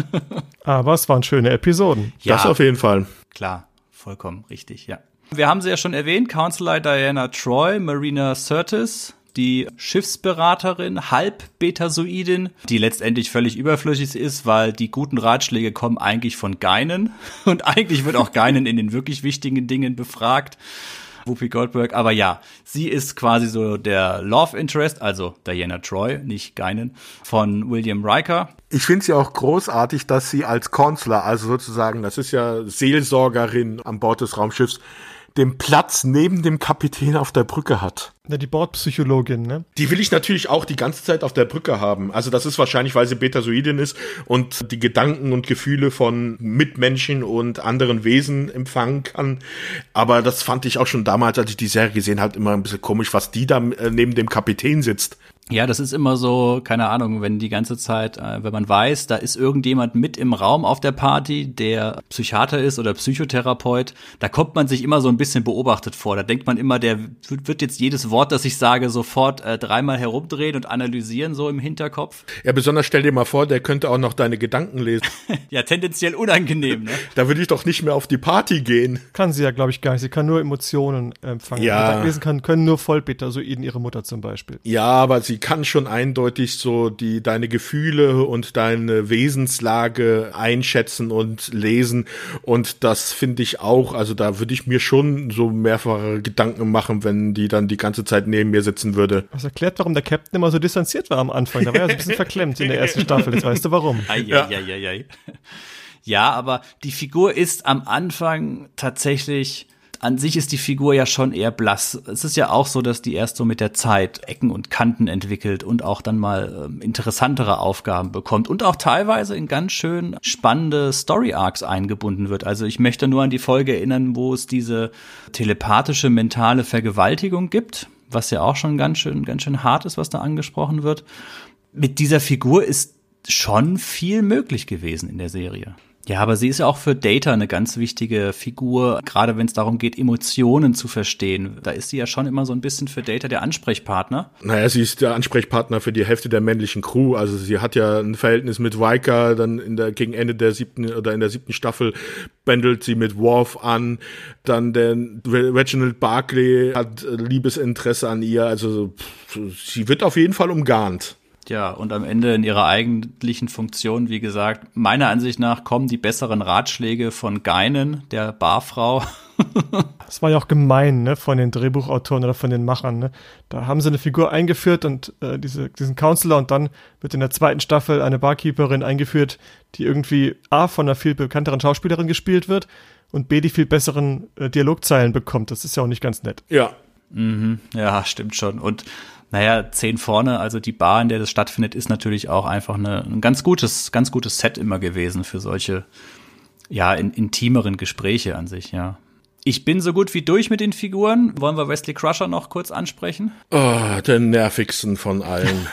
Aber es waren schöne Episoden. Ja, das auf jeden Fall. Klar, vollkommen richtig, ja. Wir haben sie ja schon erwähnt, Counselor Diana Troy, Marina Sirtis, die Schiffsberaterin, Halb-Betasoidin, die letztendlich völlig überflüssig ist, weil die guten Ratschläge kommen eigentlich von Guinan und eigentlich wird auch Guinan in den wirklich wichtigen Dingen befragt. Whoopi Goldberg, aber ja, sie ist quasi so der Love Interest, also Diana Troy, nicht Guinan, von William Riker. Ich finde sie auch großartig, dass sie als Counselor, also sozusagen, das ist ja Seelsorgerin an Bord des Raumschiffs, den Platz neben dem Kapitän auf der Brücke hat. Ja, die Bordpsychologin, ne? Die will ich natürlich auch die ganze Zeit auf der Brücke haben. Also das ist wahrscheinlich, weil sie Betasoidin ist und die Gedanken und Gefühle von Mitmenschen und anderen Wesen empfangen kann. Aber das fand ich auch schon damals, als ich die Serie gesehen habe, immer ein bisschen komisch, was die da neben dem Kapitän sitzt. Ja, das ist immer so, keine Ahnung, wenn die ganze Zeit, äh, wenn man weiß, da ist irgendjemand mit im Raum auf der Party, der Psychiater ist oder Psychotherapeut, da kommt man sich immer so ein bisschen beobachtet vor. Da denkt man immer, der wird jetzt jedes Wort, das ich sage, sofort äh, dreimal herumdrehen und analysieren, so im Hinterkopf. Ja, besonders stell dir mal vor, der könnte auch noch deine Gedanken lesen. Ja, tendenziell unangenehm, ne? Da würde ich doch nicht mehr auf die Party gehen. Kann sie ja, glaube ich, gar nicht. Sie kann nur Emotionen empfangen. Ja. Gedanken lesen kann, können nur Vollbetasoiden, ihre Mutter zum Beispiel. Ja, aber sie kann schon eindeutig so die deine Gefühle und deine Wesenslage einschätzen und lesen und das finde ich auch, also da würde ich mir schon so mehrfache Gedanken machen, wenn die dann die ganze Zeit neben mir sitzen würde. Das erklärt, warum der Captain immer so distanziert war am Anfang. Da war er so ein bisschen verklemmt in der ersten Staffel. Jetzt weißt du warum. Ei, ei, ei, ei, ei. Ja, aber die Figur ist am Anfang tatsächlich, an sich ist die Figur ja schon eher blass. Es ist ja auch so, dass die erst so mit der Zeit Ecken und Kanten entwickelt und auch dann mal ähm, interessantere Aufgaben bekommt und auch teilweise in ganz schön spannende Story-Arcs eingebunden wird. Also ich möchte nur an die Folge erinnern, wo es diese telepathische mentale Vergewaltigung gibt, was ja auch schon ganz schön, ganz schön hart ist, was da angesprochen wird. Mit dieser Figur ist schon viel möglich gewesen in der Serie. Ja, aber sie ist ja auch für Data eine ganz wichtige Figur, gerade wenn es darum geht, Emotionen zu verstehen. Da ist sie ja schon immer so ein bisschen für Data der Ansprechpartner. Naja, sie ist der Ansprechpartner für die Hälfte der männlichen Crew. Also sie hat ja ein Verhältnis mit Riker, dann in der gegen Ende der siebten oder in der siebten Staffel bändelt sie mit Worf an. Dann der Reginald Barclay hat Liebesinteresse an ihr. Also sie wird auf jeden Fall umgarnt. Ja, und am Ende in ihrer eigentlichen Funktion, wie gesagt, meiner Ansicht nach kommen die besseren Ratschläge von Guinan, der Barfrau. Das war ja auch gemein, ne, von den Drehbuchautoren oder von den Machern, ne. Da haben sie eine Figur eingeführt und äh, diese, diesen Counselor und dann wird in der zweiten Staffel eine Barkeeperin eingeführt, die irgendwie A, von einer viel bekannteren Schauspielerin gespielt wird und B, die viel besseren äh, Dialogzeilen bekommt. Das ist ja auch nicht ganz nett. Ja. Mhm, ja, stimmt schon. Und naja, zehn vorne, also die Bar, in der das stattfindet, ist natürlich auch einfach eine, ein ganz gutes, ganz gutes Set immer gewesen für solche, ja, in, intimeren Gespräche an sich, ja. Ich bin so gut wie durch mit den Figuren. Wollen wir Wesley Crusher noch kurz ansprechen? Oh, der nervigsten von allen.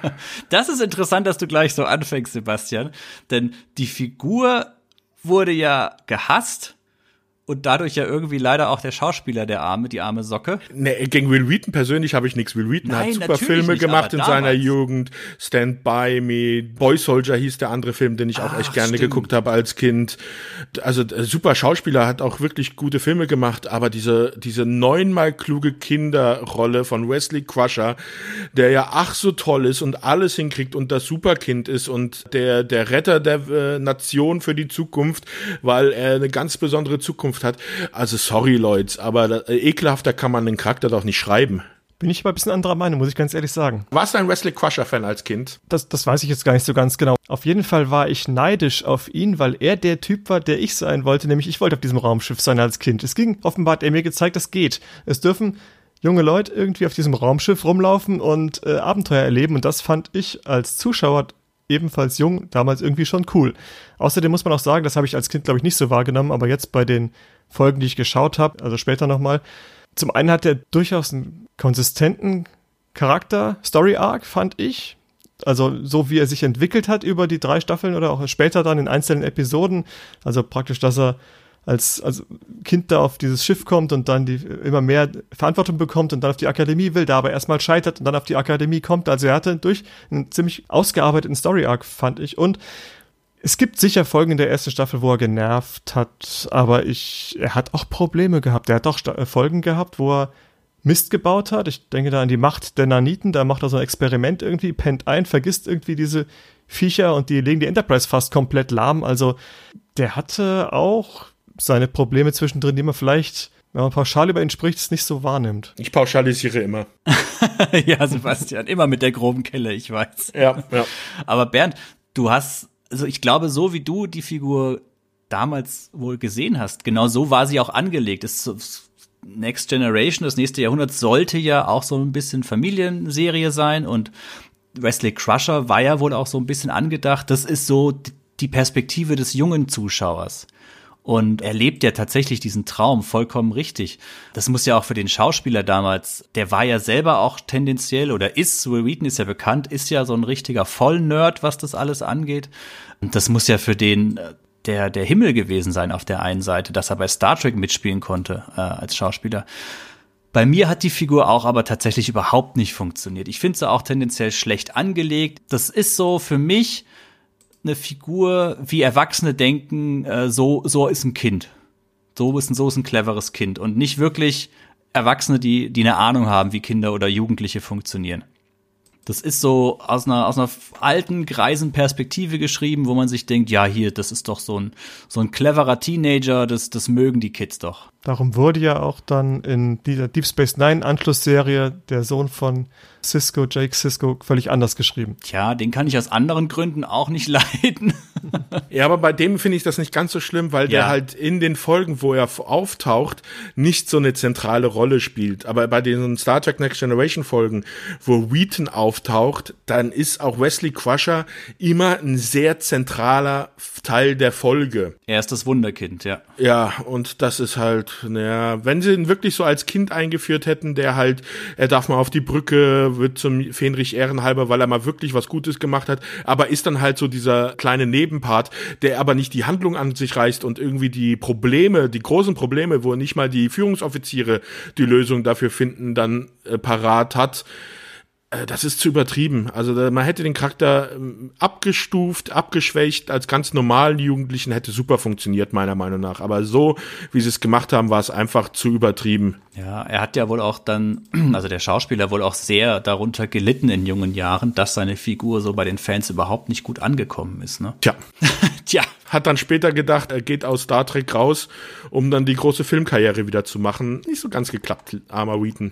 Das ist interessant, dass du gleich so anfängst, Sebastian. Denn die Figur wurde ja gehasst. Und dadurch ja irgendwie leider auch der Schauspieler, der Arme, die arme Socke. Nee, gegen Will Wheaton persönlich habe ich nichts. Will Wheaton Nein, hat super Filme nicht, gemacht in damals. seiner Jugend. Stand By Me, Boy Soldier hieß der andere Film, den ich auch Ach, echt gerne stimmt. geguckt habe als Kind. Also äh, super Schauspieler, hat auch wirklich gute Filme gemacht, aber diese diese neunmal kluge Kinderrolle von Wesley Crusher, der ja ach so toll ist und alles hinkriegt und das Superkind ist und der der Retter der äh, Nation für die Zukunft, weil er eine ganz besondere Zukunft hat. Also sorry, Leute, aber da, äh, ekelhafter kann man den Charakter doch nicht schreiben. Bin ich aber ein bisschen anderer Meinung, muss ich ganz ehrlich sagen. Warst du ein Wesley Crusher-Fan als Kind? Das, das weiß ich jetzt gar nicht so ganz genau. Auf jeden Fall war ich neidisch auf ihn, weil er der Typ war, der ich sein wollte, nämlich ich wollte auf diesem Raumschiff sein als Kind. Es ging, offenbar hat er mir gezeigt, das geht. Es dürfen junge Leute irgendwie auf diesem Raumschiff rumlaufen und äh, Abenteuer erleben und das fand ich als Zuschauer ebenfalls jung damals irgendwie schon cool. Außerdem muss man auch sagen, das habe ich als Kind, glaube ich, nicht so wahrgenommen, aber jetzt bei den Folgen, die ich geschaut habe, also später nochmal, zum einen hat er durchaus einen konsistenten Charakter, Story-Arc, fand ich. Also so wie er sich entwickelt hat über die drei Staffeln oder auch später dann in einzelnen Episoden. Also praktisch, dass er als, als Kind da auf dieses Schiff kommt und dann die immer mehr Verantwortung bekommt und dann auf die Akademie will, da aber erstmal scheitert und dann auf die Akademie kommt. Also er hatte durch einen ziemlich ausgearbeiteten Story-Arc, fand ich. Und es gibt sicher Folgen in der ersten Staffel, wo er genervt hat, aber ich, er hat auch Probleme gehabt. Er hat auch Sta- Folgen gehabt, wo er Mist gebaut hat. Ich denke da an die Macht der Naniten, da macht er so ein Experiment irgendwie, pennt ein, vergisst irgendwie diese Viecher und die legen die Enterprise fast komplett lahm. Also der hatte auch seine Probleme zwischendrin, die man vielleicht, wenn man pauschal über ihn spricht, es nicht so wahrnimmt. Ich pauschalisiere immer. Ja, Sebastian, immer mit der groben Kelle, ich weiß. Ja, ja. Aber Bernd, du hast, also ich glaube, so wie du die Figur damals wohl gesehen hast, genau so war sie auch angelegt. Das Next Generation, das nächste Jahrhundert, sollte ja auch so ein bisschen Familienserie sein und Wesley Crusher war ja wohl auch so ein bisschen angedacht. Das ist so die Perspektive des jungen Zuschauers. Und er lebt ja tatsächlich diesen Traum vollkommen richtig. Das muss ja auch für den Schauspieler damals, der war ja selber auch tendenziell oder ist, Wil Wheaton ist ja bekannt, ist ja so ein richtiger Vollnerd, was das alles angeht. Und das muss ja für den der der Himmel gewesen sein auf der einen Seite, dass er bei Star Trek mitspielen konnte äh, als Schauspieler. Bei mir hat die Figur auch aber tatsächlich überhaupt nicht funktioniert. Ich finde sie auch tendenziell schlecht angelegt. Das ist so für mich eine Figur, wie Erwachsene denken, äh, so so ist ein Kind. So ist ein, so ist ein cleveres Kind und nicht wirklich Erwachsene, die die eine Ahnung haben, wie Kinder oder Jugendliche funktionieren. Das ist so aus einer aus einer alten, greisen Perspektive geschrieben, wo man sich denkt, ja, hier, das ist doch so ein so ein cleverer Teenager, das das mögen die Kids doch. Darum wurde ja auch dann in dieser Deep Space Nine Anschlussserie der Sohn von Sisko, Jake Sisko, völlig anders geschrieben. Tja, den kann ich aus anderen Gründen auch nicht leiden. Ja, aber bei dem finde ich das nicht ganz so schlimm, weil Ja. der halt in den Folgen, wo er auftaucht, nicht so eine zentrale Rolle spielt. Aber bei den Star Trek Next Generation Folgen, wo Wheaton auftaucht, dann ist auch Wesley Crusher immer ein sehr zentraler Teil der Folge. Er ist das Wunderkind, ja. Ja, und das ist halt, naja, wenn sie ihn wirklich so als Kind eingeführt hätten, der halt, er darf mal auf die Brücke, wird zum Fähnrich ehrenhalber, weil er mal wirklich was Gutes gemacht hat, aber ist dann halt so dieser kleine Nebenpart, der aber nicht die Handlung an sich reißt und irgendwie die Probleme, die großen Probleme, wo nicht mal die Führungsoffiziere die Lösung dafür finden, dann äh, parat hat. Das ist zu übertrieben. Also man hätte den Charakter abgestuft, abgeschwächt, als ganz normalen Jugendlichen hätte super funktioniert, meiner Meinung nach. Aber so, wie sie es gemacht haben, war es einfach zu übertrieben. Ja, er hat ja wohl auch dann, also der Schauspieler wohl auch sehr darunter gelitten in jungen Jahren, dass seine Figur so bei den Fans überhaupt nicht gut angekommen ist, ne? Tja. Tja. Hat dann später gedacht, er geht aus Star Trek raus, um dann die große Filmkarriere wieder zu machen. Nicht so ganz geklappt, armer Wheaton.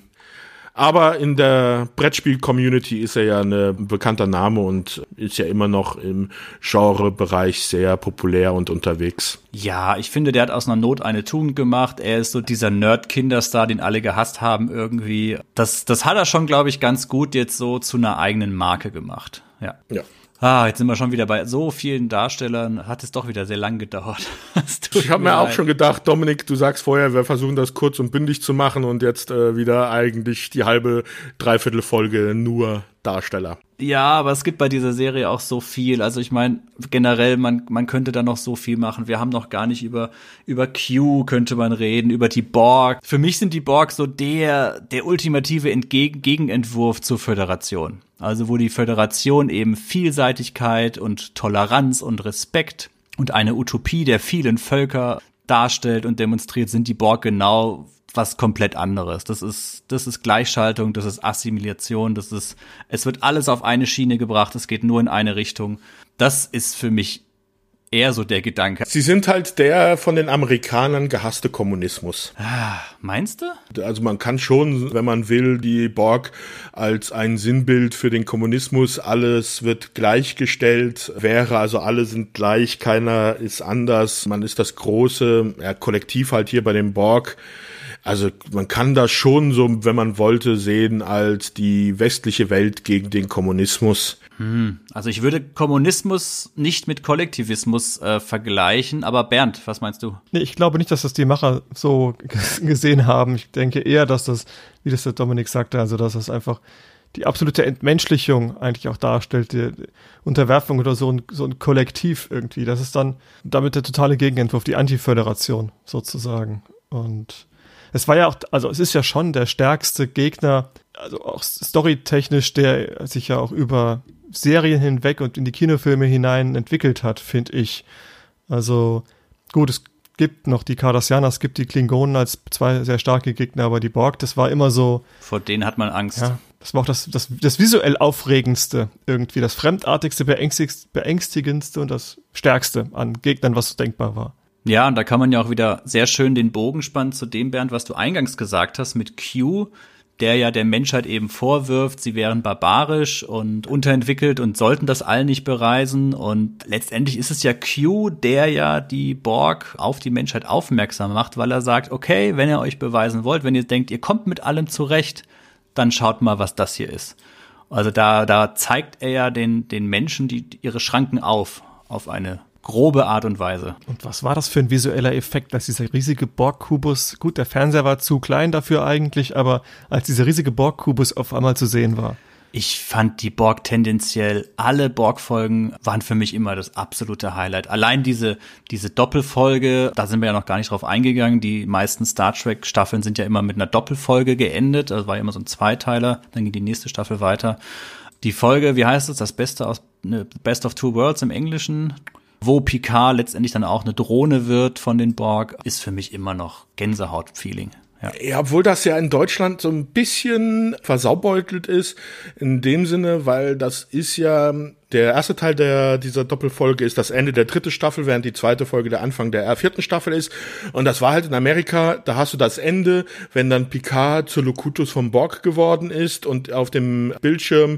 Aber in der Brettspiel-Community ist er ja ein bekannter Name und ist ja immer noch im Genrebereich sehr populär und unterwegs. Ja, ich finde, der hat aus einer Not eine Tugend gemacht. Er ist so dieser Nerd-Kinderstar, den alle gehasst haben irgendwie. Das, das hat er schon, glaube ich, ganz gut jetzt so zu einer eigenen Marke gemacht. Ja. Ja. Ah, jetzt sind wir schon wieder bei so vielen Darstellern. Hat es doch wieder sehr lang gedauert. Ich habe mir auch schon gedacht, Dominik, du sagst vorher, wir versuchen das kurz und bündig zu machen und jetzt äh, wieder eigentlich die halbe, dreiviertel Folge nur Darsteller. Ja, aber es gibt bei dieser Serie auch so viel. Also ich meine, generell, man man könnte da noch so viel machen. Wir haben noch gar nicht über über Q könnte man reden, über die Borg. Für mich sind die Borg so der der ultimative Entgegen- Gegenentwurf zur Föderation. Also wo die Föderation eben Vielseitigkeit und Toleranz und Respekt und eine Utopie der vielen Völker darstellt und demonstriert, sind die Borg genau was komplett anderes. Das ist, das ist Gleichschaltung, das ist Assimilation, das ist, es wird alles auf eine Schiene gebracht, es geht nur in eine Richtung. Das ist für mich eher so der Gedanke. Sie sind halt der von den Amerikanern gehasste Kommunismus. Ah, meinst du? Also man kann schon, wenn man will, die Borg als ein Sinnbild für den Kommunismus, alles wird gleichgestellt, wäre, also alle sind gleich, keiner ist anders, man ist das große ja, Kollektiv halt hier bei dem Borg. Also man kann das schon so, wenn man wollte, sehen als die westliche Welt gegen den Kommunismus. Hm. Also ich würde Kommunismus nicht mit Kollektivismus äh, vergleichen, aber Bernd, was meinst du? Nee, ich glaube nicht, dass das die Macher so g- gesehen haben. Ich denke eher, dass das, wie das der Dominik sagte, also dass das einfach die absolute Entmenschlichung eigentlich auch darstellt, die Unterwerfung oder so ein, so ein Kollektiv irgendwie. Das ist dann damit der totale Gegenentwurf, die Antiföderation sozusagen. Und es war ja auch, also es ist ja schon der stärkste Gegner, also auch storytechnisch, der sich ja auch über Serien hinweg und in die Kinofilme hinein entwickelt hat, finde ich. Also gut, es gibt noch die Cardassianer, es gibt die Klingonen als zwei sehr starke Gegner, aber die Borg, das war immer so. Vor denen hat man Angst. Ja, das war auch das, das, das visuell Aufregendste irgendwie, das Fremdartigste, Beängstigendste und das Stärkste an Gegnern, was so denkbar war. Ja, und da kann man ja auch wieder sehr schön den Bogen spannen zu dem, Bernd, was du eingangs gesagt hast mit Q, der ja der Menschheit eben vorwirft, sie wären barbarisch und unterentwickelt und sollten das all nicht bereisen. Und letztendlich ist es ja Q, der ja die Borg auf die Menschheit aufmerksam macht, weil er sagt, okay, wenn ihr euch beweisen wollt, wenn ihr denkt, ihr kommt mit allem zurecht, dann schaut mal, was das hier ist. Also da, da zeigt er ja den, den Menschen die, ihre Schranken auf, auf eine grobe Art und Weise. Und was war das für ein visueller Effekt, dass dieser riesige Borg-Kubus, gut, der Fernseher war zu klein dafür eigentlich, aber als dieser riesige Borg-Kubus auf einmal zu sehen war. Ich fand die Borg tendenziell, alle Borg-Folgen waren für mich immer das absolute Highlight. Allein diese, diese Doppelfolge, da sind wir ja noch gar nicht drauf eingegangen, die meisten Star Trek-Staffeln sind ja immer mit einer Doppelfolge geendet, also war ja immer so ein Zweiteiler, dann ging die nächste Staffel weiter. Die Folge, wie heißt es, das Beste aus, ne, Best of Two Worlds im Englischen, wo Picard letztendlich dann auch eine Drohne wird von den Borg, ist für mich immer noch Gänsehaut-Feeling. Ja. Ja, obwohl das ja in Deutschland so ein bisschen versaubeutelt ist, in dem Sinne, weil das ist ja, der erste Teil der dieser Doppelfolge ist das Ende der dritten Staffel, während die zweite Folge der Anfang der vierten Staffel ist. Und das war halt in Amerika, da hast du das Ende, wenn dann Picard zur Locutus vom Borg geworden ist und auf dem Bildschirm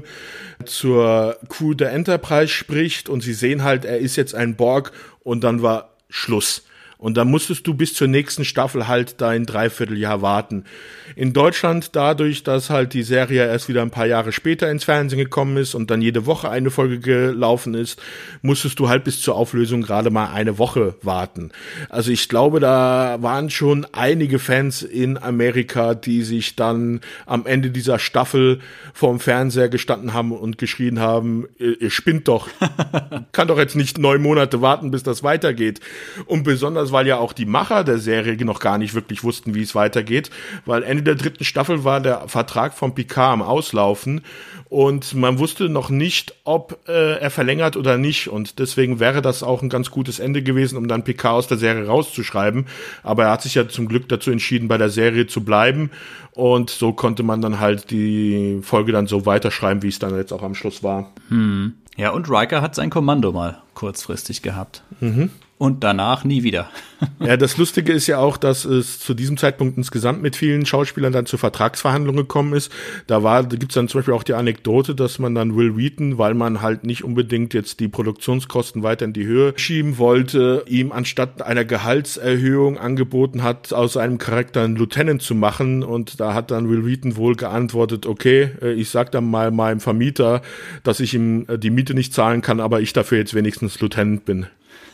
zur Crew der Enterprise spricht und sie sehen halt, er ist jetzt ein Borg und dann war Schluss. Und dann musstest du bis zur nächsten Staffel halt dein Dreivierteljahr warten. In Deutschland dadurch, dass halt die Serie erst wieder ein paar Jahre später ins Fernsehen gekommen ist und dann jede Woche eine Folge gelaufen ist, musstest du halt bis zur Auflösung gerade mal eine Woche warten. Also ich glaube, da waren schon einige Fans in Amerika, die sich dann am Ende dieser Staffel vorm Fernseher gestanden haben und geschrien haben, ihr, ihr spinnt doch. Kann doch jetzt nicht neun Monate warten, bis das weitergeht. Und besonders weil ja auch die Macher der Serie noch gar nicht wirklich wussten, wie es weitergeht, weil Ende der dritten Staffel war der Vertrag von Picard am Auslaufen und man wusste noch nicht, ob äh, er verlängert oder nicht und deswegen wäre das auch ein ganz gutes Ende gewesen, um dann Picard aus der Serie rauszuschreiben, aber er hat sich ja zum Glück dazu entschieden, bei der Serie zu bleiben und so konnte man dann halt die Folge dann so weiterschreiben, wie es dann jetzt auch am Schluss war. Hm. Ja, und Riker hat sein Kommando mal kurzfristig gehabt. Mhm. Und danach nie wieder. Ja, das Lustige ist ja auch, dass es zu diesem Zeitpunkt insgesamt mit vielen Schauspielern dann zu Vertragsverhandlungen gekommen ist. Da war, da gibt's dann zum Beispiel auch die Anekdote, dass man dann Will Wheaton, weil man halt nicht unbedingt jetzt die Produktionskosten weiter in die Höhe schieben wollte, ihm anstatt einer Gehaltserhöhung angeboten hat, aus einem Charakter einen Lieutenant zu machen. Und da hat dann Will Wheaton wohl geantwortet, okay, ich sag dann mal meinem Vermieter, dass ich ihm die Miete nicht zahlen kann, aber ich dafür jetzt wenigstens Lieutenant bin.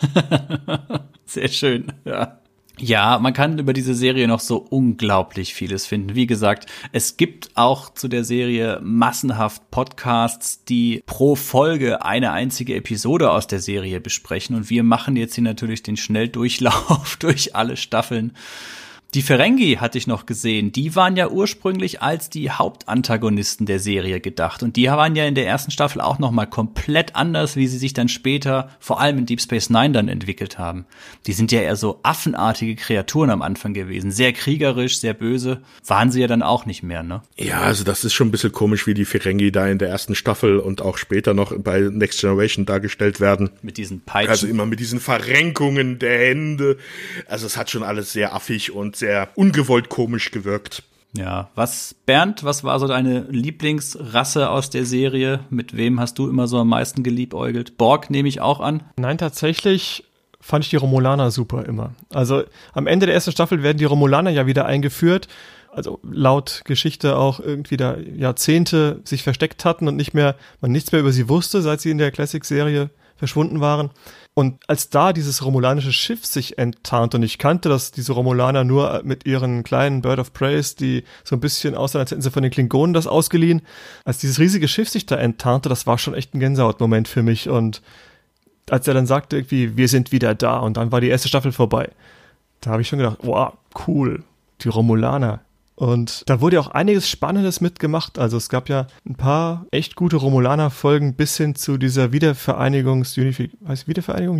Sehr schön, ja. Ja, man kann über diese Serie noch so unglaublich vieles finden. Wie gesagt, es gibt auch zu der Serie massenhaft Podcasts, die pro Folge eine einzige Episode aus der Serie besprechen. Und wir machen jetzt hier natürlich den Schnelldurchlauf durch alle Staffeln. Die Ferengi hatte ich noch gesehen. Die waren ja ursprünglich als die Hauptantagonisten der Serie gedacht. Und die waren ja in der ersten Staffel auch noch mal komplett anders, wie sie sich dann später, vor allem in Deep Space Nine, dann entwickelt haben. Die sind ja eher so affenartige Kreaturen am Anfang gewesen. Sehr kriegerisch, sehr böse. Waren sie ja dann auch nicht mehr, ne? Ja, also das ist schon ein bisschen komisch, wie die Ferengi da in der ersten Staffel und auch später noch bei Next Generation dargestellt werden. Mit diesen Peitschen. Also immer mit diesen Verrenkungen der Hände. Also es hat schon alles sehr affig und sehr ungewollt komisch gewirkt. Ja, was, Bernd, was war so deine Lieblingsrasse aus der Serie? Mit wem hast du immer so am meisten geliebäugelt? Borg nehme ich auch an. Nein, tatsächlich fand ich die Romulaner super immer. Also am Ende der ersten Staffel werden die Romulaner ja wieder eingeführt, also laut Geschichte auch irgendwie da Jahrzehnte sich versteckt hatten und nicht mehr, man nichts mehr über sie wusste, seit sie in der Classic-Serie verschwunden waren. Und als da dieses romulanische Schiff sich enttarnt, und ich kannte das, diese Romulaner nur mit ihren kleinen Bird of Prey, die so ein bisschen aussahen, als hätten sie von den Klingonen das ausgeliehen. Als dieses riesige Schiff sich da enttarnte, das war schon echt ein Gänsehautmoment für mich. Und als er dann sagte irgendwie, wir sind wieder da, und dann war die erste Staffel vorbei, da habe ich schon gedacht, wow, cool, die Romulaner. Und da wurde ja auch einiges Spannendes mitgemacht. Also es gab ja ein paar echt gute Romulaner-Folgen bis hin zu dieser Wiedervereinigungs- Unifi- heißt Wiedervereinigung?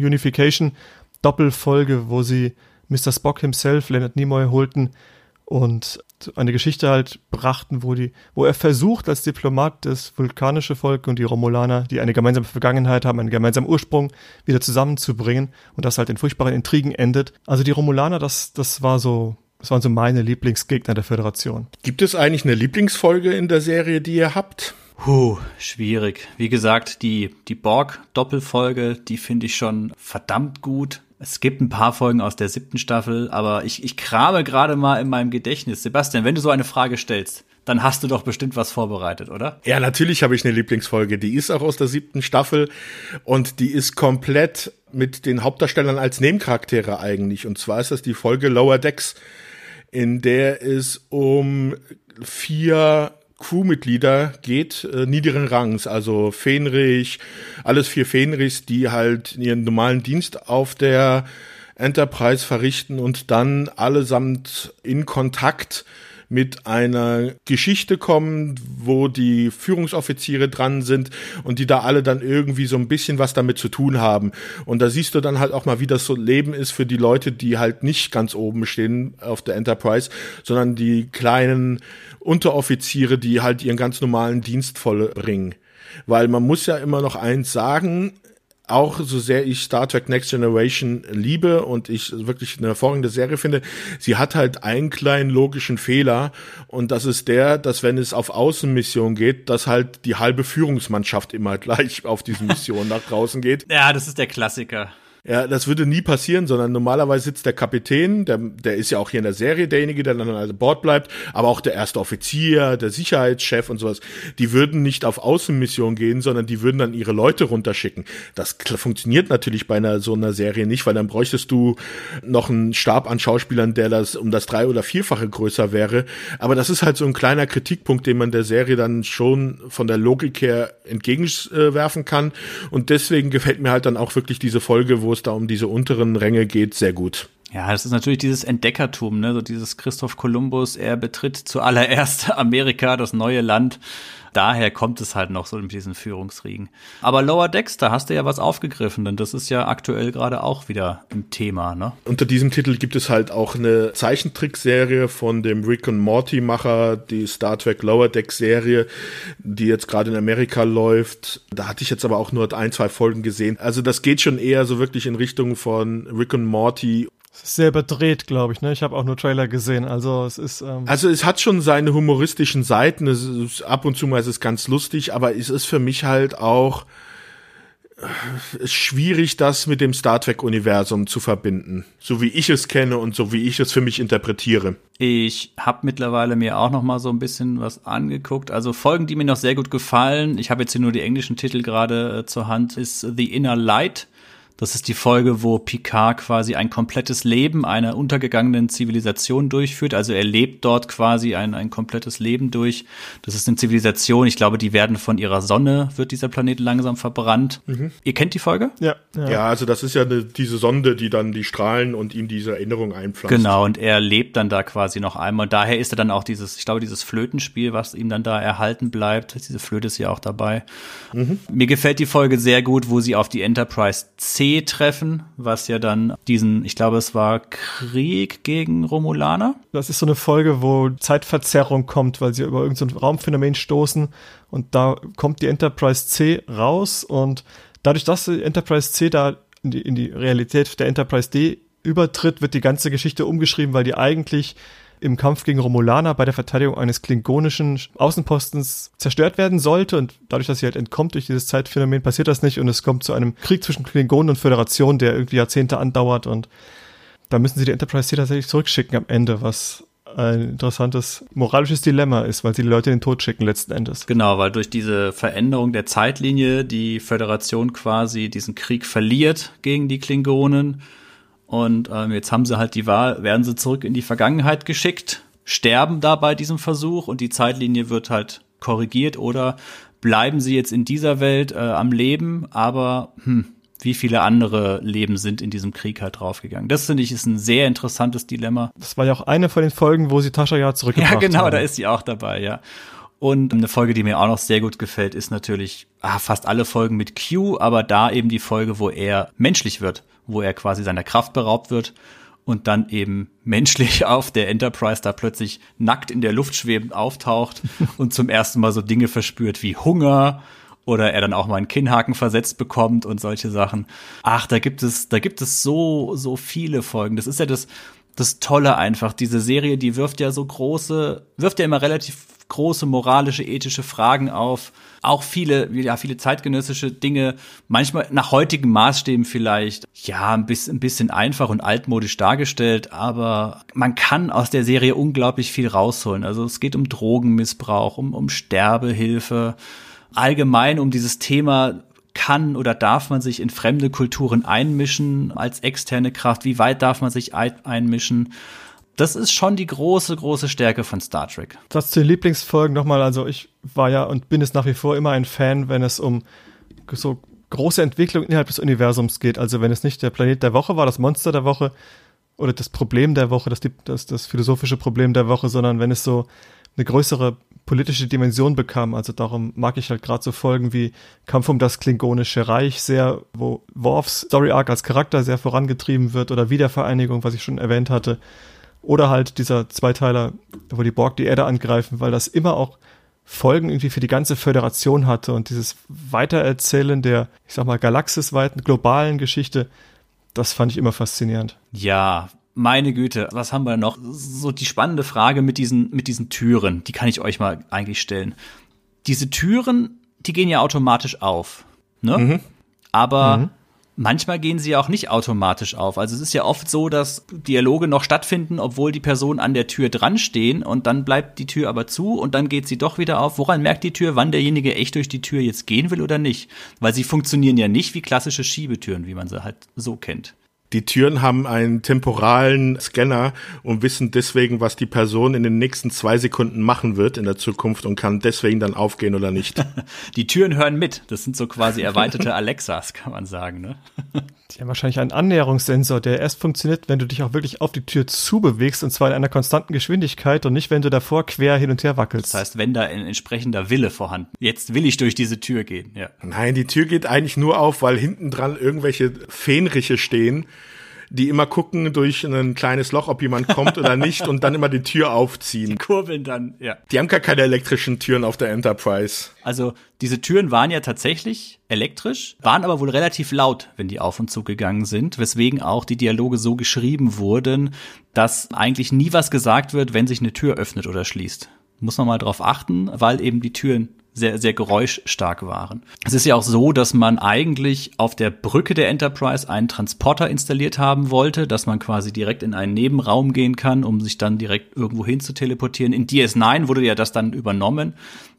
Unification-Doppelfolge, wo sie Mister Spock himself, Leonard Nimoy, holten und eine Geschichte halt brachten, wo die, wo er versucht, als Diplomat das vulkanische Volk und die Romulaner, die eine gemeinsame Vergangenheit haben, einen gemeinsamen Ursprung, wieder zusammenzubringen, und das halt in furchtbaren Intrigen endet. Also die Romulaner, das, das war so... Das waren so meine Lieblingsgegner der Föderation. Gibt es eigentlich eine Lieblingsfolge in der Serie, die ihr habt? Puh, schwierig. Wie gesagt, die, die Borg-Doppelfolge, die finde ich schon verdammt gut. Es gibt ein paar Folgen aus der siebten Staffel, aber ich, ich krame gerade mal in meinem Gedächtnis. Sebastian, wenn du so eine Frage stellst, dann hast du doch bestimmt was vorbereitet, oder? Ja, natürlich habe ich eine Lieblingsfolge. Die ist auch aus der siebten Staffel und die ist komplett mit den Hauptdarstellern als Nebencharaktere eigentlich. Und zwar ist das die Folge Lower Decks, in der es um vier Crewmitglieder geht, äh, niederen Rangs, also Fähnrich, alles vier Fähnrichs, die halt ihren normalen Dienst auf der Enterprise verrichten und dann allesamt in Kontakt mit einer Geschichte kommen, wo die Führungsoffiziere dran sind und die da alle dann irgendwie so ein bisschen was damit zu tun haben. Und da siehst du dann halt auch mal, wie das so Leben ist für die Leute, die halt nicht ganz oben stehen auf der Enterprise, sondern die kleinen Unteroffiziere, die halt ihren ganz normalen Dienst vollbringen. Weil man muss ja immer noch eins sagen, auch so sehr ich Star Trek Next Generation liebe und ich wirklich eine hervorragende Serie finde, sie hat halt einen kleinen logischen Fehler, und das ist der, dass wenn es auf Außenmission geht, dass halt die halbe Führungsmannschaft immer gleich auf diese Mission nach draußen geht. Ja, das ist der Klassiker. Ja, das würde nie passieren, sondern normalerweise sitzt der Kapitän, der, der ist ja auch hier in der Serie derjenige, der dann an Bord bleibt, aber auch der erste Offizier, der Sicherheitschef und sowas, die würden nicht auf Außenmission gehen, sondern die würden dann ihre Leute runterschicken. Das funktioniert natürlich bei einer so einer Serie nicht, weil dann bräuchtest du noch einen Stab an Schauspielern, der das um das drei- oder vierfache größer wäre. Aber das ist halt so ein kleiner Kritikpunkt, den man der Serie dann schon von der Logik her entgegenwerfen kann. Und deswegen gefällt mir halt dann auch wirklich diese Folge, wo es da um diese unteren Ränge geht, sehr gut. Ja, das ist natürlich dieses Entdeckertum, ne, so dieses Christoph Kolumbus, er betritt zuallererst Amerika, das neue Land. Daher kommt es halt noch so mit diesen Führungsriegen. Aber Lower Decks, da hast du ja was aufgegriffen, denn das ist ja aktuell gerade auch wieder ein Thema, ne? Unter diesem Titel gibt es halt auch eine Zeichentrickserie von dem Rick und Morty-Macher, die Star Trek Lower Decks-Serie, die jetzt gerade in Amerika läuft. Da hatte ich jetzt aber auch nur ein, zwei Folgen gesehen. Also das geht schon eher so wirklich in Richtung von Rick und Morty. Es ist sehr überdreht, glaube ich, ne? Ich habe auch nur Trailer gesehen, also es ist... Ähm also es hat schon seine humoristischen Seiten, es ist, ab und zu mal ist es ganz lustig, aber es ist für mich halt auch äh, schwierig, das mit dem Star Trek-Universum zu verbinden. So wie ich es kenne und so wie ich es für mich interpretiere. Ich habe mittlerweile mir auch noch mal so ein bisschen was angeguckt. Also Folgen, die mir noch sehr gut gefallen, ich habe jetzt hier nur die englischen Titel gerade äh, zur Hand, ist The Inner Light. Das ist die Folge, wo Picard quasi ein komplettes Leben einer untergegangenen Zivilisation durchführt. Also er lebt dort quasi ein, ein komplettes Leben durch. Das ist eine Zivilisation. Ich glaube, die werden von ihrer Sonne, wird dieser Planet langsam verbrannt. Mhm. Ihr kennt die Folge? Ja. Ja, ja, also das ist ja eine, diese Sonde, die dann die Strahlen und ihm diese Erinnerung einpflanzt. Genau, und er lebt dann da quasi noch einmal. Und daher ist er dann auch dieses, ich glaube, dieses Flötenspiel, was ihm dann da erhalten bleibt. Diese Flöte ist ja auch dabei. Mhm. Mir gefällt die Folge sehr gut, wo sie auf die Enterprise C treffen, was ja dann diesen, ich glaube, es war Krieg gegen Romulaner. Das ist so eine Folge, wo Zeitverzerrung kommt, weil sie über irgendein so Raumphänomen stoßen und da kommt die Enterprise C raus und dadurch, dass die Enterprise C da in die, in die Realität der Enterprise D übertritt, wird die ganze Geschichte umgeschrieben, weil die eigentlich im Kampf gegen Romulaner bei der Verteidigung eines klingonischen Außenpostens zerstört werden sollte und dadurch, dass sie halt entkommt durch dieses Zeitphänomen, passiert das nicht und es kommt zu einem Krieg zwischen Klingonen und Föderation, der irgendwie Jahrzehnte andauert und da müssen sie die Enterprise C tatsächlich zurückschicken am Ende, was ein interessantes moralisches Dilemma ist, weil sie die Leute in den Tod schicken letzten Endes. Genau, weil durch diese Veränderung der Zeitlinie die Föderation quasi diesen Krieg verliert gegen die Klingonen. Und ähm, jetzt haben sie halt die Wahl, werden sie zurück in die Vergangenheit geschickt, sterben da bei diesem Versuch und die Zeitlinie wird halt korrigiert oder bleiben sie jetzt in dieser Welt äh, am Leben, aber hm, wie viele andere Leben sind in diesem Krieg halt draufgegangen. Das, finde ich, ist ein sehr interessantes Dilemma. Das war ja auch eine von den Folgen, wo sie Tascha ja zurückgebracht haben. Ja, genau, haben. Da ist sie auch dabei, ja. Und eine Folge, die mir auch noch sehr gut gefällt, ist natürlich ah, fast alle Folgen mit Q, aber da eben die Folge, wo er menschlich wird, wo er quasi seiner Kraft beraubt wird und dann eben menschlich auf der Enterprise da plötzlich nackt in der Luft schwebend auftaucht und zum ersten Mal so Dinge verspürt wie Hunger oder er dann auch mal einen Kinnhaken versetzt bekommt und solche Sachen. Ach, da gibt es, da gibt es so, so viele Folgen. Das ist ja das, das Tolle einfach. Diese Serie, die wirft ja so große, wirft ja immer relativ große moralische, ethische Fragen auf. Auch viele, ja, viele zeitgenössische Dinge, manchmal nach heutigen Maßstäben vielleicht, ja, ein bisschen, ein bisschen einfach und altmodisch dargestellt, aber man kann aus der Serie unglaublich viel rausholen. Also es geht um Drogenmissbrauch, um, um Sterbehilfe, allgemein um dieses Thema, kann oder darf man sich in fremde Kulturen einmischen als externe Kraft? Wie weit darf man sich einmischen? Das ist schon die große, große Stärke von Star Trek. Das zu den Lieblingsfolgen nochmal. Also ich war ja und bin es nach wie vor immer ein Fan, wenn es um so große Entwicklung innerhalb des Universums geht. Also wenn es nicht der Planet der Woche war, das Monster der Woche oder das Problem der Woche, das, das, das philosophische Problem der Woche, sondern wenn es so eine größere politische Dimension bekam. Also darum mag ich halt gerade so Folgen wie Kampf um das Klingonische Reich sehr, wo Worfs Story Arc als Charakter sehr vorangetrieben wird oder Wiedervereinigung, was ich schon erwähnt hatte. Oder halt dieser Zweiteiler, wo die Borg die Erde angreifen, weil das immer auch Folgen irgendwie für die ganze Föderation hatte und dieses Weitererzählen der, ich sag mal, galaxisweiten, globalen Geschichte, das fand ich immer faszinierend. Ja, meine Güte, was haben wir noch? So die spannende Frage mit diesen, mit diesen Türen, die kann ich euch mal eigentlich stellen. Diese Türen, die gehen ja automatisch auf, ne? Mhm. Aber mhm. manchmal gehen sie ja auch nicht automatisch auf. Also es ist ja oft so, dass Dialoge noch stattfinden, obwohl die Personen an der Tür dran stehen und dann bleibt die Tür aber zu und dann geht sie doch wieder auf. Woran merkt die Tür, wann derjenige echt durch die Tür jetzt gehen will oder nicht? Weil sie funktionieren ja nicht wie klassische Schiebetüren, wie man sie halt so kennt. Die Türen haben einen temporalen Scanner und wissen deswegen, was die Person in den nächsten zwei Sekunden machen wird in der Zukunft und kann deswegen dann aufgehen oder nicht. Die Türen hören mit. Das sind so quasi erweiterte Alexas, kann man sagen, ne? Die haben wahrscheinlich einen Annäherungssensor, der erst funktioniert, wenn du dich auch wirklich auf die Tür zubewegst und zwar in einer konstanten Geschwindigkeit und nicht, wenn du davor quer hin und her wackelst. Das heißt, wenn da ein entsprechender Wille vorhanden. Jetzt will ich durch diese Tür gehen, ja. Nein, die Tür geht eigentlich nur auf, weil hinten dran irgendwelche Fähnriche stehen, die immer gucken durch ein kleines Loch, ob jemand kommt oder nicht und dann immer die Tür aufziehen. Die kurbeln dann, ja. Die haben gar keine elektrischen Türen auf der Enterprise. Also diese Türen waren ja tatsächlich elektrisch, waren aber wohl relativ laut, wenn die auf und zu gegangen sind, weswegen auch die Dialoge so geschrieben wurden, dass eigentlich nie was gesagt wird, wenn sich eine Tür öffnet oder schließt. Muss man mal drauf achten, weil eben die Türen sehr, sehr geräuschstark waren. Es ist ja auch so, dass man eigentlich auf der Brücke der Enterprise einen Transporter installiert haben wollte, dass man quasi direkt in einen Nebenraum gehen kann, um sich dann direkt irgendwo hin zu teleportieren. In D S neun wurde ja das dann übernommen,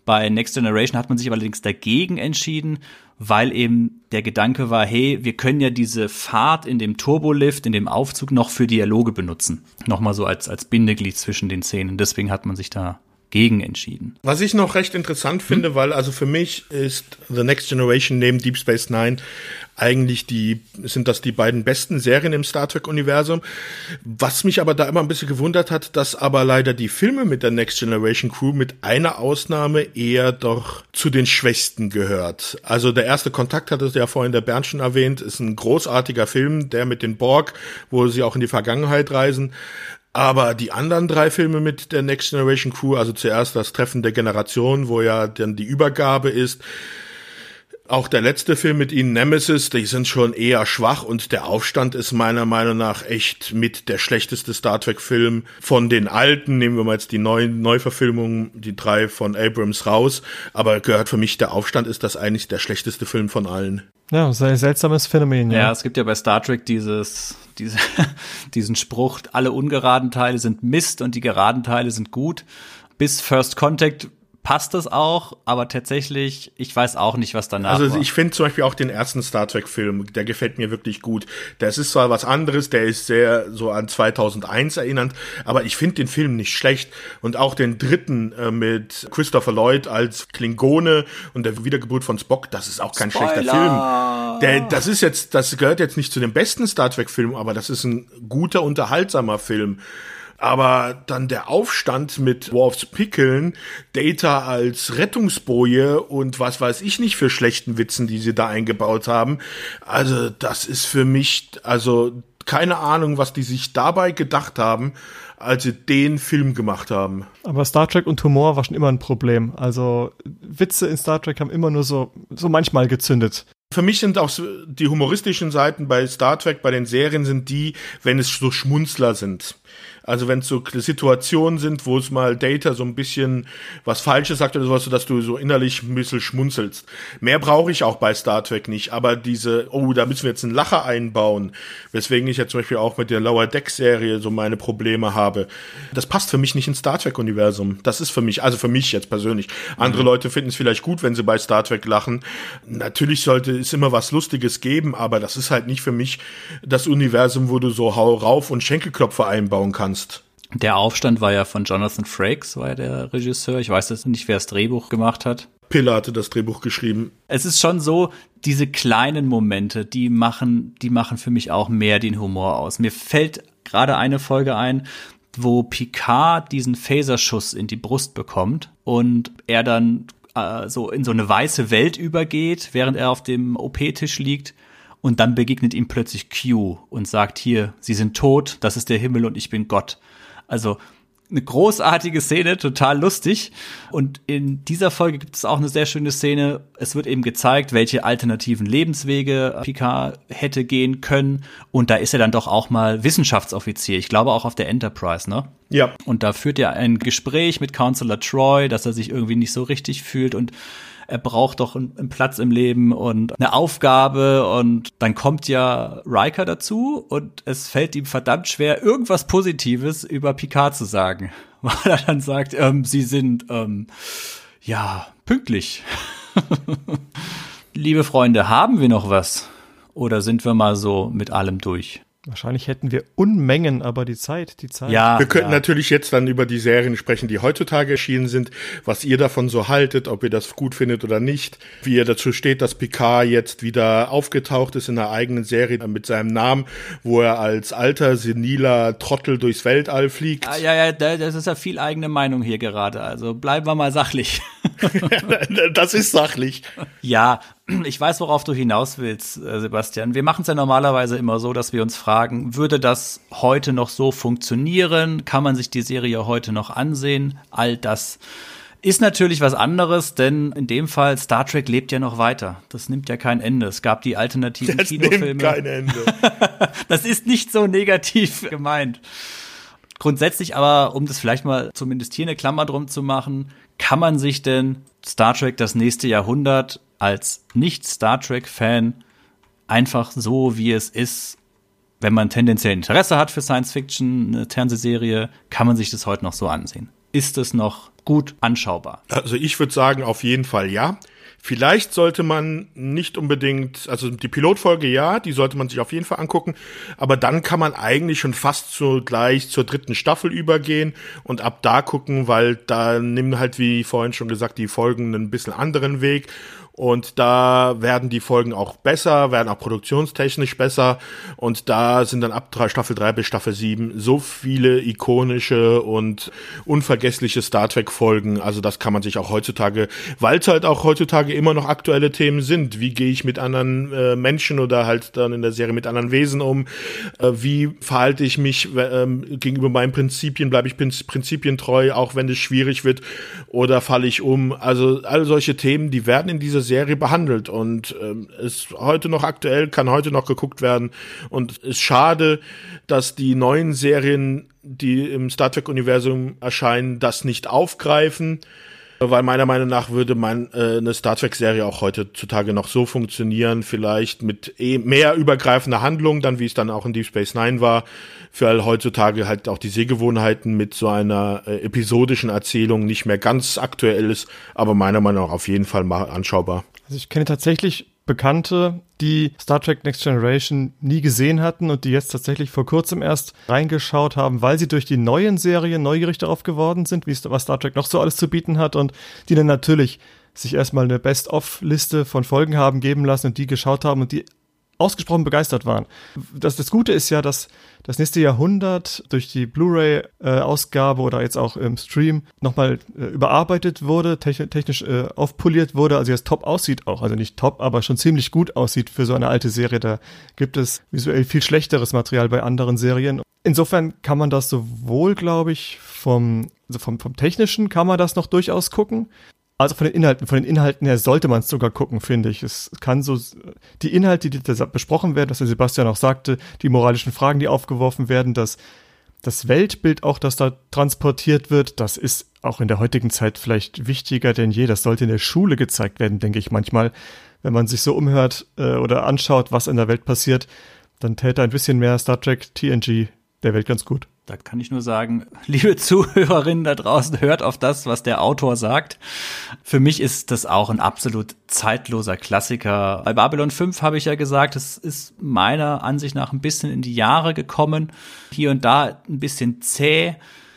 Bei Next Generation hat man sich allerdings dagegen entschieden, weil eben der Gedanke war, hey, wir können ja diese Fahrt in dem Turbolift, in dem Aufzug noch für Dialoge benutzen. Nochmal so als, als Bindeglied zwischen den Szenen. Deswegen hat man sich da gegen entschieden. Was ich noch recht interessant finde, hm. weil also für mich ist The Next Generation neben Deep Space Nine eigentlich die, sind das die beiden besten Serien im Star Trek-Universum. Was mich aber da immer ein bisschen gewundert hat, dass aber leider die Filme mit der Next Generation Crew mit einer Ausnahme eher doch zu den schwächsten gehört. Also der erste Kontakt, hatte es ja vorhin der Bernd schon erwähnt, ist ein großartiger Film, der mit den Borg, wo sie auch in die Vergangenheit reisen. Aber die anderen drei Filme mit der Next Generation Crew, also zuerst das Treffen der Generation, wo ja dann die Übergabe ist, auch der letzte Film mit ihnen, Nemesis, die sind schon eher schwach und der Aufstand ist meiner Meinung nach echt mit der schlechteste Star Trek-Film von den alten. Nehmen wir mal jetzt die neuen Neuverfilmungen, die drei von Abrams raus, aber gehört für mich, der Aufstand ist das eigentlich der schlechteste Film von allen. Ja, das ist ein seltsames Phänomen, ja. Ja, es gibt ja bei Star Trek dieses, diese, diesen Spruch, alle ungeraden Teile sind Mist und die geraden Teile sind gut. Bis First Contact passt das auch, aber tatsächlich, ich weiß auch nicht, was danach Also war. ich finde zum Beispiel auch den ersten Star Trek-Film, der gefällt mir wirklich gut. Das ist zwar was anderes, der ist sehr so an zweitausendeins erinnernd, aber ich finde den Film nicht schlecht. Und auch den dritten äh, mit Christopher Lloyd als Klingone und der Wiedergeburt von Spock, das ist auch kein Spoiler. schlechter Film. Der, das ist jetzt, das gehört jetzt nicht zu den besten Star Trek-Filmen, aber das ist ein guter, unterhaltsamer Film. Aber dann der Aufstand mit Worfs Pickeln, Data als Rettungsboje und was weiß ich nicht für schlechten Witzen, die sie da eingebaut haben. Also das ist für mich, also keine Ahnung, was die sich dabei gedacht haben, als sie den Film gemacht haben. Aber Star Trek und Humor war schon immer ein Problem. Also Witze in Star Trek haben immer nur so, so manchmal gezündet. Für mich sind auch die humoristischen Seiten bei Star Trek, bei den Serien sind die, wenn es so Schmunzler sind. Also wenn es so Situationen sind, wo es mal Data so ein bisschen was Falsches sagt oder sowas, sodass du so innerlich ein bisschen schmunzelst. Mehr brauche ich auch bei Star Trek nicht, aber diese, oh, da müssen wir jetzt einen Lacher einbauen, weswegen ich ja zum Beispiel auch mit der Lower Deck-Serie so meine Probleme habe. Das passt für mich nicht ins Star Trek-Universum. Das ist für mich, also für mich jetzt persönlich. Andere mhm. Leute finden es vielleicht gut, wenn sie bei Star Trek lachen. Natürlich sollte es immer was Lustiges geben, aber das ist halt nicht für mich das Universum, wo du so Hau rauf und Schenkelklopfer einbauen kannst. Der Aufstand war ja von Jonathan Frakes, war ja der Regisseur. Ich weiß jetzt nicht, wer das Drehbuch gemacht hat. Piller hatte das Drehbuch geschrieben. Es ist schon so, diese kleinen Momente, die machen, die machen für mich auch mehr den Humor aus. Mir fällt gerade eine Folge ein, wo Picard diesen Phaserschuss in die Brust bekommt und er dann äh, so in so eine weiße Welt übergeht, während er auf dem O P-Tisch liegt. Und dann begegnet ihm plötzlich Q und sagt, hier, Sie sind tot, das ist der Himmel und ich bin Gott. Also eine großartige Szene, total lustig. Und in dieser Folge gibt es auch eine sehr schöne Szene. Es wird eben gezeigt, welche alternativen Lebenswege Picard hätte gehen können. Und da ist er dann doch auch mal Wissenschaftsoffizier. Ich glaube auch auf der Enterprise, ne? Ja. Und da führt er ein Gespräch mit Counselor Troy, dass er sich irgendwie nicht so richtig fühlt und er braucht doch einen Platz im Leben und eine Aufgabe und dann kommt ja Riker dazu und es fällt ihm verdammt schwer, irgendwas Positives über Picard zu sagen, weil er dann sagt, ähm, sie sind, ähm, ja, pünktlich. Liebe Freunde, haben wir noch was? Oder sind wir mal so mit allem durch? Wahrscheinlich hätten wir Unmengen, aber die Zeit, die Zeit. Ja, wir könnten ja. natürlich jetzt dann über die Serien sprechen, die heutzutage erschienen sind, was ihr davon so haltet, ob ihr das gut findet oder nicht, wie ihr dazu steht, dass Picard jetzt wieder aufgetaucht ist in einer eigenen Serie mit seinem Namen, wo er als alter, seniler Trottel durchs Weltall fliegt. Ah, ja, ja, das ist ja viel eigene Meinung hier gerade, also bleiben wir mal sachlich. Das ist sachlich. Ja, ich weiß, worauf du hinaus willst, Sebastian. Wir machen es ja normalerweise immer so, dass wir uns fragen, würde das heute noch so funktionieren? Kann man sich die Serie heute noch ansehen? All das ist natürlich was anderes, denn in dem Fall, Star Trek lebt ja noch weiter. Das nimmt ja kein Ende. Es gab die alternativen das Kinofilme. Nimmt kein Ende. Das ist nicht so negativ gemeint. Grundsätzlich aber, um das vielleicht mal zumindest hier eine Klammer drum zu machen, kann man sich denn Star Trek das nächste Jahrhundert als Nicht-Star Trek-Fan einfach so, wie es ist, wenn man tendenziell Interesse hat für Science-Fiction, eine Fernsehserie, kann man sich das heute noch so ansehen? ist es noch gut anschaubar? Also ich würde sagen, auf jeden Fall ja. Vielleicht sollte man nicht unbedingt, also die Pilotfolge ja, die sollte man sich auf jeden Fall angucken, aber dann kann man eigentlich schon fast so gleich zur dritten Staffel übergehen und ab da gucken, weil da nehmen halt, wie vorhin schon gesagt, die Folgen einen bisschen anderen Weg. Und da werden die Folgen auch besser, werden auch produktionstechnisch besser. Und da sind dann ab Staffel drei bis Staffel sieben so viele ikonische und unvergessliche Star Trek-Folgen. Also das kann man sich auch heutzutage, weil es halt auch heutzutage immer noch aktuelle Themen sind. Wie gehe ich mit anderen äh, Menschen oder halt dann in der Serie mit anderen Wesen um? Äh, wie verhalte ich mich äh, gegenüber meinen Prinzipien? Bleibe ich prinzipientreu, auch wenn es schwierig wird? Oder falle ich um? Also all solche Themen, die werden in dieser Serie behandelt und ähm, ist heute noch aktuell, kann heute noch geguckt werden und ist schade, dass die neuen Serien, die im Star Trek-Universum erscheinen, das nicht aufgreifen, weil meiner Meinung nach würde man äh, eine Star Trek-Serie auch heutzutage noch so funktionieren, vielleicht mit eh mehr übergreifender Handlung, dann wie es dann auch in Deep Space Nine war, für all heutzutage halt auch die Sehgewohnheiten mit so einer äh, episodischen Erzählung nicht mehr ganz aktuell ist, aber meiner Meinung nach auf jeden Fall mal anschaubar. Also ich kenne tatsächlich Bekannte, die Star Trek Next Generation nie gesehen hatten und die jetzt tatsächlich vor kurzem erst reingeschaut haben, weil sie durch die neuen Serien neugierig darauf geworden sind, wie es, was Star Trek noch so alles zu bieten hat und die dann natürlich sich erstmal eine Best-of-Liste von Folgen haben geben lassen und die geschaut haben und die ausgesprochen begeistert waren. Das, das Gute ist ja, dass das nächste Jahrhundert durch die Blu-ray-Ausgabe äh, oder jetzt auch im Stream nochmal äh, überarbeitet wurde, techn- technisch äh, aufpoliert wurde, also jetzt top aussieht auch, also nicht top, aber schon ziemlich gut aussieht für so eine alte Serie. Da gibt es visuell viel schlechteres Material bei anderen Serien. Insofern kann man das sowohl, glaube ich, vom, also vom, vom Technischen kann man das noch durchaus gucken, also von den Inhalten, von den Inhalten her sollte man es sogar gucken, finde ich. Es kann so, die Inhalte, die da besprochen werden, was der Sebastian auch sagte, die moralischen Fragen, die aufgeworfen werden, das, das Weltbild auch, das da transportiert wird, das ist auch in der heutigen Zeit vielleicht wichtiger denn je. Das sollte in der Schule gezeigt werden, denke ich manchmal. Wenn man sich so umhört äh, oder anschaut, was in der Welt passiert, dann täte ein bisschen mehr Star Trek T N G der Welt ganz gut. Da kann ich nur sagen, liebe Zuhörerinnen da draußen, hört auf das, was der Autor sagt. Für mich ist das auch ein absolut zeitloser Klassiker. Bei Babylon fünf habe ich ja gesagt, es ist meiner Ansicht nach ein bisschen in die Jahre gekommen. Hier und da ein bisschen zäh.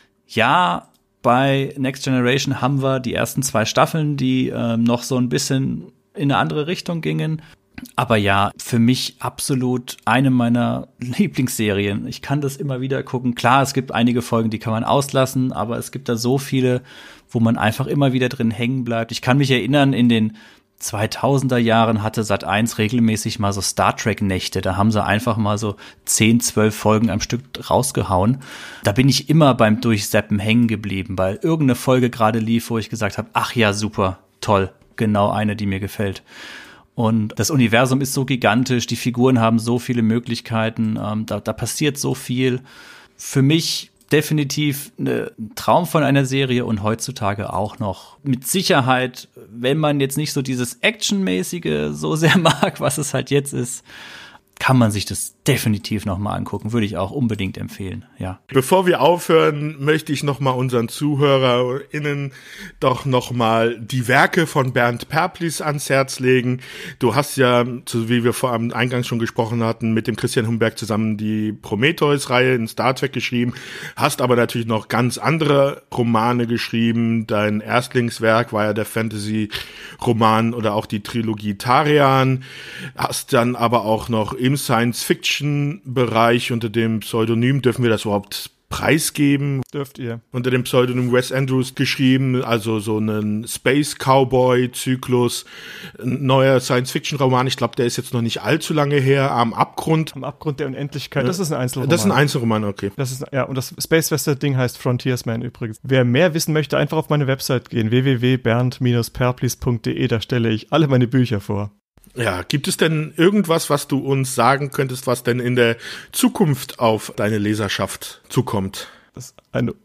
Ja, bei Next Generation haben wir die ersten zwei Staffeln, die äh, noch so ein bisschen in eine andere Richtung gingen. Aber ja, für mich absolut eine meiner Lieblingsserien. Ich kann das immer wieder gucken. Klar, es gibt einige Folgen, die kann man auslassen, aber es gibt da so viele, wo man einfach immer wieder drin hängen bleibt. Ich kann mich erinnern, in den zweitausender Jahren hatte Sat eins regelmäßig mal so Star Trek-Nächte. Da haben sie einfach mal so zehn, zwölf Folgen am Stück rausgehauen. Da bin ich immer beim Durchseppen hängen geblieben, weil irgendeine Folge gerade lief, wo ich gesagt habe, ach ja, super, toll, genau eine, die mir gefällt. Und das Universum ist so gigantisch, die Figuren haben so viele Möglichkeiten, ähm, da, da passiert so viel. Für mich definitiv ein Traum von einer Serie und heutzutage auch noch. Mit Sicherheit, wenn man jetzt nicht so dieses Actionmäßige so sehr mag, was es halt jetzt ist, kann man sich das definitiv noch mal angucken. Würde ich auch unbedingt empfehlen, ja. Bevor wir aufhören, möchte ich noch mal unseren ZuhörerInnen doch noch mal die Werke von Bernd Perplis ans Herz legen. Du hast ja, so wie wir vor am Eingang schon gesprochen hatten, mit dem Christian Humberg zusammen die Prometheus-Reihe in Star Trek geschrieben, hast aber natürlich noch ganz andere Romane geschrieben. Dein Erstlingswerk war ja der Fantasy-Roman oder auch die Trilogie Tarian. Hast dann aber auch noch im Science-Fiction-Bereich unter dem Pseudonym, dürfen wir das überhaupt preisgeben? Dürft ihr. Unter dem Pseudonym Wes Andrews geschrieben, also so einen Space-Cowboy-Zyklus, ein neuer Science-Fiction-Roman, ich glaube, der ist jetzt noch nicht allzu lange her, Am Abgrund. Am Abgrund der Unendlichkeit, das ist ein Einzelroman. Das ist ein Einzelroman, okay. Das ist, ja, und das Space-Western-Ding heißt Frontiersman übrigens. Wer mehr wissen möchte, einfach auf meine Website gehen, w w w punkt bernd Bindestrich perplis punkt d e, da stelle ich alle meine Bücher vor. Ja, gibt es denn irgendwas, was du uns sagen könntest, was denn in der Zukunft auf deine Leserschaft zukommt? Das ist eine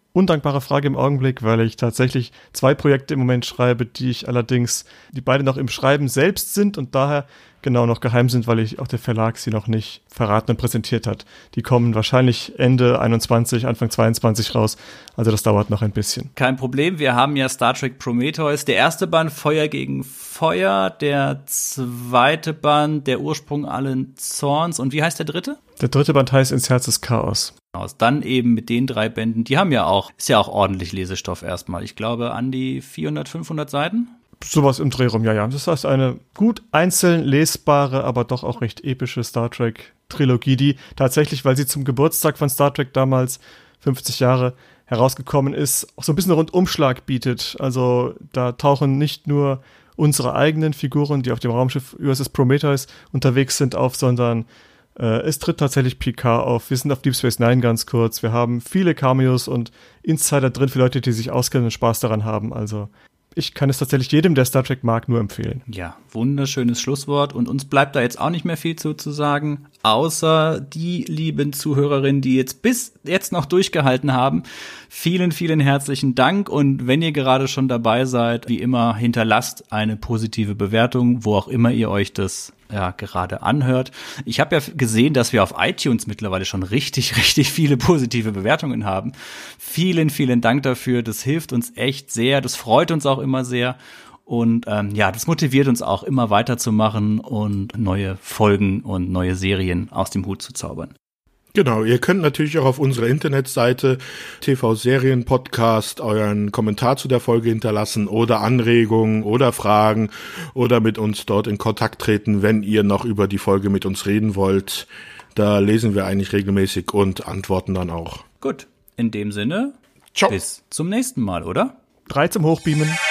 undankbare Frage im Augenblick, weil ich tatsächlich zwei Projekte im Moment schreibe, die ich allerdings, die beide noch im Schreiben selbst sind und daher genau noch geheim sind, weil ich auch der Verlag sie noch nicht verraten und präsentiert hat. Die kommen wahrscheinlich Ende einundzwanzig, Anfang zweiundzwanzig raus, also das dauert noch ein bisschen. Kein Problem, wir haben ja Star Trek Prometheus, der erste Band Feuer gegen Feuer, der zweite Band Der Ursprung allen Zorns und wie heißt der dritte? Der dritte Band heißt Ins Herz des Chaos. Dann eben mit den drei Bänden, die haben ja auch, ist ja auch ordentlich Lesestoff erstmal. Ich glaube an die vierhundert, fünfhundert Seiten. Sowas im Dreh rum, ja, ja. Das heißt eine gut einzeln lesbare, aber doch auch recht epische Star Trek-Trilogie, die tatsächlich, weil sie zum Geburtstag von Star Trek damals fünfzig Jahre herausgekommen ist, auch so ein bisschen einen Rundumschlag bietet. Also da tauchen nicht nur unsere eigenen Figuren, die auf dem Raumschiff U S S Prometheus unterwegs sind, auf, sondern äh, es tritt tatsächlich Picard auf. Wir sind auf Deep Space Nine ganz kurz. Wir haben viele Cameos und Insider drin für Leute, die sich auskennen und Spaß daran haben. Also ich kann es tatsächlich jedem, der Star Trek mag, nur empfehlen. Ja, wunderschönes Schlusswort. Und uns bleibt da jetzt auch nicht mehr viel zu, zu sagen, außer die lieben Zuhörerinnen, die jetzt bis jetzt noch durchgehalten haben. Vielen, vielen herzlichen Dank. Und wenn ihr gerade schon dabei seid, wie immer, hinterlasst eine positive Bewertung, wo auch immer ihr euch das ja gerade anhört. Ich habe ja gesehen, dass wir auf iTunes mittlerweile schon richtig, richtig viele positive Bewertungen haben. Vielen, vielen Dank dafür. Das hilft uns echt sehr. Das freut uns auch immer sehr. Und ähm, ja, das motiviert uns auch, immer weiterzumachen und neue Folgen und neue Serien aus dem Hut zu zaubern. Genau, ihr könnt natürlich auch auf unserer Internetseite T V-Serien-Podcast euren Kommentar zu der Folge hinterlassen oder Anregungen oder Fragen oder mit uns dort in Kontakt treten, wenn ihr noch über die Folge mit uns reden wollt. Da lesen wir eigentlich regelmäßig und antworten dann auch. Gut, in dem Sinne, ciao. Bis zum nächsten Mal, oder? Drei zum Hochbeamen.